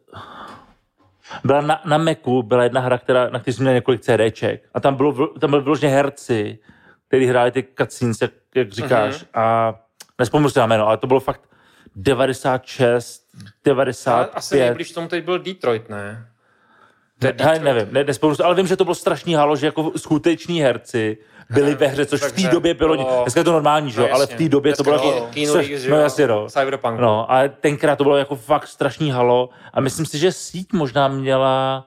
Byla na, na Macu, byla jedna hra, která, na který jsme měli několik CDček a tam, bylo, tam byly vyloženě herci, kteří hráli ty cutscenes, jak, jak říkáš, mm-hmm. a nespomínám si na jméno, ale to bylo fakt devadesát šest, devadesát pět. Ale asi nejblíž tomu teď byl Detroit, ne? Ne, Detroit. Nevím, ne, nespomínám si, ale vím, že to bylo strašný halo, že jako skuteční herci byli ve hře, což v té době bylo, bylo... dneska je to normální, že? No, ale v té době dneska to bylo jako... Keanu Reeves, no jasně, no. Cyberpunk. No, ale tenkrát to bylo jako fakt strašný halo a myslím si, že síť možná měla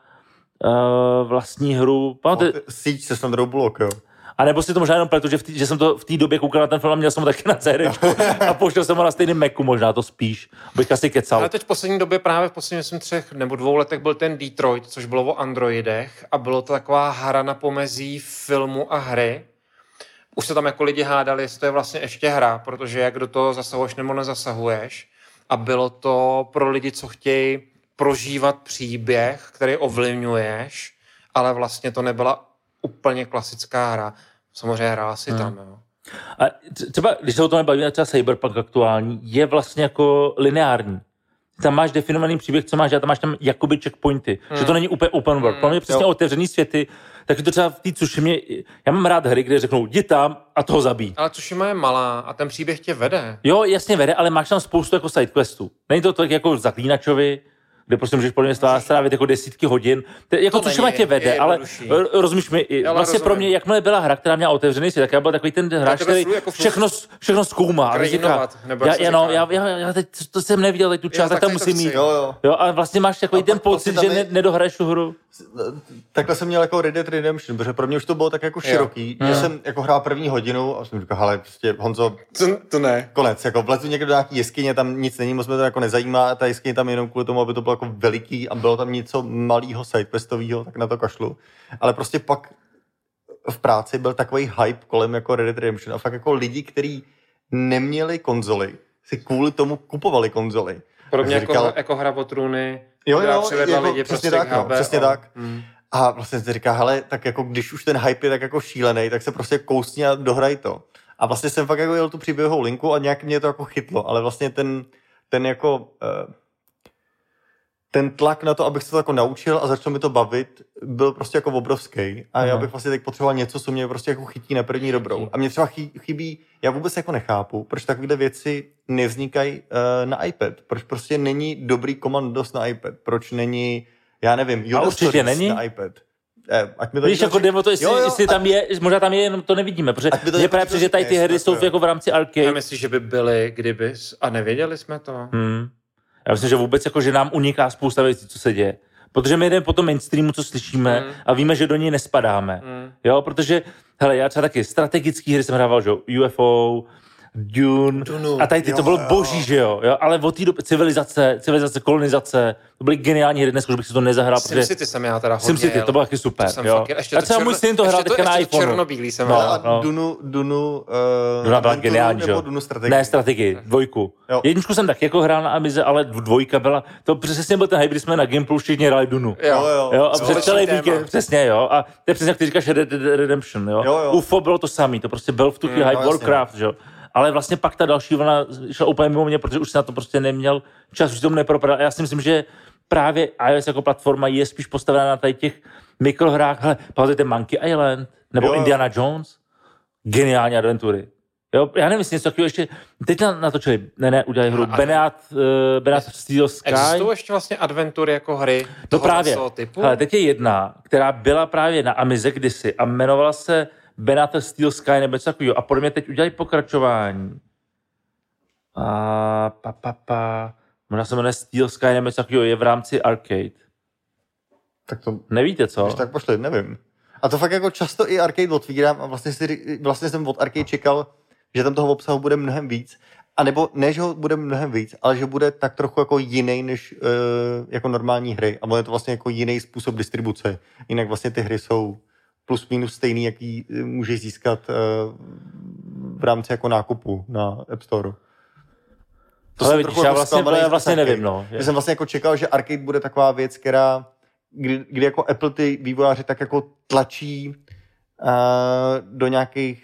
uh, vlastní hru. Pamatujete? No, síť se Sandrou Bullock, jo. A nebo si to možná jenom pletu, že, v tý, že jsem to v té době koukal na ten film a měl jsem ho taky na CDčku a pouštěl jsem ho na stejném Macu možná, to spíš, bych asi kecal. Ale teď v poslední době, právě v posledních myslím, třech nebo dvou letech byl ten Detroit, což bylo o androidech a bylo to taková hra na pomezí filmu a hry. Už se tam jako lidi hádali, jestli to je vlastně ještě hra, protože jak do toho zasahuješ nebo nezasahuješ. A bylo to pro lidi, co chtějí prožívat příběh, který ovlivňuješ, ale vlastně to nebyla úplně klasická hra. Samozřejmě hrála si hmm. tam, jo. A třeba, když se o tom nebavíme, třeba Cyberpunk aktuální, je vlastně jako lineární. Tam máš definovaný příběh, co máš, a tam máš tam jakoby checkpointy. Hmm. Že to není úplně open world. Hmm. Pro mě přesně jo. Otevřený světy, tak je to třeba v té Tsushimě, já mám rád hry, kde řeknou, jdi tam a toho zabij. Ale Tsushima je malá a ten příběh tě vede. Jo, jasně vede, ale máš tam spoustu jako sidequestů. Není to tak jako v Zaklínačovi, kde prostě můžeš podle mě strávit jako desítky hodin. To, jako to Tsushima tě vede, ale rozumíš mi, vlastně rozumím. Pro mě, jakmile byla hra, která měla otevřený svět, tak já byl takový ten hráč, který jako všechno, všechno zkoumá. A říká, já, já, no, já, já, já teď to jsem neviděl, teď tu část, tak tam musím mít. Jo, jo. Jo, a vlastně máš takový ten pocit, že ne, nedohraješ tu hru. Takhle jsem měl jako Red Dead Redemption, protože pro mě už to bylo tak jako široký, jo. že jo. jsem jako hrál první hodinu a jsem říkal, hele, prostě Honzo, to, to ne. Konec, jako vlezu někdo do nějaký jeskyně, tam nic není, moc mě to jako nezajímá, a ta jeskyně tam jenom kvůli tomu, aby to bylo jako veliký a bylo tam něco malého sidequestového, tak na to kašlu. Ale prostě pak v práci byl takový hype kolem jako Red Dead Redemption a fakt jako lidi, kteří neměli konzoly, si kvůli tomu kupovali konzoly. Podobně jako, říkal, jako hra o trůny, jo, která jo, přivedla jako, lidi přesně prostě tak, no, přesně o... tak. Hmm. A vlastně se říká, hele, tak jako když už ten hype je tak jako šílený, tak se prostě kousni a dohraj to. A vlastně jsem fakt jako jel tu příběhovou linku a nějak mě to jako chytlo, ale vlastně ten, ten jako uh, ten tlak na to, abych se to jako naučil a začal mi to bavit, byl prostě jako obrovský. A Aha. já bych vlastně teď potřeboval něco, co mě prostě jako chytí na první dobrou. A mě třeba chybí, já vůbec jako nechápu, proč takovéhle věci nevznikají uh, na iPad. Proč prostě není dobrý komandos na iPad. Proč není, já nevím, Yoda Stories není na iPad. Eh, ať mi to víš, jako demo to, jestli, jo, jo, jestli tam je, možná tam je, jenom to nevidíme, protože mě právě přijde, že tady ty hry jsou jako v rámci arcade. Já myslím, že by byly, kdyby, a nevěděli jsme to. Hmm. Já myslím, že vůbec jako, že nám uniká spousta věcí, co se děje. Protože my jdeme po tom mainstreamu, co slyšíme mm. a víme, že do něj nespadáme. Mm. Jo, protože, hele, já třeba taky strategický hry jsem hrával, že U F O, Dune, Dunu. A tady ty, jo, to bylo boží, jo. že jo, jo, ale od té doby civilizace, civilizace, kolonizace, to byly geniální hry, dnes už bych si to nezahrál. SimCity jsem já teda hodně SimCity, to bylo taky super, jo. Fakt, a třeba můj syn to hrál teďka na iPhone. Černobílý jsem no, hrál. No. Dunu, Dunu, uh, Duna byla geniální, nebo Dunu strategii. Ne, strategii, dvojku. Jo. Jedničku jsem tak jako hrál na Amize, ale dvojka byla, to přesně byl ten hype, kdy jsme na Gimplu všichni hráli Dunu. Jo, jo. jo a přes celý víkend, přesně, jo. A to je přesně, jak ty říkáš Red Dead Redemption, jo. U F O bylo to samý, to prostě byl v tu chvíli hype Warcraft, jo. Ale vlastně pak ta další vlna šla úplně mimo mě, protože už se na to prostě neměl čas, už tomu nepropadal. A já si myslím, že právě iOS jako platforma je spíš postavená na tady těch mikrohrách. Hele, pamatujete Monkey Island? Nebo jo. Indiana Jones? Geniální adventury. Jo, já nevím, jestli něco takového ještě... Teď natočili, ne, ne, udělali hru. Benat, uh, Benat Steel Sky. Existují ještě vlastně adventury jako hry to právě. Typu? Hele, teď je jedna, která byla právě na Amize kdysi a jmenovala se Benat Steel Sky nebo něco takového. A podle mě teď udělají pokračování. A pa, pa, pa. Možná se jmenuje Steel Sky nebo něco takového, je v rámci arcade. Tak to... Nevíte, co? Když tak pošli, nevím. A to fakt jako často i arcade otvírám a vlastně, si, vlastně jsem od arcade čekal, že tam toho obsahu bude mnohem víc. A nebo ne, že ho bude mnohem víc, ale že bude tak trochu jako jiný než uh, jako normální hry. A bude to vlastně jako jiný způsob distribuce. Jinak vlastně ty hry jsou plus minus stejný, jaký můžeš získat uh, v rámci jako nákupu na App Store. To ale vidíš, já vlastně, já vlastně nevím, no. Já jsem vlastně jako čekal, že arcade bude taková věc, která kdy, kdy jako Apple ty vývojáři tak jako tlačí uh, do nějakých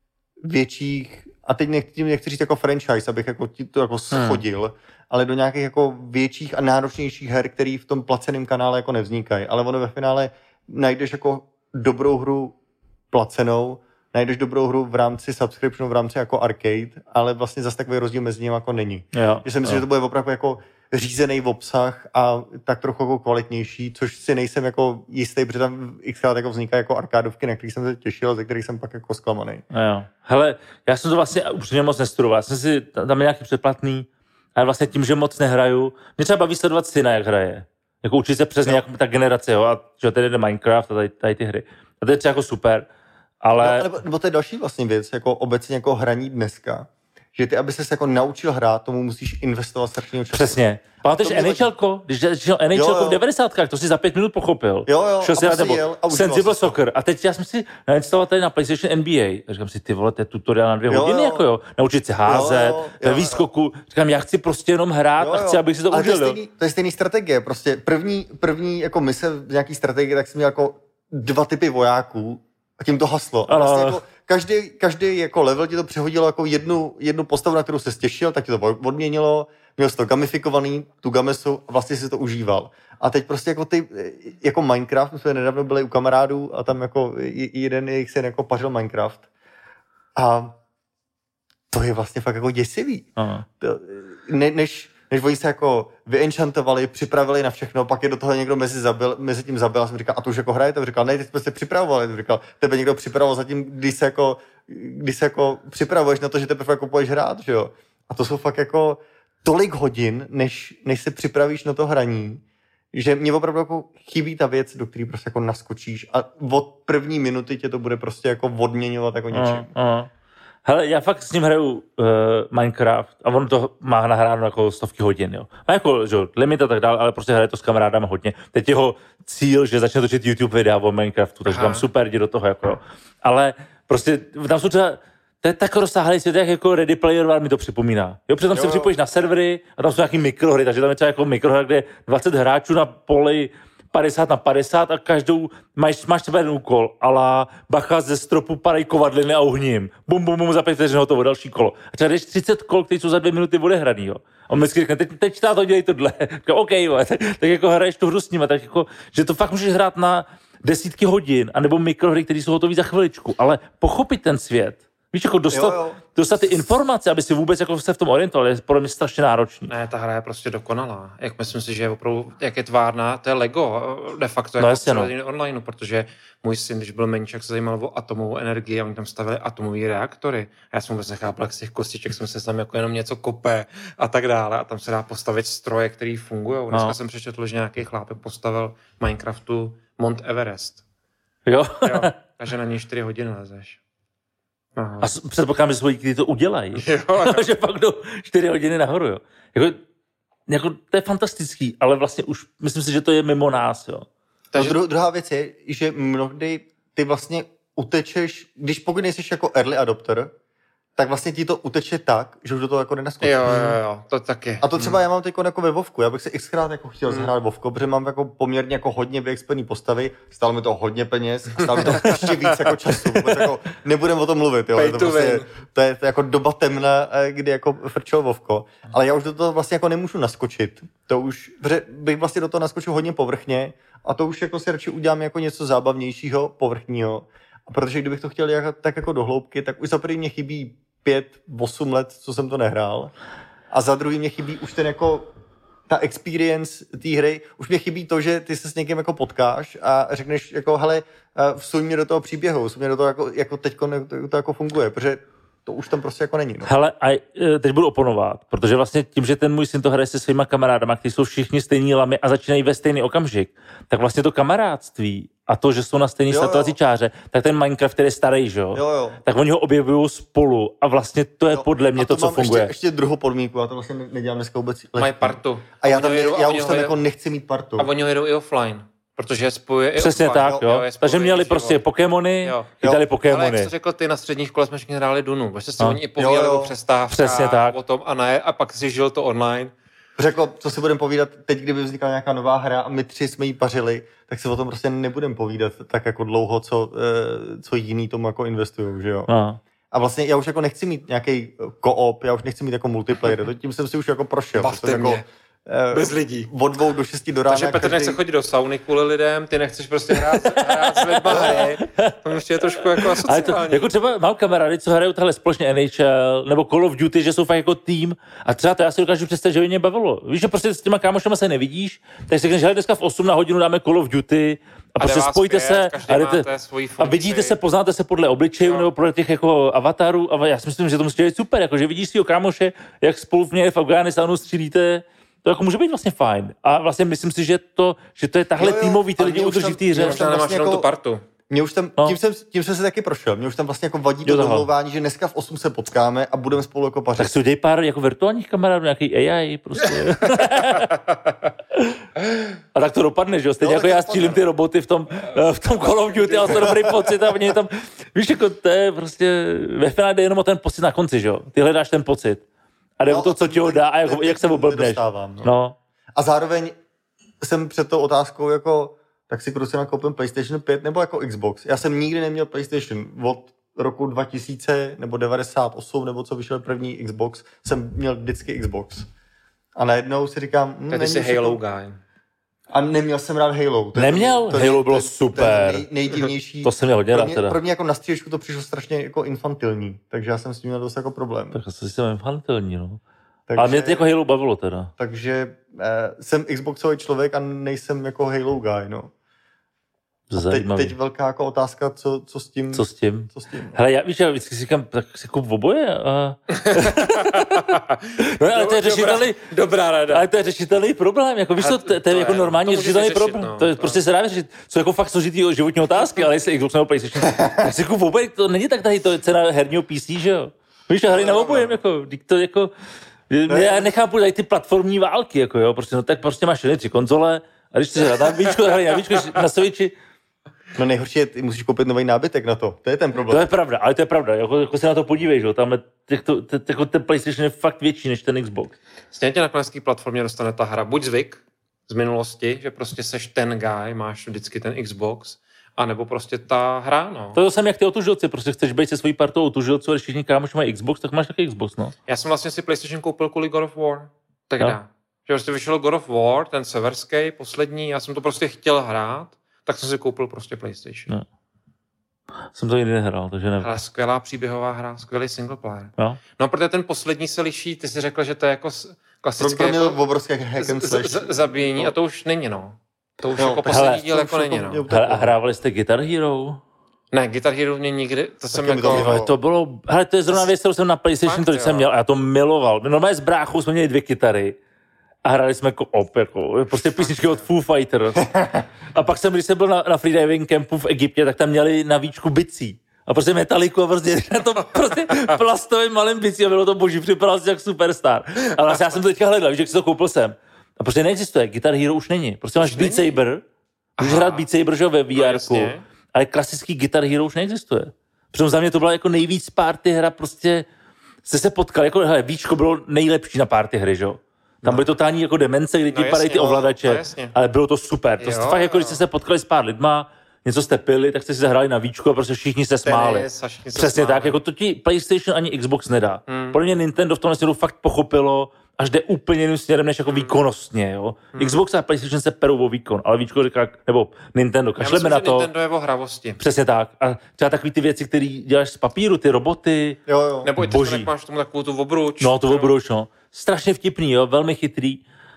větších, a teď nechci, nechci říct jako franchise, abych jako ti to jako schodil, hmm. ale do nějakých jako větších a náročnějších her, které v tom placeném kanále jako nevznikají. Ale ono ve finále najdeš jako dobrou hru placenou, najdeš dobrou hru v rámci subscriptionu, v rámci jako arcade, ale vlastně zase takový rozdíl mezi nimi jako není. Jo, že si myslím, jo. že to bude opravdu jako řízený v obsah a tak trochu jako kvalitnější, což si nejsem jako jistý, protože tam xkrát jako vznikají jako arkádovky, na kterých jsem se těšil, ze kterých jsem pak jako zklamaný. Jo. Hele, já jsem to vlastně upřímně moc nestudoval. Já jsem si tam je nějaký předplatný, ale vlastně tím, že moc nehraju, mě třeba baví sledovat syna, jak hraje. Jako učit se přes nějakou ta generace, jo, a že tady jde Minecraft a tady, tady ty hry. A to je třeba jako super, ale... No, nebo, nebo to je další vlastně věc, jako obecně jako hraní dneska, že ty, aby ses jako naučil hrát, tomu musíš investovat strašného času. Přesně. Pamatuješ NHLko? Když šel NHLko v devadesátkách, to si za pět minut pochopil. Jo, jo, šel si a dát, nebo jel a Sensible Soccer. A teď já jsem si nainstaloval tady na PlayStation N B A. A říkám si, ty vole, to je tutoriál na dvě jo, hodiny, jo. jako jo. Naučit se házet, jo, jo, ve jo, výskoku. Říkám, já chci prostě jenom hrát jo, jo. a chci, abych si to ale užil. To je, stejný, to je stejný strategie. Prostě první, první jako mise v nějaký strategii, tak jsem měl jako dva typy vojáků a tím to haslo. A ano, vlastně ano. jako každý, každý jako level ti to přehodilo jako jednu, jednu postavu, na kterou se stěšil, tak ti to odměnilo, měl jsi to gamifikovaný, tu gamesu a vlastně si to užíval. A teď prostě jako ty, jako Minecraft, my jsme nedávno byli u kamarádů a tam jako jeden jejich syn jako pařil Minecraft. A to je vlastně fakt jako děsivý. To, ne, než, než oni se jako vyenchantovali, připravili na všechno, pak je do toho někdo mezi, zabil, mezi tím zabil a jsem říkal, a to už jako hrajete? A říkal, ne, teď jsme se připravovali. Jsem říkal, tebe někdo připravoval zatím, když se jako, když se jako připravuješ na to, že teprve jako půjdeš hrát, že jo? A to jsou fakt jako tolik hodin, než, než se připravíš na to hraní, že mě opravdu jako chybí ta věc, do které prostě jako naskočíš a od první minuty tě to bude prostě jako odměňovat jako něčím. Uh, uh. Hele, já fakt s ním hraju uh, Minecraft a on to má nahráno jako stovky hodin, jo. Má jako, že limit a tak dále, ale prostě hraje to s kamarádama hodně. Teď jeho cíl, že začne točit YouTube videa o Minecraftu, takže tam super, jdi do toho, jako jo. Ale prostě tam jsou třeba, to je tak rozsáhlý svět, jak jako Ready Player One mi to připomíná. Jo, protože tam jo. se připojíš na servery a tam jsou nějaký mikrohry, takže tam je třeba jako mikrohra, kde je dvacet hráčů na poli padesát na padesát a každou máš, máš třeba jeden úkol, ala bacha ze stropu padaj kovadliny a uhním. Bum, bum, bum, za pět vteřin hotovo, další kolo. A třeba jdeš třicet kol, které jsou za dvě minuty odehraný, jo. A on mi řekne, teď, teď táto dělej tohle. OK, jo, tak, tak jako hraješ tu hru s nimi, tak jako, že to fakt můžeš hrát na desítky hodin, anebo mikrohry, které jsou hotové za chviličku, ale pochopit ten svět. Víš, jako dostat, jo, jo. dostat ty informace, aby si vůbec jako se v tom orientoval, je podle mě strašně náročný. Ne, ta hra je prostě dokonalá. Jak myslím si, že je opravdu, jak je tvárná, to je Lego, de facto no, jako jasně, no. online, protože můj syn, když byl menší, jak se zajímal o atomovou energii a oni tam stavili atomové reaktory. A já jsem vůbec nechápal, jak z těch kostiček jsem se tam jako jenom něco kope a tak dále. A tam se dá postavit stroje, které fungují. Dneska no. jsem přečetl, že nějaký chlápek postavil Minecraftu Mount Everest. Jo. jo. Takže na něj čtyři hodiny lezeš. Aha. A předpokládám, že svoji kdy to udělají. Že pak jdou čtyři hodiny nahoru, jo. Jako, jako, to je fantastický, ale vlastně už myslím si, že to je mimo nás, jo. Takže... No, dru- druhá věc je, že mnohdy ty vlastně utečeš, když pokud nejsi jako early adopter, tak vlastně ti to uteče tak, že už do toho jako nenaskočíš. Jo, jo, jo, to taky. A to třeba hmm. já mám teď jako ve Vovku, já bych se xkrát jako chtěl hmm. zahrát Vovko, protože mám jako poměrně jako hodně vyexpertní postavy, stálo mi to hodně peněz, stálo mi to ještě víc jako času, jako nebudeme o tom mluvit, jo. To, prostě, to, je, to je jako doba temna, kdy jako frčel Vovko, ale já už do toho vlastně jako nemůžu naskočit, to už, protože bych vlastně do toho naskočil hodně povrchně a to už jako si radši udělám jako něco zábavnějšího, povrchního, a protože kdybych to chtěl jako, tak jako do hloubky, tak už za první mě chybí pět, osm let, co jsem to nehrál. A za druhý mě chybí už ten jako ta experience té hry. Už mě chybí to, že ty se s někým jako potkáš a řekneš jako, hele, vsuň mě do toho příběhu, vsuň mě do toho, jako, jako teďko to, to jako funguje, protože to už tam prostě jako není. No. Hele, a teď budu oponovat, protože vlastně tím, že ten můj syn to hraje se svýma kamarádama, kteří jsou všichni stejní lamy a začínají ve stejný okamžik, tak vlastně to kamarádství a to, že jsou na stejný startovací čáře, tak ten Minecraft, který je starý, že jo? Jo, jo. Tak oni ho objevují spolu a vlastně to je jo, podle mě to, to co funguje. Ještě, ještě druhou podmínku, já to vlastně nedělám dneska vůbec. Mají partu. A já, tam, já už tam jako nechci mít partu. A oni ho jedou i offline. Protože spojuje přesně i offline. tak, jo. jo. jo Takže měli prostě Pokémony, chytali Pokémony. Ale jak jsi řekl, ty na středních škole jsme všichni hráli Dunu. Vlastně si no. oni i povídali o přestávkách, přesně tak. o tom a ne, a pak si žil to online. Řekl, co si budeme povídat teď, kdyby vznikla nějaká nová hra a my tři jsme ji pařili, tak se o tom prostě nebudeme povídat tak jako dlouho, co, co jiný tomu jako investujou, že jo. No. A vlastně já už jako nechci mít nějaký co-op, já už nechci mít jako multiplayer, tím jsem si už jako prošel. Bavte mě. Jako, bez lidí. Od dvou do šesti do rána. Takže Petr každý... nechce chodit do sauny kvůli lidem, ty nechceš prostě hrát, hrát s lidma hry. To ještě je trošku jako asociální. Ale to, jako třeba mám kamarády, co hrajou tahle společně N H L nebo Call of Duty, že jsou fakt jako tým a třeba to já si dokážu představit, že by mě bavilo. Víš, že prostě s těma kámošama se nevidíš, takže si řekneš, že dneska v osm na hodinu dáme Call of Duty a, a prostě spojíte pět, se a, jdete, a vidíte se, poznáte se podle obličejů no. nebo podle těch jako avatarů a já si myslím, že to musí být super, jako že vidíš svýho kámoše, jak spolu v něj v Afghánistánu střílíte. To jako může být vlastně fajn. A vlastně myslím si, že to, že to je tahle týmový, ty lidi udrží v té hře. Možná nemáš jenom tu partu. Mě už tam, no. tím, jsem, tím jsem se taky prošel. Mě už tam vlastně jako vadí do domlouvání, že dneska v osm se potkáme a budeme spolu jako pařit. Tak si udělej pár jako virtuálních kamarádů, nějaký A I prostě. A tak to dopadne, že jo? Stejně no, jako já střílím ty roboty v tom, v tom Call of Duty a to dobrý pocit a oni tam, víš, jako to je prostě, ve finále jde jenom o ten pocit na konci, že jo? Ty hledáš ten pocit. A jde o to, co ti ho dá a jak, jak se oblbneš. No. no. A zároveň jsem před tou otázkou jako, tak si prostě nakoupím PlayStation pět nebo jako Xbox. Já jsem nikdy neměl PlayStation. Od roku dva tisíce nebo devadesát osm nebo co vyšel první Xbox, jsem měl vždycky Xbox. A najednou si říkám... Hm, Tady jsi Halo guy. A neměl jsem rád Halo. To Neměl? To, Halo bylo to, super. Nej, nejdivnější. To jsem měl hodně rád teda. Pro mě jako na střílečku to přišlo strašně jako infantilní, takže já jsem s tím měl dost jako problém. Tak asi jsem infantilní, no. Takže, ale mě to jako Halo bavilo teda. Takže eh, jsem Xboxový člověk a nejsem jako Halo guy, no. Teď, teď velká jako otázka, co, co s tím? Co s tím? Co s tím? Hele, já víš, já vždycky si říkám, tak si kup oboje a... no, ale to je řešitelný... Dobrá rada. Ale to je řešitelný problém, jako víš, to, to, to je jako normální řešitelný řešit, problém. No, to je to. Prostě se dá vyřešit. Jsou jako fakt složitý životní otázky, ale jestli Xbox nebo PlayStation, tak si kup oboje, to není tak tady, to je cena herního P C, že jo? Víš, hry na obojem, jako, to jako... Já nechápu tady ty platformní války, jako jo, prostě, no tak prostě máš tři konzole a když si hrát na víčko, hry na víčko, na Switchi. No nejhorší je, ty musíš koupit nový nábytek na to, to je ten problém. To je pravda, ale to je pravda, jako, jako se na to podívej, že jo, tam to, to, jako ten PlayStation je fakt větší než ten Xbox. Stejně tě na klasické platformě dostane ta hra, buď zvyk z minulosti, že prostě seš ten guy, máš vždycky ten Xbox, a nebo prostě ta hra, no. To jsem jak ty otužilci, prostě chceš být se svojí partou otužilců, a když všichni kámoši mají Xbox, tak máš taky Xbox, no. Já jsem vlastně si PlayStation koupil kvůli God of War. Tak dá. Že prostě vyšel God of War, ten severský, poslední, já jsem to prostě chtěl hrát, tak jsem si koupil prostě PlayStation. No. Jsem to nikdy nehrál, takže nevím. Ale skvělá příběhová hra, skvělý single player. No. No, protože ten poslední se liší, ty jsi řekl, že to je jako klasické pro mě jako obrovské hack and slash. Z- z- zabíjení, no. A to už není, no. To už no, jako poslední hele, díl jako není, no. Hele, a hrávali jste Guitar Hero? Ne, Guitar Hero mě nikdy, to jsem Taky jako... To, to bylo, hele, to je zrovna věc, kterou jsem na PlayStation to jsem měl a já to miloval. Normálně s bráchou jsme měli dvě kytary a hráli jsme jako op, jako, prostě písničky od Foo Fighters. A pak jsem, když jsem byl na, na freediving campu v Egyptě, tak tam měli na víčku bicí. A prostě metaliku a prostě na to prostě plastovým malým bicí a bylo to boží, připadal si jak superstar. Ale vlastně já jsem to teďka hledal, víš, jak si to koupil jsem. A prostě neexistuje, Guitar Hero už není. Prostě máš Beat Saber, můžeš hrát Beat Saber, že ve V R ku, no, ale klasický Guitar Hero už neexistuje. Přitom za mě to byla jako nejvíc party hra, prostě jste se potkali, jako hele, víčko bylo nejlepší na party hry, že jo. Tam no. byly totální jako demence, kdy ti no, padají ty ovladače, no, ale bylo to super. To jo, fakt jako, když jste se potkali s pár lidma, něco jste pili, tak jste si zahráli na víčku a prostě všichni se smáli. Všichni Přesně tak, jako to ti PlayStation ani Xbox nedá. Hmm. Podle mě Nintendo v tomhle směru fakt pochopilo, až jde úplně jiným směrem než jako hmm. výkonnostně, jo. Hmm. Xbox a PlayStation se perou o výkon, ale víčko říká, nebo Nintendo, kašleme na to. Nintendo je o hravosti. Přesně tak. A třeba takový ty věci, které děláš z papíru, ty roboty. Jo, jo. Nebo i ty máš tomu takovou tu obruč. No, tu obruč, no. Strašně vtipný, jo, velmi chytrý.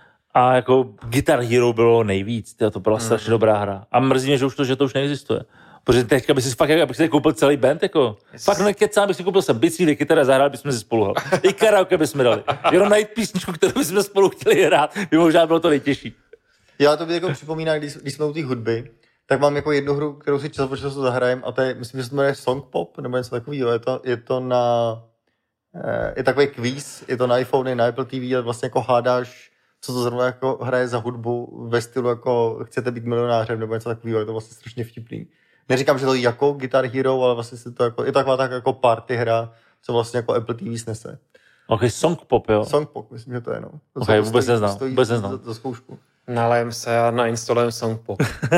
A jako Guitar Hero bylo nejvíc, to byla hmm. strašně dobrá hra. A mrzí mě, že už to, že to už neexistuje. Protože teďka bych si fakt, abych si koupil celý band, jako. Yes. Fakt nekecám, bych si koupil jsem bicí, kytary a zahrál bychom si spolu hral. I karaoke bychom dali. Jenom najít písničku, kterou bychom spolu chtěli hrát, by možná bylo to nejtěžší. Já to by jako připomíná, když, když jsme u té hudby, tak mám jako jednu hru, kterou si čas po času zahrajem a to je, myslím, že se to jmenuje Song Pop, nebo něco takového. Je to, je to na, je takový kvíz, je to na iPhone, na Apple T V a vlastně jako hádáš, co to zrovna jako hraje za hudbu ve stylu jako chcete být milionářem nebo něco takového, je to vlastně strašně vtipný. Neříkám, že to je jako Guitar Hero, ale vlastně si to jako, je to taková tak jako party hra, co vlastně jako Apple T V snese. Ok, song pop, jo? Song pop, myslím, že to je, no. To, Ok, vůbec neznám, vůbec neznám. Za, za zkoušku. Nalajem se a nainstalujeme Songpop.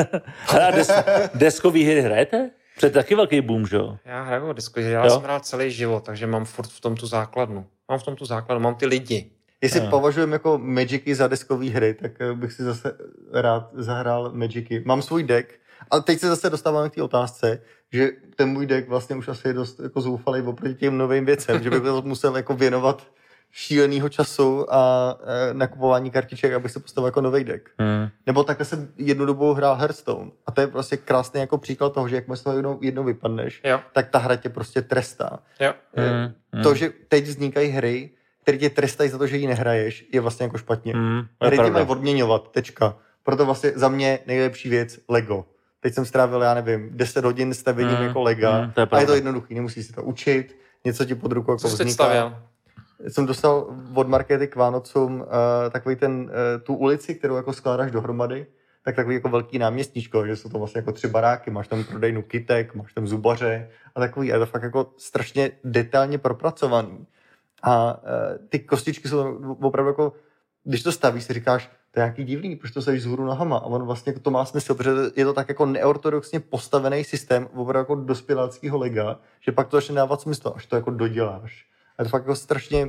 A des, deskový hry hrajete? Před taky velký boom, že jo? Já hraju disco, já jo? jsem hrál celý život, takže mám furt v tom tu základnu. Mám v tom tu základnu, mám ty lidi. Jestli no. považujeme jako Magicy za deskové hry, tak bych si zase rád zahrál Magicy. Mám svůj deck, a teď se zase dostáváme k té otázce, že ten můj deck vlastně už asi je dost jako zoufalý oproti těm novým věcem, že bych musel jako věnovat šílenýho času a e, nakupování kartiček, abych se postavil jako nový deck. Hmm. Nebo takhle jsem jednu dobu hrál Hearthstone. A to je prostě krásný jako příklad toho, že jak z toho jednou, jednou vypadneš, jo. tak ta hra tě prostě trestá. Jo. E, hmm. To, že teď vznikají hry, které tě trestají za to, že ji nehraješ, je vlastně jako špatně. Hmm. Hry tě mají odměňovat, tečka. Proto vlastně za mě nejlepší věc Lego. Teď jsem strávil, já nevím, deset hodin stavěním hmm. jako Lega. Hmm, je a je to jednoduchý, nemusíš si to učit, něco ti pod rukou jako vzniká. Jsem dostal od markety k Vánocům uh, takový ten, uh, tu ulici, kterou jako skládáš dohromady, tak takový jako velký náměstníčko, že jsou to vlastně jako tři baráky, máš tam prodejnu kytek, máš tam zubaře a takový, a je to fakt jako strašně detailně propracovaný. A uh, ty kostičky jsou opravdu jako, když to stavíš, si říkáš, to je nějaký divný, proč to seš vzhůru nohama, a on vlastně to má smysl, protože je to tak jako neortodoxně postavený systém, opravdu jako dospěláckého Lega, že pak to začne dávat smysl, až to jako doděláš. A to fakt jako strašně,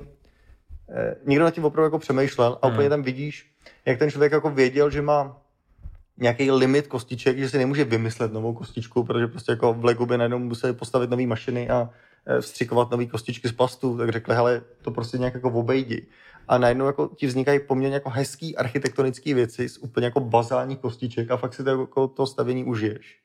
eh, někdo nad tím opravdu jako přemýšlel a úplně hmm. tam vidíš, jak ten člověk jako věděl, že má nějaký limit kostiček, že si nemůže vymyslet novou kostičku, protože prostě jako v Legu by najednou museli postavit nový mašiny a eh, vstřikovat nový kostičky z plastu, tak řekli, hele, to prostě nějak jako obejdi. A najednou jako ti vznikají poměrně jako hezký architektonické věci z úplně jako bazálních kostiček a fakt si to jako to stavění užiješ.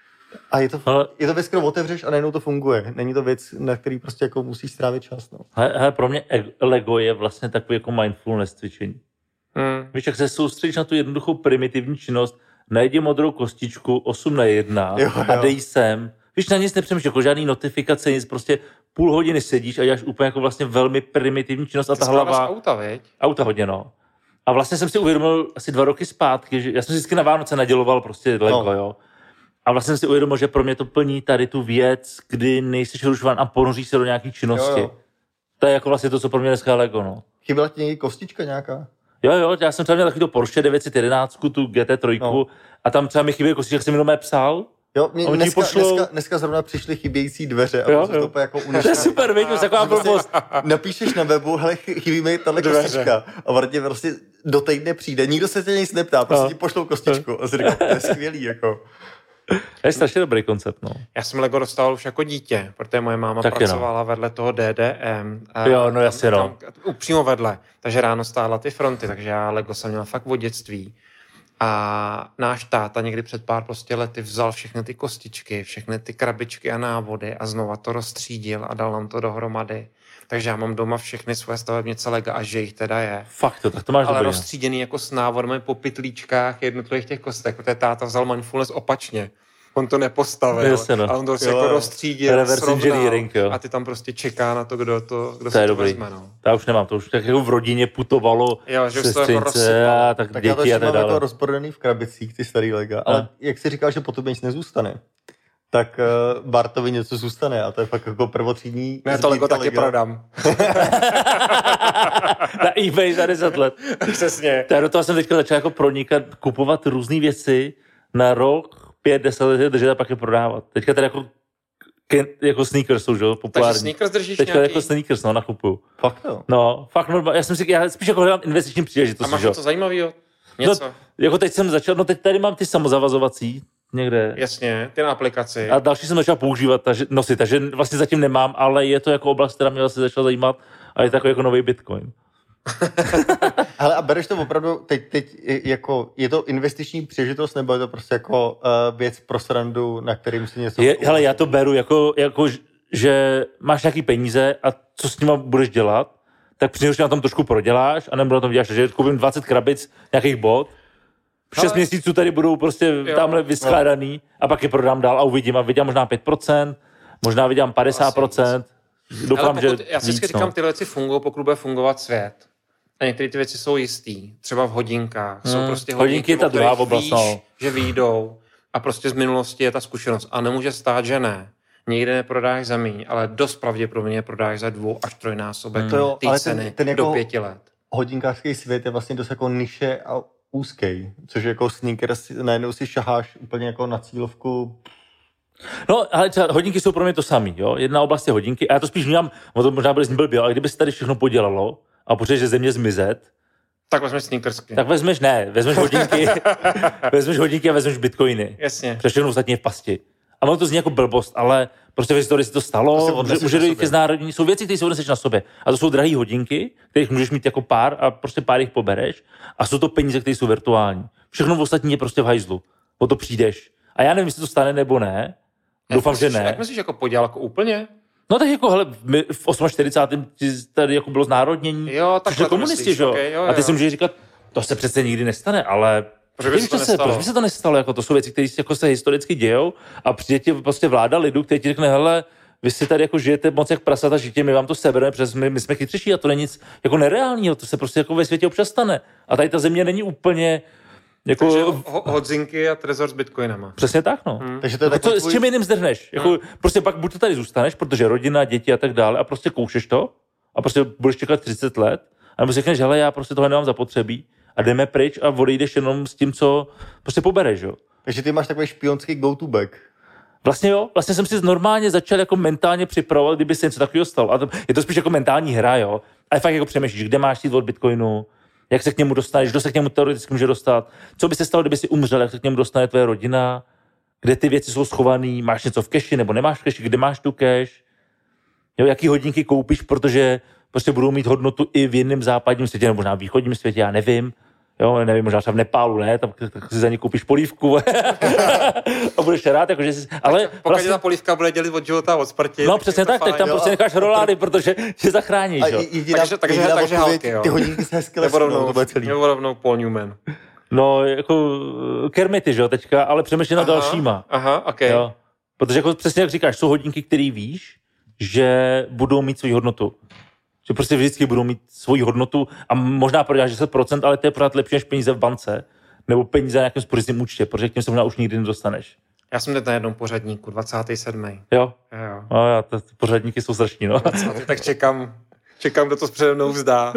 A je to, ale, je to věc, kterou otevřeš a najednou to funguje. Není to věc, na který prostě jako musíš strávit čas. No. Hele, hele, pro mě Lego je vlastně takový jako mindfulness cvičení. Hmm. Víš, jak se soustředíš na tu jednoduchou primitivní činnost, najdi modrou kostičku osm na jedna jo, jo. a dej sem. Víš, na nic nepřemýšlíš, jako žádný notifikace, nic, prostě půl hodiny sedíš a děláš úplně jako vlastně velmi primitivní činnost a ta hlava... auta, veď? Auta hodně, no. A vlastně jsem si uvědomil asi dva roky zpátky, že já jsem si vždycky na Vánoce naděloval prostě Lego, no. jo. A vlastně jsem si uvědomil, že pro mě to plní tady tu věc, kdy nejsi rušovan a ponoříš se do nějaký činnosti. Jo, jo. To je jako vlastně to, co pro mě dneska je Lego, no. Chyběla ti někdy kostička nějaká? Jo, jo, já jsem třeba měl takový to Porsche devět set jedenáct, tu G T tři, no. a tam třeba mi chyběl kostička, jak jsem jenom psal. Jo, mě dneska, pošlou... dneska, dneska zrovna přišly chybějící dveře a jo, to úplně jako unešené. To je super, víš, taková blbost. Napíšeš na webu, hele, chybí mi tahle kostička a vlastně prostě do týdne přijde, nikdo se tě nic neptá, prostě no. ti pošlou kostičku a si říkám, to je skvělý, jako. To je strašně dobrý koncept, no. Já jsem Lego dostal už jako dítě, protože moje máma tak pracovala no. vedle toho D D M. A jo, no jasně, no. Přímo vedle, takže ráno stála ty fronty, takže já Lego jsem měl fakt od dětství. A náš táta někdy před pár prostě lety vzal všechny ty kostičky, všechny ty krabičky a návody a znova to rozstřídil a dal nám to dohromady. Takže já mám doma všechny svoje stavebnice Lega a že jich teda je. Fakt to, tak to máš ale dobrý. Ale rozstříděný jako s návodem po pytlíčkách jednotlivých těch kostek, protože táta vzal mindfulness opačně. On to nepostavil, Jasně, no. ale on to prostě jako rozstřídil, srovnal jo. a ty tam prostě čeká na to, kdo to, kdo to se je to dobrý. vezme. No. To já už nemám, to už tak jako v rodině putovalo jo, že sestřince jako a tak, tak děti já a tak dále. Jako rozprodaný v krabicích, ty starý Lega, ale jak jsi říkal, že po tobě nic nezůstane, tak uh, Bartovi něco zůstane a to je fakt jako prvotřídní. Ne, to Lego taky prodám. Na eBay za deset let. Přesně. Já do toho jsem teďka začal jako pronikat, kupovat různé věci na rok, pět, deset let držet a pak je prodávat. Teďka teda jako, jako sneakers jsou, že jo, populární. Takže sneakers držíš teďka nějaký? jako sneakers, no, nakupuju. Fakt jo? No, fakt normálně, já jsem si, já spíš jako hledám investiční příležitosti, a máš že? to zajímavého? Něco? No, jako teď jsem začal, no teď tady mám ty samozavazovací někde. Jasně, ty na aplikaci. A další jsem začal používat, takže, nosit, takže vlastně zatím nemám, ale je to jako oblast, která mě vlastně začala zajímat a je to jako nový Bitcoin. Hele, a bereš to opravdu teď, teď jako, je to investiční příležitost, nebo je to prostě jako uh, věc pro srandu, na kterým si něco... Je, hele, já to beru jako, jako, že máš nějaký peníze a co s nima budeš dělat, tak přinejmenším na tom trošku proděláš a nebo na tom děláš, že koupím dvacet krabic nějakých bot, šest měsíců tady budou prostě jo, tamhle vyskládaný no. a pak je prodám dál a uvidím a vidím možná pět procent, možná vidím padesát procent. Doufám, pokud, že já si vždycky říkám, tyhle věci fungují, pokud bude fungovat svět. A některé ty věci jsou jistý. Třeba v hodinkách. Hmm. Jsou prostě hodinky, hodinky je ta druhá oblast, víš, že vyjdou. A prostě z minulosti je ta zkušenost. A nemůže stát, že ne. nikde neprodáš za míň, ale dost pravděpodobně prodáš za dvou až trojnásobek Hmm. To té ceny ten, ten jako do pěti let. Hodinkářský svět je vlastně dost jako niše a úzký, což jako sneakers, najednou si šaháš úplně jako na cílovku. No, ale třeba hodinky jsou pro mě to samý, jo. Jedna oblast je hodinky a já to spíš vnímám, to možná bude z ní blbě, ale kdyby se tady všechno podělalo a potřebuješ ze země zmizet, tak vezmeš sneakersky. Tak vezmeš, ne, vezmeš hodinky, vezmeš hodinky a vezmeš bitcoiny. Jasně. Protože všechno ostatní je v pasti. A ono to zní jako blbost, ale prostě v historii si to stalo, může, může dojít ke znárodnění. Jsou věci, které si odneseš na sobě. A to jsou drahé hodinky, kterých můžeš mít jako pár a prostě pár jich pobereš. A jsou to peníze, které jsou virtuální. Všechno v ostatní je prostě v hajzlu. O to přijdeš. A já nevím, jestli to stane nebo ne. Doufám, myslíš, že ne. Jak myslíš, jako podělal jako úplně? No tak jako, hele, my v čtyřicátém osmém tady jako bylo znárodnění. Jo, tak to komunisti, že jo? Okay, jo, jo. A ty si můžeš říkat, to se přece nikdy nestane, ale proč by se to se, proč by se to nestalo? Jako to jsou věci, které jako se historicky dějou a přijde ti prostě vláda lidu, který ti řekne, hele, vy si tady jako žijete moc jak prasata žitě, my vám to sebereme, protože my, my jsme chytřejší a to není nic jako nereálního, to se prostě jako ve světě občas stane. A tady ta země není úplně jako... Takže ho, hodzinky a trezor s bitcoinama. Přesně tak, no. Hmm. Takže to je jako co, tvůj... S čím jiným zdrhneš? Jako, hmm. Prostě pak buď to tady zůstaneš, protože rodina, děti a tak dále a prostě koušeš to a prostě budeš čekat třicet let a nebo si řekneš, hele, já prostě tohle nemám zapotřebí a jdeme pryč a odejdeš jenom s tím, co prostě pobereš, jo. Takže ty máš takový špionský go-to bag. Vlastně jo, vlastně jsem si normálně začal jako mentálně připravovat, kdyby se něco takového stalo. A to, je to spíš jako mentální hra, jo. Ale fakt jako přemýšlíš, kde máš jít od Bitcoinu, jak se k němu dostaneš, kdo se k němu teoreticky může dostat, co by se stalo, kdyby si umřel, jak se k němu dostane tvoje rodina, kde ty věci jsou schované, máš něco v keši nebo nemáš v keši, kde máš tu keš, jo, jaký hodinky koupíš, protože prostě budou mít hodnotu i v jiném západním světě, nebo možná v východním světě, já nevím. Jo, nevím, možná třeba v Nepálu, ne, tam tak si za ně koupíš polívku a budeš rád, jakože si... Ale pokud vlastně... ta polívka bude dělit od života a od smrti. No přesně tak, tak tam jo, prostě necháš rolády, protože tě zachráníš, jo. Takže, takže, takže halky, jo. Ty hodinky se hezky lesnou, to bude celý. Nebo rovnou Paul Newman. No, jako Kermity, že jo, teďka, ale přemýšlím nad dalšíma. Aha, okej. Okay. Jo. Protože jako přesně jak říkáš, jsou hodinky, které víš, že budou mít svou hodnotu. Že prostě vždycky budou mít svoji hodnotu a možná prodáš deset procent, ale to je pořád lepší než peníze v bance nebo peníze na nějakém spořitelném účtě, protože k těm se možná už nikdy nedostaneš. Já jsem teď na jednom pořadníku, dvacátý sedmý Jo? Jo. No, já, to, pořadníky jsou strašní, no. dvacátý Tak čekám, čekám, kdo to s přede mnou vzdá.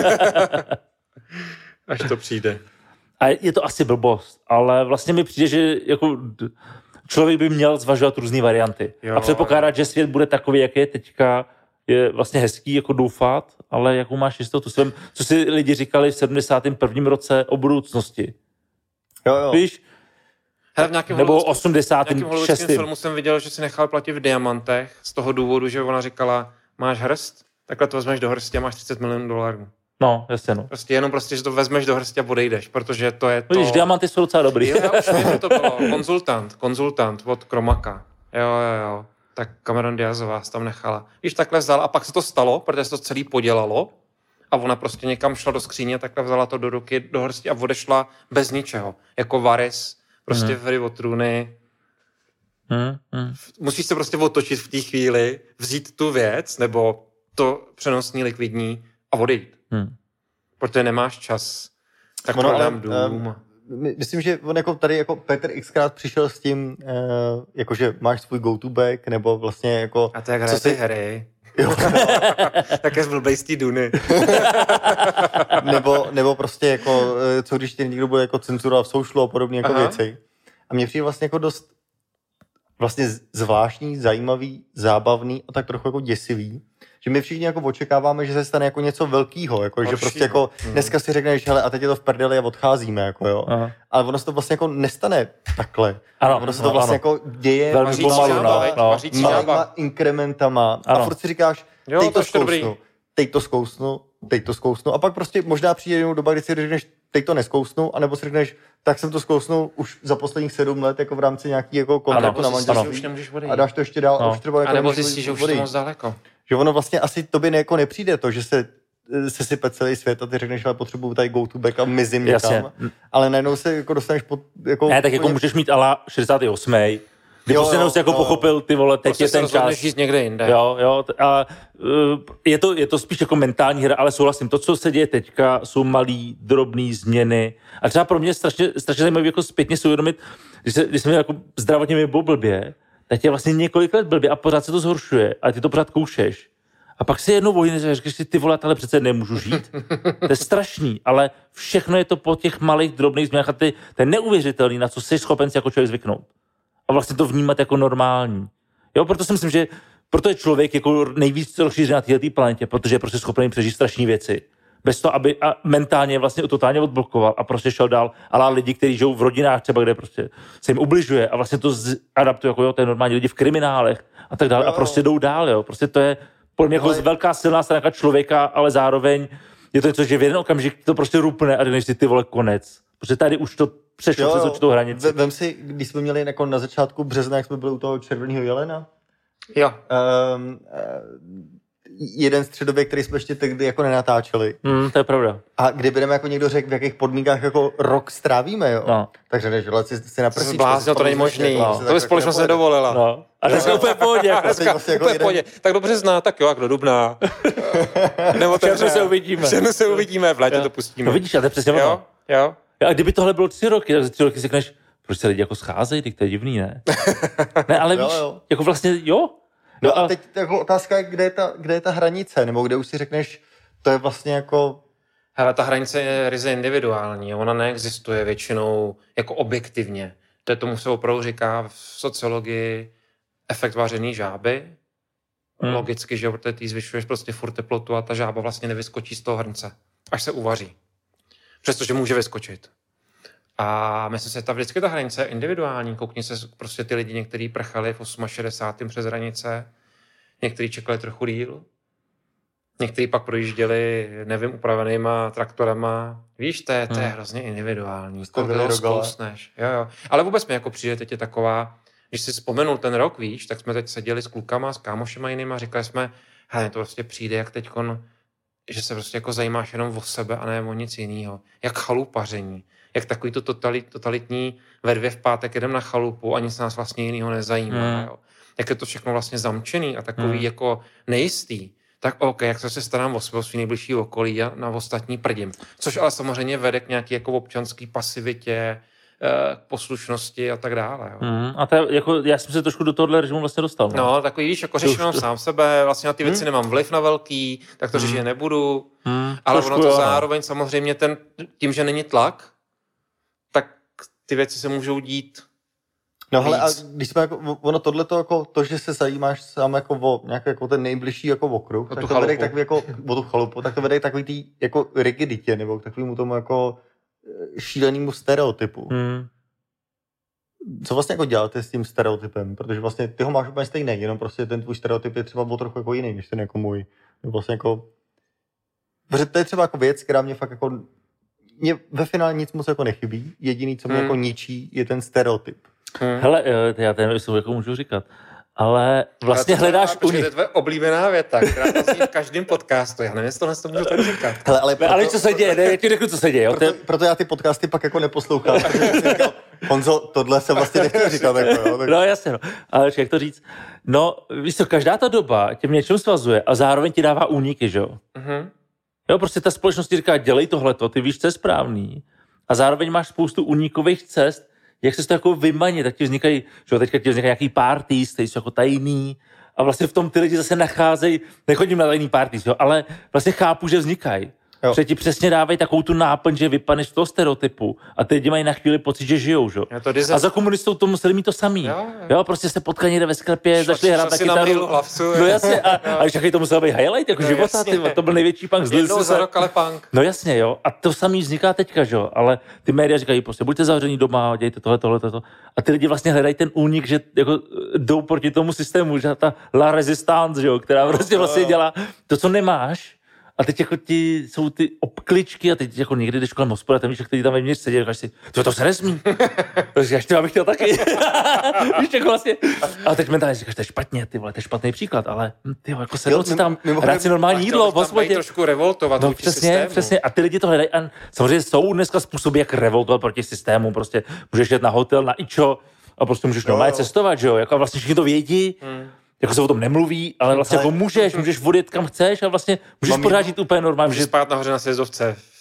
Až to přijde. A je to asi blbost, ale vlastně mi přijde, že jako člověk by měl zvažovat různé varianty. Jo, a předpokládat, že svět bude takový, jak je teďka, je vlastně hezký jako doufat, ale jakou máš jistotu svém, co si lidi říkali v sedmdesátém prvním roce o budoucnosti. Jo, jo. Víš? Hele, v nějakém nebo osmdesátém šestém V nějakém filmu jsem viděl, že si nechal platit v diamantech z toho důvodu, že ona říkala, máš hrst, takhle to vezmeš do hrsti a máš třicet milionů dolarů. No, jasně, no. Prostě jenom prostě, že to vezmeš do hrsti a odejdeš, protože to je to... Víš, diamanty jsou docela dobrý. Jo, já už vím, že to bylo. Konzultant, konzultant od Kromaka. Jo, jo, jo. Tak Cameron Diazová se tam nechala. Víš, takhle vzala a pak se to stalo, protože se to celý podělalo a ona prostě někam šla do skříně, takhle vzala to do ruky, do hrsti a odešla bez ničeho. Jako Varys, prostě hmm. v hry o trůny. Hmm, hmm. Musíš se prostě otočit v té chvíli, vzít tu věc, nebo to přenosný likvidní a odejít. Hmm. Protože nemáš čas. Tak ono, prodám ale, dům. Um, myslím, že on jako tady jako Petr xkrát přišel s tím, uh, jakože máš svůj go-to bag, nebo vlastně jako... A to jak hraje ty hry. Jo. Také zblbej z té duny. nebo, nebo prostě jako, co když tě někdo bude jako cenzurovat v socialu a podobně jako Aha. věci. A mně přijde vlastně jako dost vlastně zvláštní, zajímavý, zábavný a tak trochu jako děsivý, že my všichni jako očekáváme, že se stane jako něco velkýho, jako, že prostě jako hmm. dneska si řekneš, hele, a teď je to v prdeli a odcházíme, jako jo. Aha. Ale ono se to vlastně jako nestane takhle. Ano, ono se no, to vlastně ano. jako děje velmi pomalu, no, no. malýma inkrementama a furt si říkáš, jo, teď to, to zkousnu, teď to zkousnu, teď to zkousnu a pak prostě možná přijde jenom doba, kdy si řekneš, teď to neskousnu, anebo si řekneš, tak jsem to zkousnul už za posledních sedm let jako v rámci nějaký jako kontraktu na manželství a dáš to ještě dál no. a už třeba jako a nebo zjistíš, že už to moc daleko. Že ono vlastně asi tobě jako nepřijde to, že se se sype celý svět a ty řekneš, ale potřebuju tady go to back a mizím někam. Ale najednou se jako dostaneš pod... Jako, ne, tak jako úplně... můžeš mít ala šedesátý osmý Kdy jo, prostě jenom si jako no, pochopil, ty vole, teď prostě je ten čas. Jít někde jinde. Jo, jo, a uh, je, to, je to spíš jako mentální hra, ale souhlasím, to, co se děje teďka, jsou malý, drobný změny. A třeba pro mě strašně, strašně zajímavé jako zpětně si uvědomit, když, se, když jsem jako zdravotně mi byl blbě, tak je vlastně několik let blbě a pořád se to zhoršuje a ty to pořád koušeš. A pak si jednou vohneš a říkáš si, ty vole, ale přece nemůžu žít. To je strašný, ale všechno je to po těch malých, drobných změnách a ty, to je neuvěřitelný, na co jsi schopen si jako člověk zvyknout. A vlastně to vnímat jako normální. Jo, proto si myslím, že proto je člověk jako nejvíc rozšířený na této planetě, protože je prostě schopný přežít strašné věci. Bez toho, aby a mentálně vlastně totálně odblokoval a prostě šel dál. Ale lidi, kteří žijou v rodinách třeba, kde prostě se jim ubližuje a vlastně to adaptují jako jo, to je normální lidi v kriminálech a tak dále a prostě jdou dál, jo. Prostě to je podle mě jako ale... velká silná stránka člověka, ale zároveň je to něco, že v jeden okamžik to prostě rupne a řekneš si ty vole konec. Protože tady už to přešlo jo, přes určitou hranici. Vem si, když jsme měli jako na začátku března, jak jsme byli u toho červeného jelena. Jo. Um, uh, jeden středověk, který jsme ještě tehdy jako nenatáčeli. Mm, to je pravda. A kdyby nám jako někdo řekl, v jakých podmínkách jako rok strávíme, jo, no. tak řekneš, že si, si na prsíčku. Zblázně, to není možný. No. To by společnost nedovolila. No. A to je úplně v pohodě. Jako. Vlastně jako úplně jeden... Tak dobře zná, tak jo, jak do dubna. Nebo v červnu se uvidíme. V červnu se uvidíme, v létě jo. to pustíme. No vidíš, a to je přesně jo, jo. A kdyby tohle bylo tři roky, tak za tři roky si řekneš, proč se lidi jako scházejí, tak to je divný, ne? Ne, ale víš, jo, jo. jako vlastně jo. No, no a teď jako otázka je, kde je, ta, kde je ta hranice, nebo kde už si řekneš, to je vlastně jako... Hele, ta hranice je ryze individuální, ona neexistuje většinou jako objektivně. To je tomu se opravdu říká v sociologii efekt vařený žáby. Hmm. Logicky, že protože ty zvyšuješ prostě furt teplotu a ta žába vlastně nevyskočí z toho hrnce, až se uvaří. Přestože může vyskočit. A myslím si, že ta vždycky ta hranice je individuální. Koukni se prostě ty lidi, někteří prchali v šedesátém osmém přes hranice, někteří čekali trochu díl, někteří pak projížděli, nevím, upravenýma traktorama. Víš, to je, to je hmm. hrozně individuální. Koho zkousneš. Jo, jo. Ale vůbec mi jako přijde teď je taková, když si vzpomenul ten rok, víš, tak jsme teď seděli s klukama, s kámošema jinýma a říkali jsme, hele, to prostě přijde jak teďkon, že se prostě jako zajímáš jenom o sebe a ne o nic jiného. Jak chalupaření. Jak takový to totalit, totalitní ve dvě v pátek jedem na chalupu a nic nás vlastně jinýho nezajímá. Hmm. Jo. Jak je to všechno vlastně zamčený a takový hmm. jako nejistý. Tak OK, jak se starám o svého svý nejbližší okolí a na ostatní prdím. Což ale samozřejmě vede k nějaký jako občanský pasivitě, k poslušnosti a tak dále. Jo. Hmm. A to, jako, já jsem se trošku do tohohle režimu vlastně dostal. No, no takový, víš, jako řeším sám sebe, vlastně na ty věci hmm. nemám vliv na velký, tak to hmm. řešit nebudu. Hmm. Ale trošku, ono to jo, zároveň no. samozřejmě ten, tím, že není tlak, tak ty věci se můžou dít. No hele, a když jsme jako, ono tohleto jako, to, že se zajímáš sám jako o nějaký jako ten nejbližší jako okruh, o tak to vede k takový jako, o tu chalupu, tak to vede k takový tý jako rigiditě, nebo k takovému tomu jako šílenému stereotypu. Hmm. Co vlastně jako děláte s tím stereotypem? Protože vlastně ty ho máš úplně stejný, jenom prostě ten tvůj stereotyp je třeba o trochu jako jiný, než ten jako můj. Vlastně jako, protože to je třeba jako věc, která mě fakt jako, mě ve finále nic moc jako nechybí, jediný, co mě hmm. jako ničí, je ten stereotyp. Hmm. Hele, já to nevím, jestli jako můžu říkat, ale vlastně ale hledáš u nich. To je tvoje oblíbená věta, která to zní v každém podcastu. Já nevím, jestli tohle to můžu tak říkat. Hele, ale, proto, ale co se děje, ne, já ti řeknu, co se děje. Proto, jo? proto já ty podcasty pak jako neposlouchám, protože jsem říkal, Honzo, tohle se vlastně nechtěl říkat. Jako, jo, tak... No jasně, no. Ale jak to říct? No, víš co, každá ta doba tě v něčem svazuje a zároveň ti dává úniky, že jo? Mm-hmm. Jo, prostě ta společnost ti říká, dělej tohleto, ty víš, co je správný. A zároveň máš spoustu únikových cest, jak se to jako vymanit, tak ti vznikají, že jo, teďka ti vznikají nějaký parties, ty jsou jako tajný a vlastně v tom ty lidi zase nacházejí, nechodím na tajný parties, jo, ale vlastně chápu, že vznikají. Protože ti přesně dávají takovou tu náplň, že vypadneš z toho stereotypu a ty lidi mají na chvíli pocit, že žijou, že? A za komunistou to museli mít to samý. Jo, jo. jo prostě se potkali někde ve sklepě, začali hrát na kytaru. No jasně, a, a ještě to muselo být highlight, jako no, života, ty, to byl největší punk. Jednou za rok, ale punk. No jasně, jo. A to samý vzniká teďka, že jo. Ale ty média říkají prostě, buďte zavření doma, dějte tohle, tohle, tohle. A ty lidi vlastně hledají ten únik, že jako jdou proti tomu systému, že ta la resistance, že jo, která prostě vlastně dělá to, co nemáš. A teď jako ti jsou ty obkličky a teď jako někdy jdeš kolem hospoda, tam víš, jak ty tam vevnitř sedí, říkáš si, to, to se nesmí. Říkáš, ty, já bych chtěl taky. Víš, jako vlastně. A teď mentálně říkáš, to je špatně, ty vole, to je špatný příklad, ale ty jako sednout si tam, rád si normální jídlo v hospodě. Trošku revoltovat no, přesně, systému. Přesně. A ty lidi to hledají. A samozřejmě jsou dneska způsoby, jak revoltovat proti systému. Prostě můžeš jít na hotel, na ičo a prostě můžeš normálně cestovat, že jo? Jako vlastně všichni to vědí. Hmm. Jako se o tom nemluví, ale vlastně ale... jako můžeš, můžeš vodit kam chceš a vlastně můžeš pořád žít úplně normálně. Můžeš spát nahoře na sjezdovce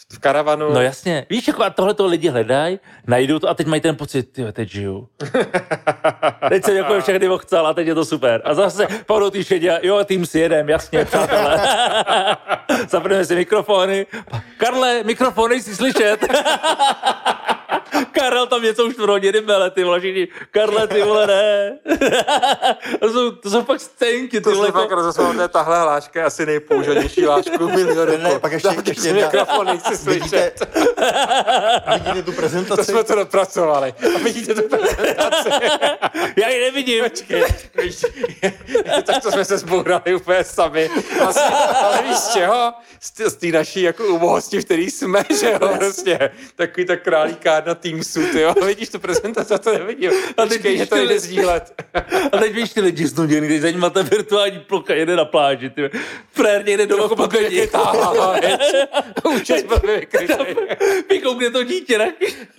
v karavanu. No jasně. Víš, jako a tohle to lidi hledají, najdou to a teď mají ten pocit, tyjo, teď žiju. Teď jsem jako všechny ochcal a teď je to super. A zase Pavel Týšeň, jo, tým si jedem, jasně, přátelé. Zapneme si mikrofony. Karle, mikrofon nejsi slyšet. Karel tam něco už v rodiny mele, ty vole, všichni. Karle, ty vole, ne. to, jsou, to jsou fakt scénky. To jsou fakt rozeslávané, tahle hláška je asi nejpoužadější hlášku milionu. Ne, pak ještě, ještě jedna. Mikrofon nejsi slyšet. Vidíte tu prezentaci? To jsme to dopracovali. A vidíte tu prezentaci. Já ji nevidím. Počkej, víš, tak to jsme se zbourali úplně sami. Vlastně, ale víš z čeho? Z té naší jako ubohosti, v který jsme, že jo, prostě. Takový tak králíkárna Teamsu, ty jo. Vidíš tu prezentaci, to nevidím. A teď je to jde sdílet. A teď víš ty lidi znuděný, když za nima ta virtuální plocha jede na pláži, ty Frér někde doma v pokoji. Účes byl vykrytý. Vykoukne to dítě, ne?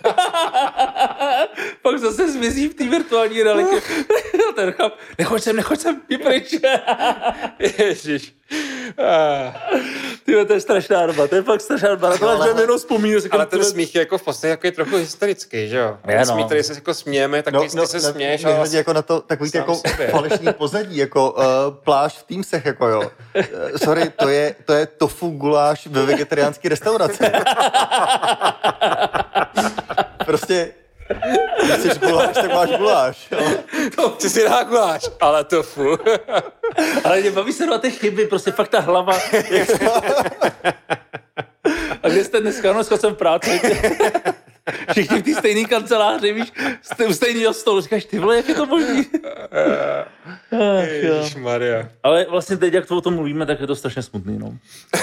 Pak zase zmizí v té virtuální realitě. Ten chap, nechoď sem, nechoď sem, jdi pryč. Ježiš. Tyhle, to je strašná doba, to je fakt strašná doba. Na to ale, jenom vzpomínu. Ale ten smích je jako v podstatě jako je trochu historický, že jo? Je, no. Smích, který se jako smějeme, tak no, ty no, se ne, směješ. Ne, vlastně jako na to takový jako falešný pozadí, jako uh, pláž v Teamsech, jako jo. Uh, sorry, to je, to je tofu guláš ve vegetariánské restauraci. Prostě když chceš guláš, tak máš guláš. Ty si dá guláš, ale tofu. Ale mě baví se na ty chyby, prostě fakt ta hlava. A kde jste dneska? No, dneska jsem v práci. Všichni v té stejné kanceláři, víš, u stejného stolu. Říkáš, ty vole, jak je to možný? Ježišmarja. Ale vlastně teď, jak to o tom mluvíme, tak je to strašně smutný, no.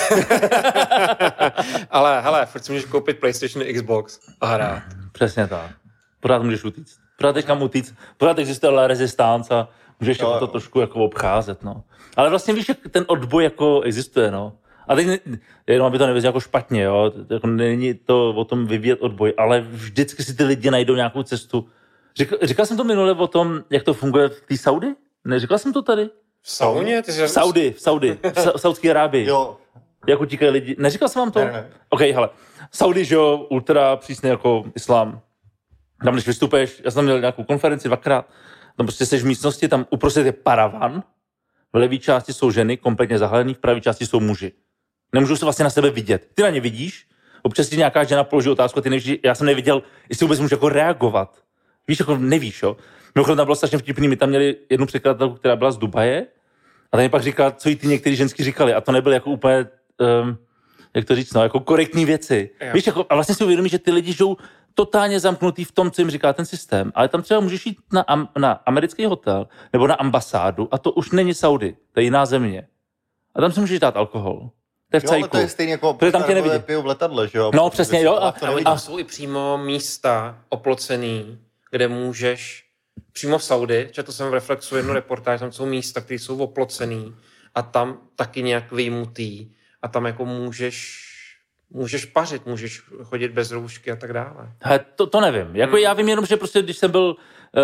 Ale hele, furt si můžeš koupit PlayStation Xbox a hrát. Přesně tak. Pořád můžeš utíct. Pořád teď kam utíct. Pořád existuje la rezistance a můžeš no, to trošku jako obcházet, no. Ale vlastně víš, jak ten odboj jako existuje, no. A teď, jenom aby to nevyznělo jako špatně, jo. Jako není to o tom vyvíjet odboj, ale vždycky si ty lidi najdou nějakou cestu. Říkal, říkal jsem to minule o tom, jak to funguje v té Saudi? Neříkal jsem to tady? V sauně? Ty jsi v Saudi, v Saudi, v, Sa- v Saudské Arábii. Jo. Jak utíkají lidi. Neříkal jsem vám to? Ne, ne. OK, hele. Saudi, že jo, ultra přísný jako islám. Tam, když vystupuješ, já jsem měl nějakou konferenci dvakrát, tam prostě jsi v místnosti, tam uprostřed je paravan, v levé části jsou ženy, kompletně zahalený, v pravé části jsou muži. Nemůžou se vlastně na sebe vidět. Ty na ně vidíš, občas ti nějaká žena položí otázku, ty nevíš, já jsem neviděl, jestli vůbec můžu jako reagovat. Víš, jako nevíš, jo. Mimochodem tam bylo strašně vtipný, my tam měli jednu překladatelku, která byla z Dubaje, a ten pak říkal, co jí ty některý ženský říkali, a to nebyly jako úplně, um, jak to říct, no, jako korektní věci. Jo. Víš, jako, a vlastně si uvědomí, že ty lidi žijou totálně zamknutý v tom, co jim říká ten systém, ale tam třeba můžeš jít na, am, na americký hotel nebo na ambasádu a to už není Saudi, to je jiná země. A tam si můžeš dát alkohol. To je v jo, ale cajku. to je stejně jako tam tě nevidí. Piju v letadle, že jo? No přesně, jo. A, ale tam jsou i přímo místa oplocený, kde můžeš, přímo v Saudi, četl jsem v Reflexu jednu reportáž, tam jsou místa, které jsou oplocený a tam taky nějak vyjmutý a tam jako můžeš Můžeš pařit, můžeš chodit bez roušky a tak dále. He, to, to nevím. Jako hmm. Já vím jenom, že prostě, když jsem byl uh,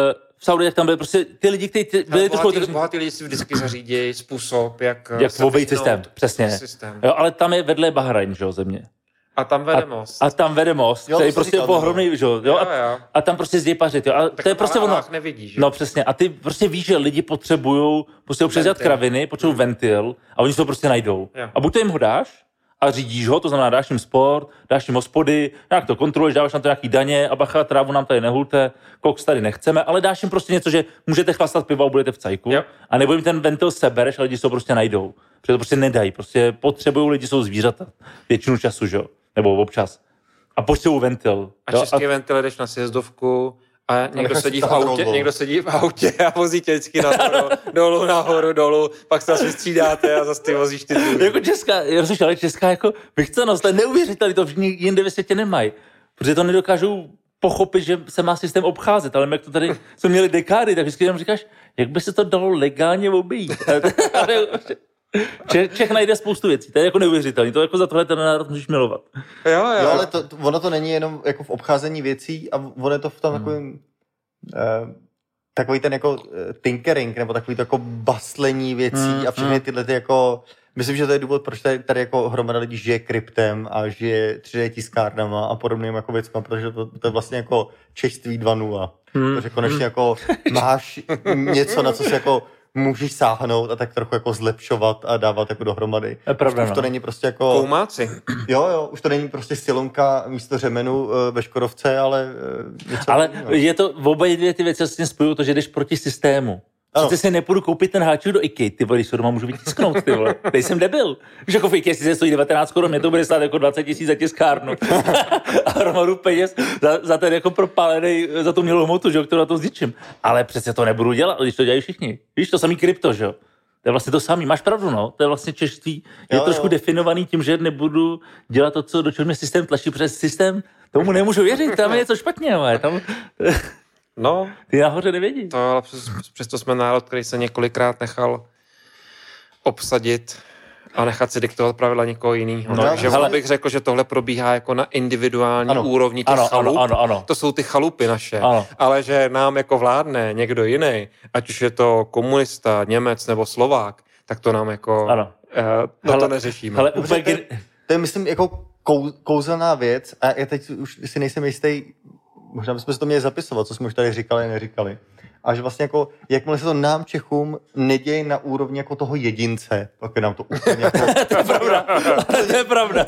v Saudi, tak tam byly prostě ty lidi, kteří byli trošku... Bohatý, bohatý lidi si vždycky zařídí způsob, jak... Jak obejít systém, přesně. Systém. Jo, ale tam je vedle Bahrajn, že jo, země. A tam vede most. A, a tam vede most, jo, který prostě je ohromný, že jo. jo, a, jo. A tam prostě zdějí pařit, jo. A tak to je prostě ono... nevidíš, no přesně. A ty prostě víš, že lidi potřebují prostě přezat kraviny, potřebují hmm. ventil a oni si to prostě najdou. Jo. A buď to jim ho dáš, a řídíš ho, to znamená dáš jim sport, dáš jim hospody, nějak to kontroluješ, dáváš na to nějaký daně a bacha, trávu nám tady nehulte, koks tady nechceme, ale dáš jim prostě něco, že můžete chlastat pivo a budete v cajku. Yep. A nebo jim ten ventil sebereš a lidi se to prostě najdou. Protože to prostě nedají, prostě potřebují lidi, jsou zvířata. Většinu času, že jo? Nebo občas. A potřebují ventil. A český a... ventil jdeš na sjezdovku a někdo sedí v autě, někdo sedí v autě a vozí tě vždycky nahoru, dolů, nahoru, dolů, pak se asi střídáte a zase ty vozíš ty druhý. Jako česká, já slyšel, ale česká jako vychcenost, to je neuvěřitelné, to jinde ve světě nemají. Protože to nedokážou pochopit, že se má systém obcházet, ale my jak to tady jsme měli dekády, tak vždycky jenom říkáš, jak by se to dalo legálně obejít. Čech, Čech najde spoustu věcí, to je jako neuvěřitelný, to jako za tohle ten národ můžeš milovat. Jo, jo. jo ale to, to, ono to není jenom jako v obcházení věcí a ono je to v tom hmm. takovým, uh, takový ten jako uh, tinkering, nebo takový to jako baslení věcí hmm, a všechny tyhle ty jako myslím, že to je důvod, proč tady, tady jako hromada lidí žije kryptem a žije tři dé tiskárnama a podobnými jako věcma, protože to, to je vlastně jako češství dva nula. Hmm. Protože konečně hmm. jako máš něco, na co se jako můžeš sáhnout a tak trochu jako zlepšovat a dávat jako dohromady. Je pravda, už, už to no. není prostě jako... Koumáci. Jo, jo, už to není prostě silonka místo řemenu ve Škodovce, ale něco... Ale jiného. je to, v obě dvě ty věci vlastně spojují to, že jdeš proti systému. Přece si nepůjdu koupit ten háček do IKEA, ty vole, když se doma můžu vytisknout, ty vole. Nejsem debil. Už jako v IKEA si se stojí devatenáct korun, mě to bude stát jako dvacet tisíc za tiskárnu. A hromadu peněz za, za ten jako propálený, za tu mělou hmotu, že, kterou na to zničím. Ale přece to nebudu dělat, když to dělají všichni. Víš, to samý krypto, že jo. To je vlastně to samý. Máš pravdu, no. To je vlastně češství. Je jo, trošku jo. definovaný tím, že nebudu dělat to, co do čeho mě systém tlačí, přes systém. Tomu nemůžu věřit, tam je něco špatně, ale tam... No, ty nahoře nevědí. To ale přes, přesto jsme národ, který se několikrát nechal obsadit a nechat si diktovat pravidla někoho jiného. No, Takže hele, bych řekl, že tohle probíhá jako na individuální ano, úrovni těch ano, chalup. Ano, ano, ano. To jsou ty chalupy naše. Ano. Ale že nám jako vládne někdo jiný, ať už je to komunista, Němec nebo Slovák, tak to nám jako... Ano. Uh, to, hele, to neřešíme. Hele, Dobře, úplně... to, je, to je, myslím, jako kou, kouzelná věc a já teď už si nejsem jistý, možná bychom si to měli zapisovat, co jsme už tady říkali a neříkali. A že vlastně jako, jakmile se to nám Čechům neděje na úrovni jako toho jedince, tak je nám to úplně jako... to je pravda, to je pravda.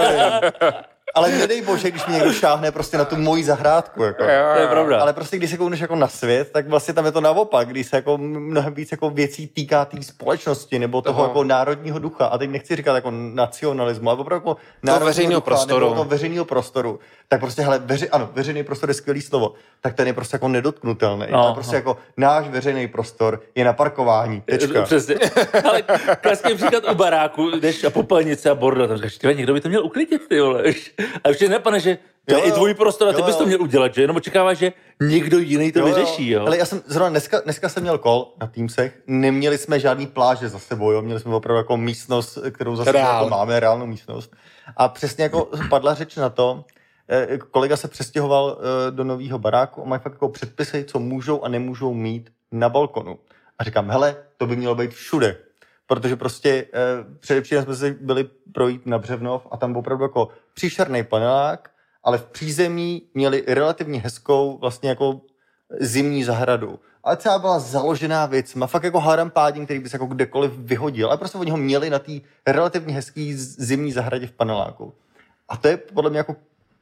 Ale nedej bože, když mi někdo šáhne prostě na tu moji zahrádku. Jako. To je pravda. Ale prostě když se koukneš jako na svět, tak vlastně tam je to naopak, když se jako mnohem víc jako věcí týká té tý společnosti nebo toho, toho jako národního ducha. A teď nechci říkat jako nacionalismu, ale opravdu jako národního veřejného ducha, prostoru. nebo toho veřejného prostoru. Tak prostě, hele, veři, ano, veřejný prostor je skvělý slovo, tak ten je prostě jako nedotknutelný. No, ale prostě no. jako náš veřejný prostor je na parkování. Tečka. Přesně. Ale klasický příklad u baráku, jdeš a popelnice a bordel, tam říkáš, tyhle, někdo by to měl uklidit, ty vole. A už tě nepane, že to je i tvůj prostor a ty jo, bys to měl udělat, že? Jenom očekáváš, že někdo jiný to jo, vyřeší, jo. Ale já jsem zrovna dneska, dneska jsem měl kol na Teamsech, neměli jsme žádný pláže za sebou, jo, měli jsme opravdu jako místnost, kterou za sebou jako máme, reálnou místnost. A přesně jako padla řeč na to, kolega se přestěhoval do nového baráku a mají fakt jako předpisy, co můžou a nemůžou mít na balkonu. A říkám, hele, to by mělo být všude. Protože prostě eh, především jsme se byli projít na Břevnov a tam opravdu jako příšerný panelák, ale v přízemí měli relativně hezkou vlastně jako zimní zahradu. Ale celá byla založená věcma, fakt jako harampádin, který bys jako kdekoliv vyhodil. Ale prostě oni ho měli na té relativně hezký zimní zahradě v paneláku. A to je podle mě jako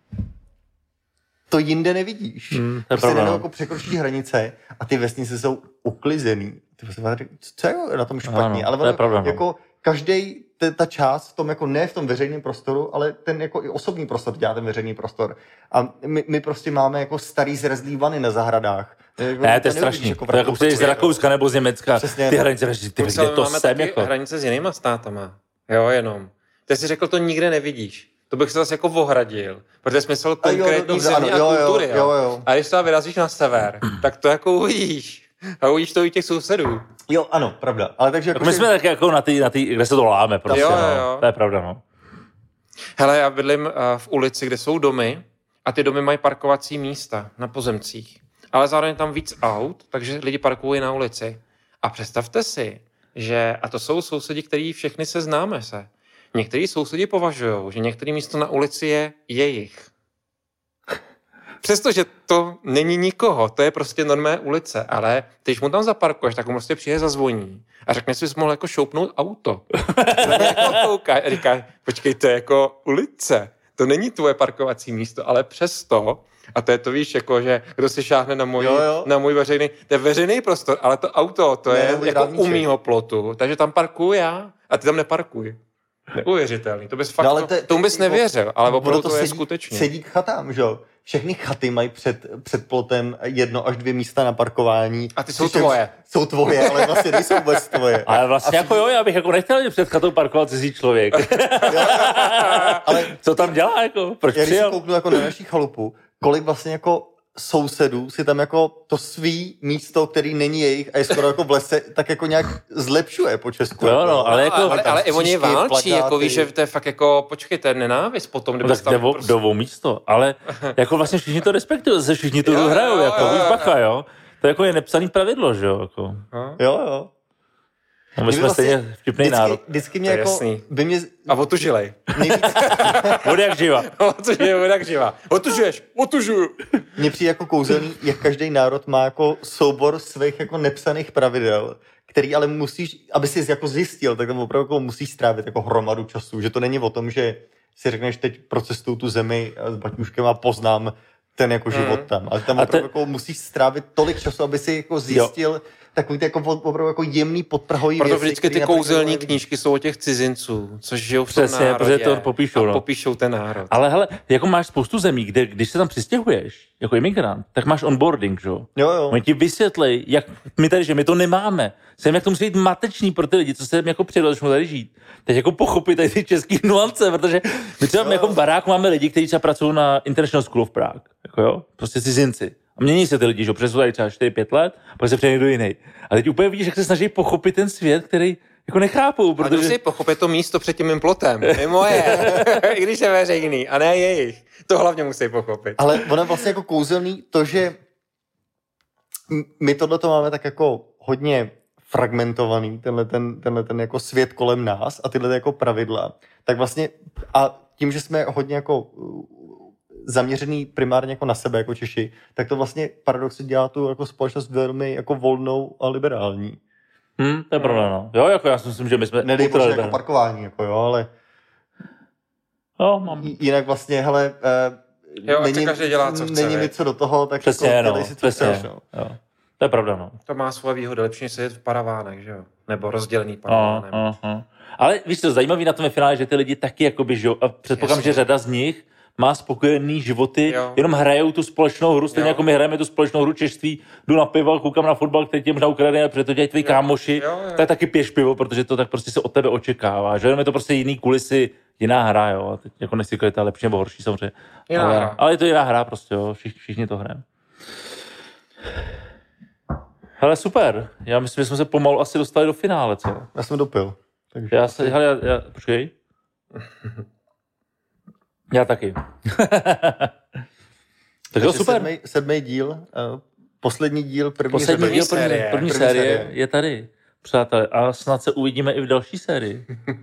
to jinde nevidíš. Hmm, to prostě jenom jako překročí hranice a ty vesnice jsou uklizený. Ty prostě, co je na tom špatně? Ano, ale to je pravda, jako každý ta část v tom jako ne v tom veřejném prostoru, ale ten jako i osobní prostor dělá ten veřejný prostor. A my, my prostě máme jako starý zrezlý vany na zahradách. Jako, ne, to je strašný. Jako to je jako přijdeš z Rakouska nebo z Německa. Přesně, ty hranice, ty kde to sem jako. Hranice s jinýma státama. Jo, jenom. Ty jsi řekl, to nikde nevidíš. To bych se zase jako ohradil, protože jsi myslel konkrétní jo, země a kultury. Jo, jo, jo. A když to vyrazíš na sever, tak to jako uvidíš. A uvidíš to i těch sousedů. Jo, ano, pravda. Ale takže jako my jsme tak jako na ty, na ty, kde se to láme, prostě, jo, jo, jo. No. To je pravda, no. Hele, já bydlím uh, v ulici, kde jsou domy a ty domy mají parkovací místa na pozemcích. Ale zároveň tam víc aut, takže lidi parkují na ulici. A představte si, že, a to jsou sousedi, který všechny se známe se, někteří sousedi považují, že některé místo na ulici je jejich. Přestože to není nikoho, to je prostě normální ulice, ale když mu tam zaparkuješ, tak mu prostě přijde zazvoní a řekne si, že jsi mohl jako šoupnout auto. Jako kouká a říká, počkej, to je jako ulice, to není tvoje parkovací místo, ale přesto, a to je to víš, jako, že kdo si šáhne na můj, jo, jo. na můj veřejný, to je veřejný prostor, ale to auto, to ne, je jako u mýho plotu, takže tam parkuju já a ty tam neparkuj. Neuvěřitelný, to bys fakt, no, te, tomu bys nevěřil, ale opravdu to, to je sedí, skutečně. Sedí k chatám, že jo? Všechny chaty mají před, před plotem jedno až dvě místa na parkování. A ty jsou tvoje. Jsou tvoje, ale vlastně nejsou vůbec tvoje. Ale vlastně a jako jo, já bych jako nechtěl, že před chatou parkoval cizí člověk. Ale co tam dělá, jako? Proč já přijel? Já když si kouknu jako na naší chalupu, kolik vlastně jako sousedů si tam jako to svý místo, který není jejich a je skoro jako v lese, tak jako nějak zlepšuje po Česku. Jo, no, ale jako... Ale, ale i oni válčí, plakáty. Jako víš, že to je fakt jako, počkej, to je nenávist potom, kdyby no, tak tam... Prostě... Dovou místo, ale jako vlastně všichni to respektují, se všichni to jo, hrajou, jo, jako, jo, víš, bacha, jo. To jako je nepsaný pravidlo, že jo, jako. Jo, jo. No, my jsme vlastně stejně vtipný vždycky, národ. Vždycky mě To je jako... jasný. By mě, A otužilej. nejvíc, Vody jak živa. Otužilej, voda jak živa. Otužuješ, otužuju. mně přijde jako kouzelný, jak každý národ má jako soubor svých jako nepsaných pravidel, který ale musíš, aby jsi jako zjistil, tak tam opravdu jako musíš strávit jako hromadu času, že to není o tom, že si řekneš teď procestuju tu zemi s baťuškem a poznám ten jako život tam. Ale tam A opravdu te... jako musíš strávit tolik času, aby si jako zjistil jo. takový ty jako opravdu jako jemný podprahový Proto věci. vždycky ty kouzelní knížky jsou o těch cizinců, což žijou v tom Přesně, národě. protože to popíšou, no. A popíšou ten národ. Ale hele, jako máš spoustu zemí, kde když se tam přistěhuješ jako imigrant, tak máš onboarding, že jo? Jo, jo. Oni ti vysvětlej, jak my tady, že my to nemáme. Jsem jak to musí být matečný pro ty lidi, co se tam jako přijdou, začnou tady žít. Teď jako pochopit tady ty český nuance, protože my třeba jako v baráku máme lidi, kteří třeba pracují na International School of Prague, jako jo, prostě cizinci. A mění se ty lidi, že jo, přesunou tady třeba čtyři pět let, pak se přejde někdo jiný. A teď úplně vidíš, jak se snaží pochopit ten svět, který jako nechápou, Protože... protože... A musí pochopit to místo před tím plotem. Je moje. I když je veřejný. A ne jejich. To hlavně musí pochopit. Ale ono vlastně jako kouzelný to, že my tohleto máme tak jako hodně fragmentovaný, tenhle ten, tenhle ten jako svět kolem nás a tyhle jako pravidla, tak vlastně a tím, že jsme hodně jako zaměřený primárně jako na sebe jako Češi, tak to vlastně paradoxně dělá tu jako společnost velmi jako volnou a liberální. Hm, to je pravda, no. Jo, jako já si myslím, že my jsme... Nedej bože jako parkování, jako jo, ale jo, mám... jinak vlastně, hele, uh, jo, není, každý dělá, co chce, není mi co do toho, tak přesně, jako, no, si co přesně, chceš, no. Jo. To je pravda, no. To má svoje výhody, lepší než sedět v paravánech, že jo? Nebo rozdělený paravánem. Uh, uh, uh. Ale víš co, zajímavý na tom je finále, že ty lidi taky jakoby žijou a předpokládám, že řada z nich má spokojený životy, jo. Jenom hrajou tu společnou hru, stejně jo. Jako my hrajeme tu společnou hru češství, jdu na pivo, koukám na fotbal, který tě možná ukradený, protože to dělají tvoji kámoši, jo, jo. Tak taky piješ pivo, protože to tak prostě se od tebe očekává, že jenom je to prostě jiný kulisy, jiná hra, jo, a teď jako nechci říkat, je lepší nebo horší samozřejmě, ale, ale je to jiná hra prostě, jo, všichni, všichni to hrajeme. Hele, super, já myslím, že jsme se pomalu asi dostali do finále, co? Já jsem dopil. Takže já se, hele, já, já, počkej. Já taky. Tak jo, super. Sedmý, sedmý díl, uh, poslední díl první, poslední první díl první, série. první, první série, série je tady, přátelé. A snad se uvidíme i v další sérii.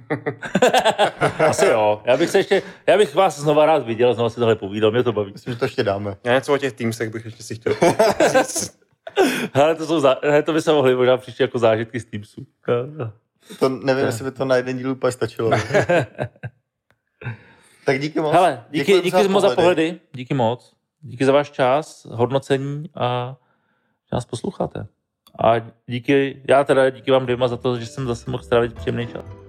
Asi jo. Já bych se ještě, já bych vás znova rád viděl, znova si tohle povídal, mě to baví. Myslím, že to ještě dáme. Já něco o těch Teamsech bych ještě si chtěl říct. Hele, to, jsou zá... Hele, to by se mohli možná příště jako zážitky z Teamsu. To nevím, jestli by to na jeden díl úplně stačilo. Tak díky moc. Hele, díky, díky, díky za moc za pohledy. Díky moc. Díky za váš čas, hodnocení a že nás posloucháte. A díky, já teda díky vám dvěma za to, že jsem zase mohl strávit příjemný čas.